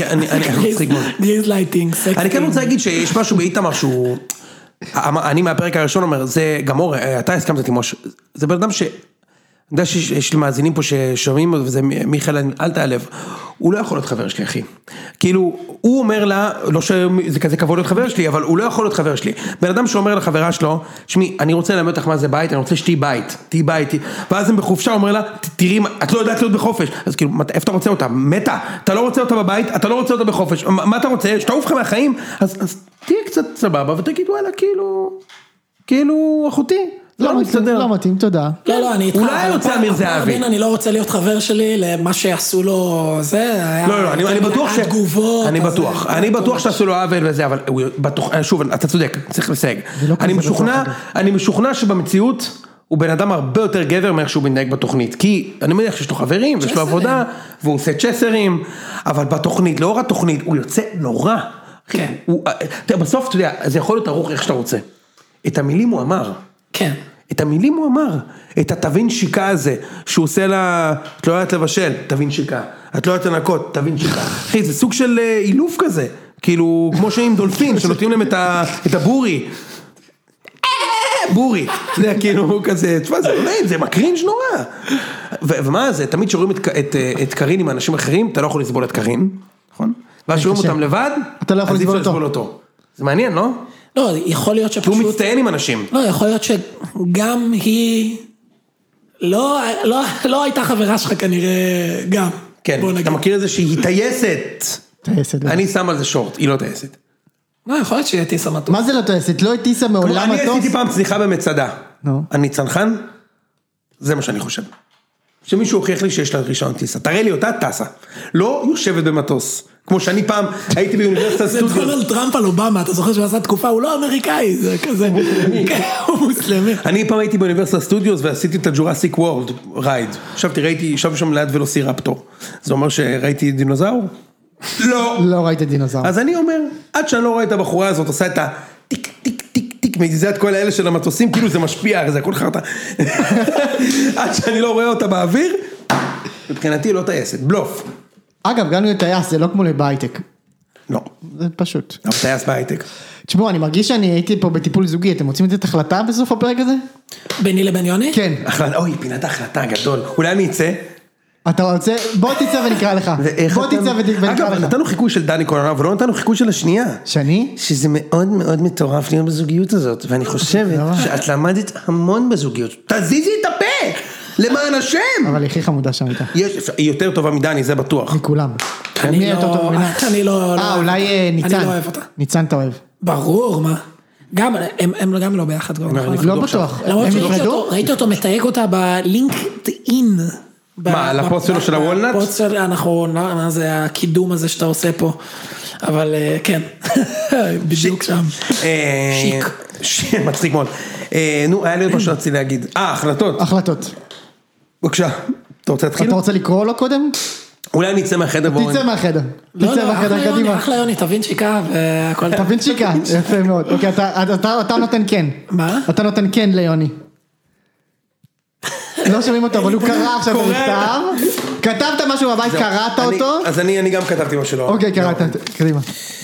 גייז לייטינג, סקסי. אני כן רוצה להגיד שיש משהו באיתמר שהוא... אני מהפרק הראשון אומר, זה גם אור, אתה הסכמת אותי מוש, זה בן אדם ש... אני יודע שיש לי מאזינים פה ששומעים, וזה מיכאל, אל תעלב, הוא לא יכול להיות חבר שלי, אחי. כאילו, הוא אומר לה, לא שזה כזה כבוד להיות חבר שלי, אבל הוא לא יכול להיות חבר שלי. בן אדם שאומר לחברה שלו, שמי, אני רוצה ללמד אותך מה זה בית, אני רוצה שתהי בית, תהי בית, ואז הם בחופשה, אומר לה, תראי, את לא יודעת להיות בחופש. אז כאילו, איפה אתה רוצה אותה? מתה. אתה לא רוצה אותה בבית, אתה לא רוצה אותה בחופש. מה אתה רוצה? שתעוף לך מהחיים? אז, אז תהיה קצת סבבה, ותגיד, וואלה, כאילו, כאילו, אחותי. לא מתאים, לא מתאים, תודה. לא, לא, אני איתך. אולי רוצה אמיר זהבי. אני לא רוצה להיות חבר שלי למה שיעשו לו, זה היה... לא, לא, אני בטוח ש... אני בטוח, אני בטוח שעשו לו עוול וזה, אבל שוב, אתה צודק, צריך לסייג. אני משוכנע שבמציאות הוא בן אדם הרבה יותר גבר מאיך שהוא מתנהג בתוכנית, כי אני מניח שיש לו חברים, ויש לו עבודה, והוא עושה צ'סרים, אבל בתוכנית, לאור התוכנית, הוא יוצא נורא. בסוף, אתה יודע, זה יכול להיות ארוך איך שאתה רוצה. את המילים הוא אמר. כן. את המילים הוא אמר, את התבין שיקה הזה, שהוא עושה לה, את לא יודעת לבשל, תבין שיקה, את לא יודעת לנקות, תבין שיקה, אחי, זה סוג של אילוף כזה, כאילו, כמו שעם דולפין, שנותנים להם את הבורי, בורי, זה כאילו כזה, תשמע, זה לא נעים, זה מקרין שנורא, ומה זה, תמיד שרואים את קרין עם אנשים אחרים, אתה לא יכול לסבול את קרין, נכון? ואז שרואים אותם לבד, אתה לא יכול לסבול אותו. זה מעניין, לא? לא, יכול להיות שפשוט... הוא מצטיין עם אנשים. לא, יכול להיות שגם היא... לא, לא, לא הייתה חברה שלך כנראה גם. כן, אתה מכיר את זה שהיא טייסת. טייסת. אני שם על זה שורט, היא לא טייסת. לא, יכול להיות שהיא טיסה מטוס. מה זה לא טייסת? לא טיסה מעולם מטוס? אני עשיתי פעם צניחה במצדה. אני צנחן? זה מה שאני חושב. שמישהו הוכיח לי שיש לה רישיון טיסה. תראה לי אותה, טסה. לא יושבת במטוס. כמו שאני פעם הייתי באוניברסיטת סטודיו. זה דונלד טראמפ על אובמה, אתה זוכר שהוא עשה תקופה, הוא לא אמריקאי, זה כזה, הוא מוסלמי. אני פעם הייתי באוניברסיטת סטודיו ועשיתי את הג'ורסיק וורלד רייד. ישבתי, ראיתי, ישבתי שם ליד ולוסירפטור. זה אומר שראיתי דינוזאור? לא. לא ראיתי דינוזאור. אז אני אומר, עד שאני לא רואה את הבחורה הזאת, עושה את הטיק, טיק, טיק, טיק, מזיזה את כל האלה של המטוסים, כאילו זה משפיע, זה הכל חרטה. עד שאני לא רואה אותה באוויר, מבחינתי לא טייסת, בלוף. אגב, גם להיות טייס, זה לא כמו בהייטק. לא. זה פשוט. לא, טייס בהייטק. תשמעו, אני מרגיש שאני הייתי פה בטיפול זוגי, אתם רוצים לתת החלטה בסוף הפרק הזה? ביני לבין יוני? כן. אוי, פינת החלטה גדול. אולי אני אצא? אתה רוצה? בוא תצא ונקרא לך. בוא תצא ונקרא לך. אגב, נתנו חיקוי של דני קולנר, ולא נתנו חיקוי של השנייה. שאני? שזה מאוד מאוד מטורף להיות בזוגיות הזאת, ואני חושבת שאת למדת המון בזוגיות. תזיזי את הפה! למען השם! אבל היא הכי חמודה שם איתה. היא יותר טובה מדני, זה בטוח. מכולם. אני לא... אני לא... אה, אולי ניצן. אני לא אוהב אותה. ניצן אתה אוהב. ברור, מה? גם, הם גם לא ביחד. לא בטוח. ראיתי אותו מתייג אותה בלינקדאין. מה, לפוסט שלו של הוולנט? לפוסט של, אנחנו, מה זה הקידום הזה שאתה עושה פה, אבל כן, בדיוק שם, שיק. מצחיק מאוד. נו, היה לי עוד מה שרציתי להגיד. אה, החלטות. החלטות. בבקשה, אתה רוצה להתחיל? אתה רוצה לקרוא לו קודם? אולי נצא מהחדר. תצא מהחדר. תצא מהחדר קדימה. אחלה יוני, תבין שיקה והכל. תבין שיקה, יפה מאוד. אוקיי, אתה נותן כן. מה? אתה נותן כן ליוני. לא שומעים אותו, אבל הוא קרא עכשיו במכתב. כתבת משהו בבית, קראת אותו? אז אני גם כתבתי משהו לא. אוקיי, קראת, קדימה.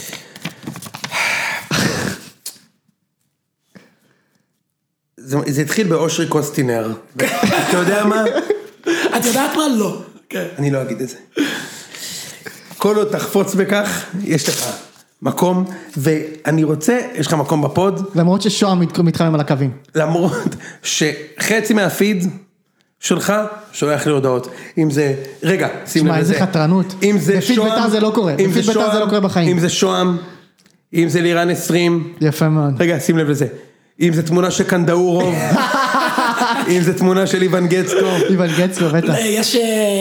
זה התחיל באושרי קוסטינר. אתה יודע מה? את יודעת מה? לא. אני לא אגיד את זה. כל עוד תחפוץ בכך, יש לך מקום, ואני רוצה, יש לך מקום בפוד. למרות ששועם מתחמם על הקווים. למרות שחצי מהפיד שלך שולח לי הודעות. אם זה, רגע, שים לב לזה. איזה חתרנות. אם זה בפיד ביתר זה לא קורה. בפיד ביתר זה לא קורה בחיים. אם זה שועם, אם זה לירן עשרים. יפה מאוד. רגע, שים לב לזה. אם זה תמונה של קנדאורוב, אם זה תמונה של איוון גצקו. איוון גצקו, בטח. יש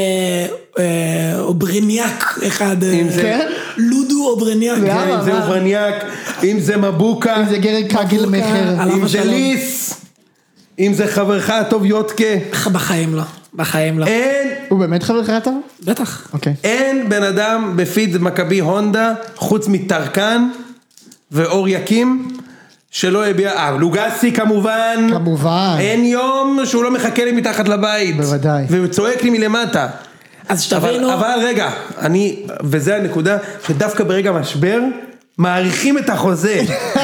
אוברניאק אחד. כן? לודו אוברניאק. אם זה אוברניאק, אם זה מבוקה. אם זה גרג קגל מחר. אם זה ליס. אם זה חברך הטוב יודקה. בחיים לא. בחיים לא. אין. הוא באמת חברך הטוב? בטח. אוקיי. אין בן אדם בפיד מכבי הונדה, חוץ מטרקן ואור יקים. שלא הביע, אה, לוגסי כמובן, כמובן, אין יום שהוא לא מחכה לי מתחת לבית, בוודאי, והוא צועק לי מלמטה, אז שתבינו, אבל, אבל רגע, אני, וזה הנקודה, שדווקא ברגע משבר, מעריכים את החוזה,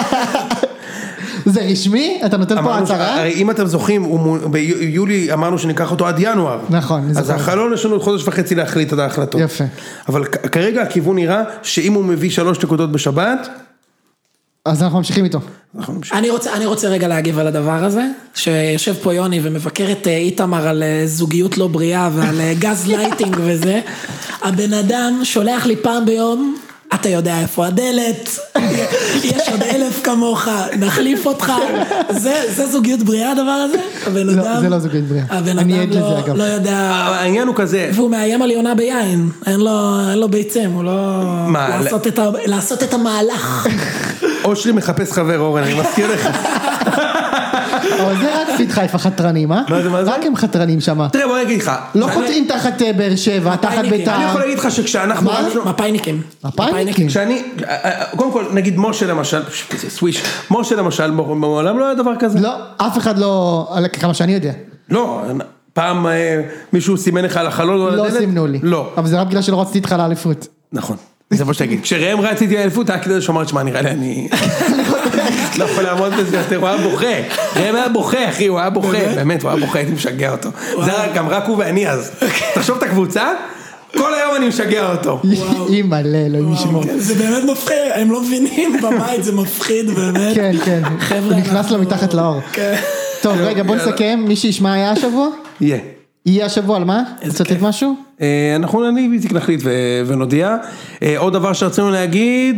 זה רשמי? אתה נותן פה הצהרה? הרי אם אתם זוכרים, ביולי אמרנו שניקח אותו עד ינואר, נכון, אז החלון יש לנו חודש וחצי להחליט את ההחלטות, יפה, אבל כרגע הכיוון נראה, שאם הוא מביא שלוש נקודות בשבת, אז אנחנו ממשיכים איתו. אני רוצה, אני רוצה רגע להגיב על הדבר הזה, שיושב פה יוני ומבקר את איתמר על זוגיות לא בריאה ועל גז לייטינג וזה. הבן אדם שולח לי פעם ביום, אתה יודע איפה הדלת, יש עוד אלף כמוך, נחליף אותך. זה, זה זוגיות בריאה הדבר הזה? הבן אדם, זה לא זוגיות בריאה. הבן אדם לא, לא יודע. העניין הוא כזה. והוא מאיים על יונה ביין, אין לו, אין לו ביצים, הוא לא... מה? לעשות את ה, לעשות את המהלך. אושרי מחפש חבר אורן, אני מזכיר לך. אבל זה רק פיד חיפה חתרנים, אה? מה זה, מה זה? רק הם חתרנים שם. תראה, בוא נגיד לך. לא חותרים תחת באר שבע, תחת ביתר. אני יכול להגיד לך שכשאנחנו... מפאיניקים. מפאיניקים. כשאני, קודם כל, נגיד משה למשל, סוויש, משה למשל, מעולם לא היה דבר כזה. לא, אף אחד לא, כמה שאני יודע. לא, פעם מישהו סימן לך על החלון. לא סימנו לי. לא. אבל זה רק בגלל שלא רציתי איתך לאליפות. נכון. זה מה שתגיד. כשראם רציתי לאליפות, היה כדי שאומרת, שמה, נראה לי אני... לא יכול לעמוד בזה יותר, הוא היה בוכה. ראם היה בוכה, אחי, הוא היה בוכה. באמת, הוא היה בוכה, הייתי משגע אותו. זה גם רק הוא ואני אז. תחשוב את הקבוצה, כל היום אני משגע אותו. אימא, לא, לא ישמור. זה באמת מפחיד, הם לא מבינים בבית, זה מפחיד באמת. כן, כן. הוא נכנס לו מתחת לאור. טוב, רגע, בוא נסכם. מי שישמע היה השבוע? יהיה. יהיה השבוע על מה? רוצה לתת משהו? אנחנו נניב איציק נחליט ונודיע. עוד דבר שרצינו להגיד,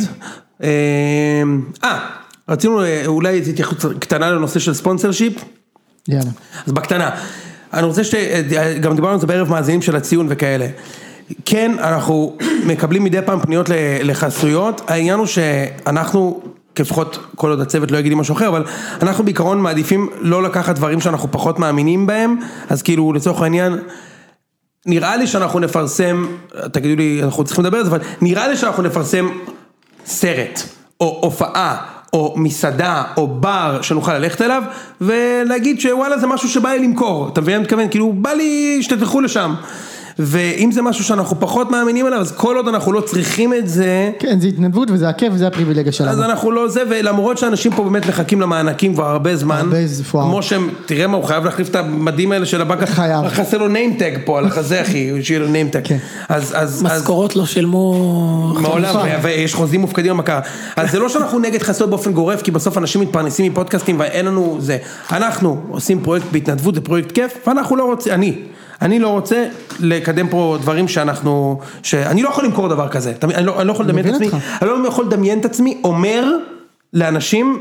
אה, רצינו אולי התייחסות קטנה לנושא של ספונסר שיפ. יאללה. אז בקטנה, אני רוצה שגם דיברנו על זה בערב מאזינים של הציון וכאלה. כן, אנחנו מקבלים מדי פעם פניות לחסויות, העניין הוא שאנחנו, כפחות כל עוד הצוות לא יגיד לי משהו אחר, אבל אנחנו בעיקרון מעדיפים לא לקחת דברים שאנחנו פחות מאמינים בהם, אז כאילו לצורך העניין, נראה לי שאנחנו נפרסם, תגידו לי, אנחנו צריכים לדבר על זה, אבל נראה לי שאנחנו נפרסם סרט, או הופעה, או מסעדה, או בר, שנוכל ללכת אליו, ולהגיד שוואלה זה משהו שבא לי למכור, אתה מבין? מתכוון, כאילו בא לי שתלכו לשם. ואם זה משהו שאנחנו פחות מאמינים עליו, אז כל עוד אנחנו לא צריכים את זה. כן, זה התנדבות וזה הכיף וזה הפריבילגיה שלנו. אז אנחנו לא זה, ולמרות שאנשים פה באמת מחכים למענקים כבר הרבה זמן. הרבה זמן. כמו שהם, תראה מה, הוא חייב להחליף את המדים האלה של הבנק. חייב. חסר לו ניימטג פה על החזה, אחי, שיהיה לו ניימטג. כן. אז, אז, משכורות לא שילמו... מעולם, ויש חוזים מופקדים במכר. אז זה לא שאנחנו נגד חסויות באופן גורף, כי בסוף אנשים מתפרנסים מפודקאסטים, ואין לנו זה. אנחנו עושים פרויקט בהתנדבות, זה פרויקט כיף, ואנחנו לא רוצים, אני. אני לא רוצה לקדם פה דברים שאנחנו, שאני לא יכול למכור דבר כזה, אני לא, אני לא יכול לדמיין את עצמי, אני לא יכול לדמיין את עצמי, אומר לאנשים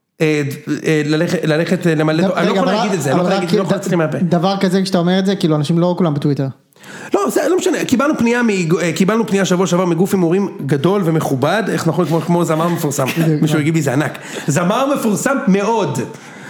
ללכת, ללכת למלא, אני לא יכול להגיד את זה, אני לא יכול להגיד, לא יכול להצליח מהפה. דבר כזה כשאתה אומר את זה, כאילו אנשים לא כולם בטוויטר. לא, זה לא משנה, קיבלנו פנייה, קיבלנו פנייה שבוע שעבר מגוף הימורים גדול ומכובד, איך נכון, כמו זמר מפורסם, מישהו יגיד לי זה ענק, זמר מפורסם מאוד.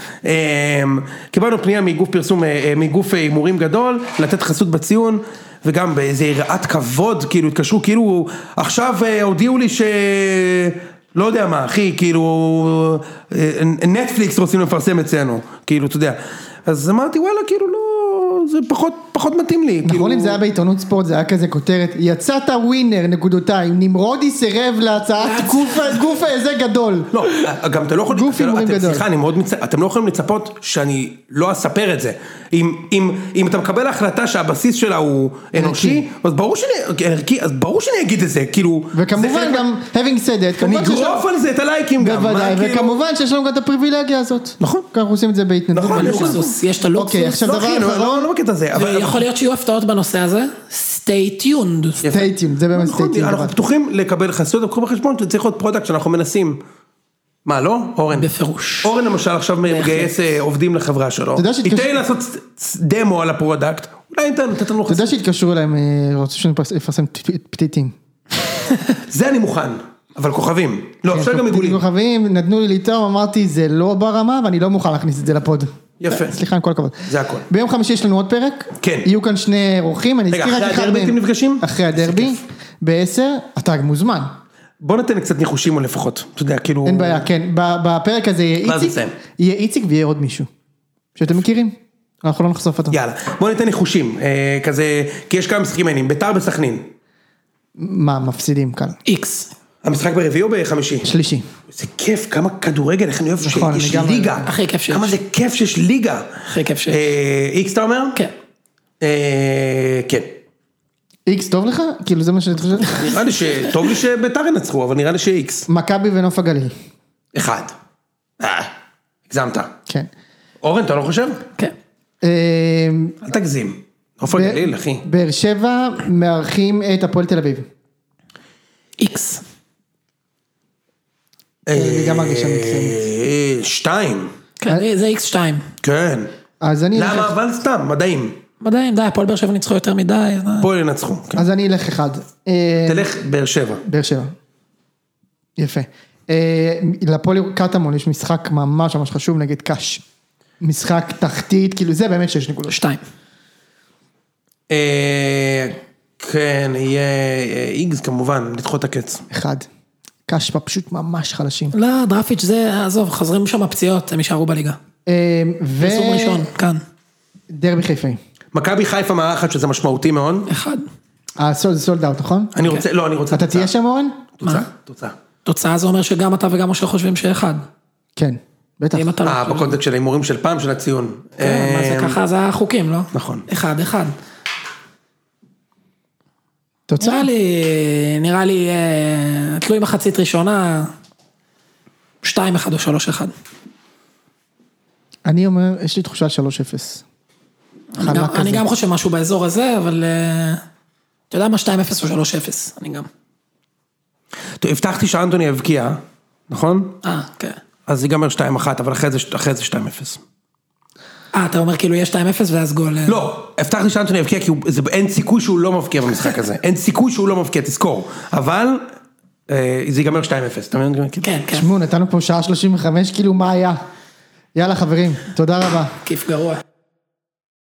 קיבלנו פנייה מגוף פרסום, מגוף הימורים גדול, לתת חסות בציון, וגם באיזה יראת כבוד, כאילו התקשרו, כאילו עכשיו הודיעו לי ש... לא יודע מה, אחי, כאילו נטפליקס רוצים לפרסם אצלנו, כאילו, אתה יודע. אז אמרתי, וואלה, כאילו לא, זה פחות, פחות מתאים לי. נכון, אם זה היה בעיתונות ספורט, זה היה כזה כותרת, יצאת ווינר, נקודותיים, נמרודי סירב להצעת גוף איזה גדול. לא, גם אתה לא יכול, גוף הימורים גדול. סליחה, אני מאוד מצטער, אתם לא יכולים לצפות שאני לא אספר את זה. אם אתה מקבל החלטה שהבסיס שלה הוא אנושי, אז ברור שאני, ערכי, אז ברור שאני אגיד את זה, כאילו. וכמובן גם, having said it, אני אגרוף על זה את הלייקים גם. בוודאי, וכמובן שיש לנו גם את הפריבילגיה הזאת. נכון. אנחנו עושים את זה בהתנדבות. יש את הלוקסוס. לא מכיר את זה. ויכול להיות שיהיו הפתעות בנושא הזה. stay tuned. stay tuned, זה באמת stay tuned. אנחנו פתוחים לקבל חסויות, אנחנו בחשבון, צריך להיות פרודקט שאנחנו מנסים. מה, לא? אורן. בפירוש. אורן למשל עכשיו מגייס עובדים לחברה שלו. ייתן לעשות דמו על הפרודקט, אולי ניתן, נתת לנו חסות. אתה יודע שהתקשרו אליהם, רוצים שאני אפרסם פתיתים. זה אני מוכן. אבל כוכבים. לא, אפשר גם עיגולים. כוכבים, נתנו לי לטעום, אמרתי, זה לא ברמה, ואני לא מוכן להכניס את זה לפוד. יפה. סליחה, עם כל הכבוד. זה הכל. ביום חמישי יש לנו עוד פרק. כן. יהיו כאן שני אורחים. רגע, אחרי הדרבי אתם נפגשים? אחרי הדרבי. בעשר, אתה מוזמן. בוא נתן קצת ניחושים או לפחות. אתה יודע, כאילו... אין בעיה, כן. בפרק הזה יהיה איציק. יהיה איציק ויהיה עוד מישהו. שאתם מכירים? אנחנו לא נחשוף אותו. יאללה. בוא ניתן ניחושים. כזה, כי יש כמה משחקים מעניינים. ביתר בסכנין. מה, מפסידים כאן? איקס. המשחק ברביעי או בחמישי? שלישי. זה כיף, כמה כדורגל, איך אני אוהב שיש ליגה. הכי כיף שיש. כמה זה כיף שיש ליגה. הכי כיף שיש. איקס אתה אומר? כן. כן. איקס טוב לך? כאילו זה מה שאני חושב? נראה לי שטוב לי שביתר ינצחו, אבל נראה לי שאיקס. מכבי ונוף הגליל. אחד. אה, הגזמת. כן. אורן, אתה לא חושב? כן. אל תגזים. נוף הגליל, אחי. באר שבע מארחים את הפועל תל אביב. איקס. אני גם מרגישה מקצועית. שתיים. כן, זה איקס שתיים. כן. אז אני... למה? אבל סתם, מדעים. מדעים, די, הפועל באר שבע ניצחו יותר מדי. הפועל ינצחו. אז אני אלך אחד. תלך באר שבע. באר שבע. יפה. לפועל קטמון יש משחק ממש ממש חשוב נגד קאש. משחק תחתית, כאילו זה באמת שש נקודות. שתיים. כן, יהיה איגז כמובן, לדחות את הקץ. אחד. קשפה פשוט ממש חלשים. לא, דרפיץ' זה, עזוב, חוזרים שם הפציעות, הם יישארו בליגה. ו... פרסום ראשון, כאן. דרבי חיפה. מכבי חיפה מארחת שזה משמעותי מאוד. אחד. הסול זה סולד אאוט, נכון? אני רוצה, לא, אני רוצה אתה תהיה שם אורן? תוצאה, תוצאה. תוצאה זה אומר שגם אתה וגם משה חושבים שאחד. כן, בטח. אה, בקונטקסט של ההימורים של פעם, של הציון. כן, מה זה ככה, זה החוקים, לא? נכון. אחד, אחד. תוצאה? נראה לי, נראה לי, תלוי מחצית ראשונה, שתיים אחד או שלוש אחד. אני אומר, יש לי תחושה שלוש אפס. אני גם חושב משהו באזור הזה, אבל אתה יודע מה, שתיים אפס או שלוש אפס, אני גם. טוב, הבטחתי שאנטוני יבקיע, נכון? אה, כן. אז זה ייגמר שתיים אחת, אבל אחרי זה שתיים אפס. אה, אתה אומר כאילו יש שתיים אפס ואז גול. לא, הבטחתי שאנטוני יבקיע, כי אין סיכוי שהוא לא מבקיע במשחק הזה. אין סיכוי שהוא לא מבקיע, תזכור. אבל זה ייגמר שתיים אפס. כן, כן. שמעו, נתנו פה שעה שלושים וחמש, כאילו מה היה? יאללה חברים, תודה רבה. כיף גרוע.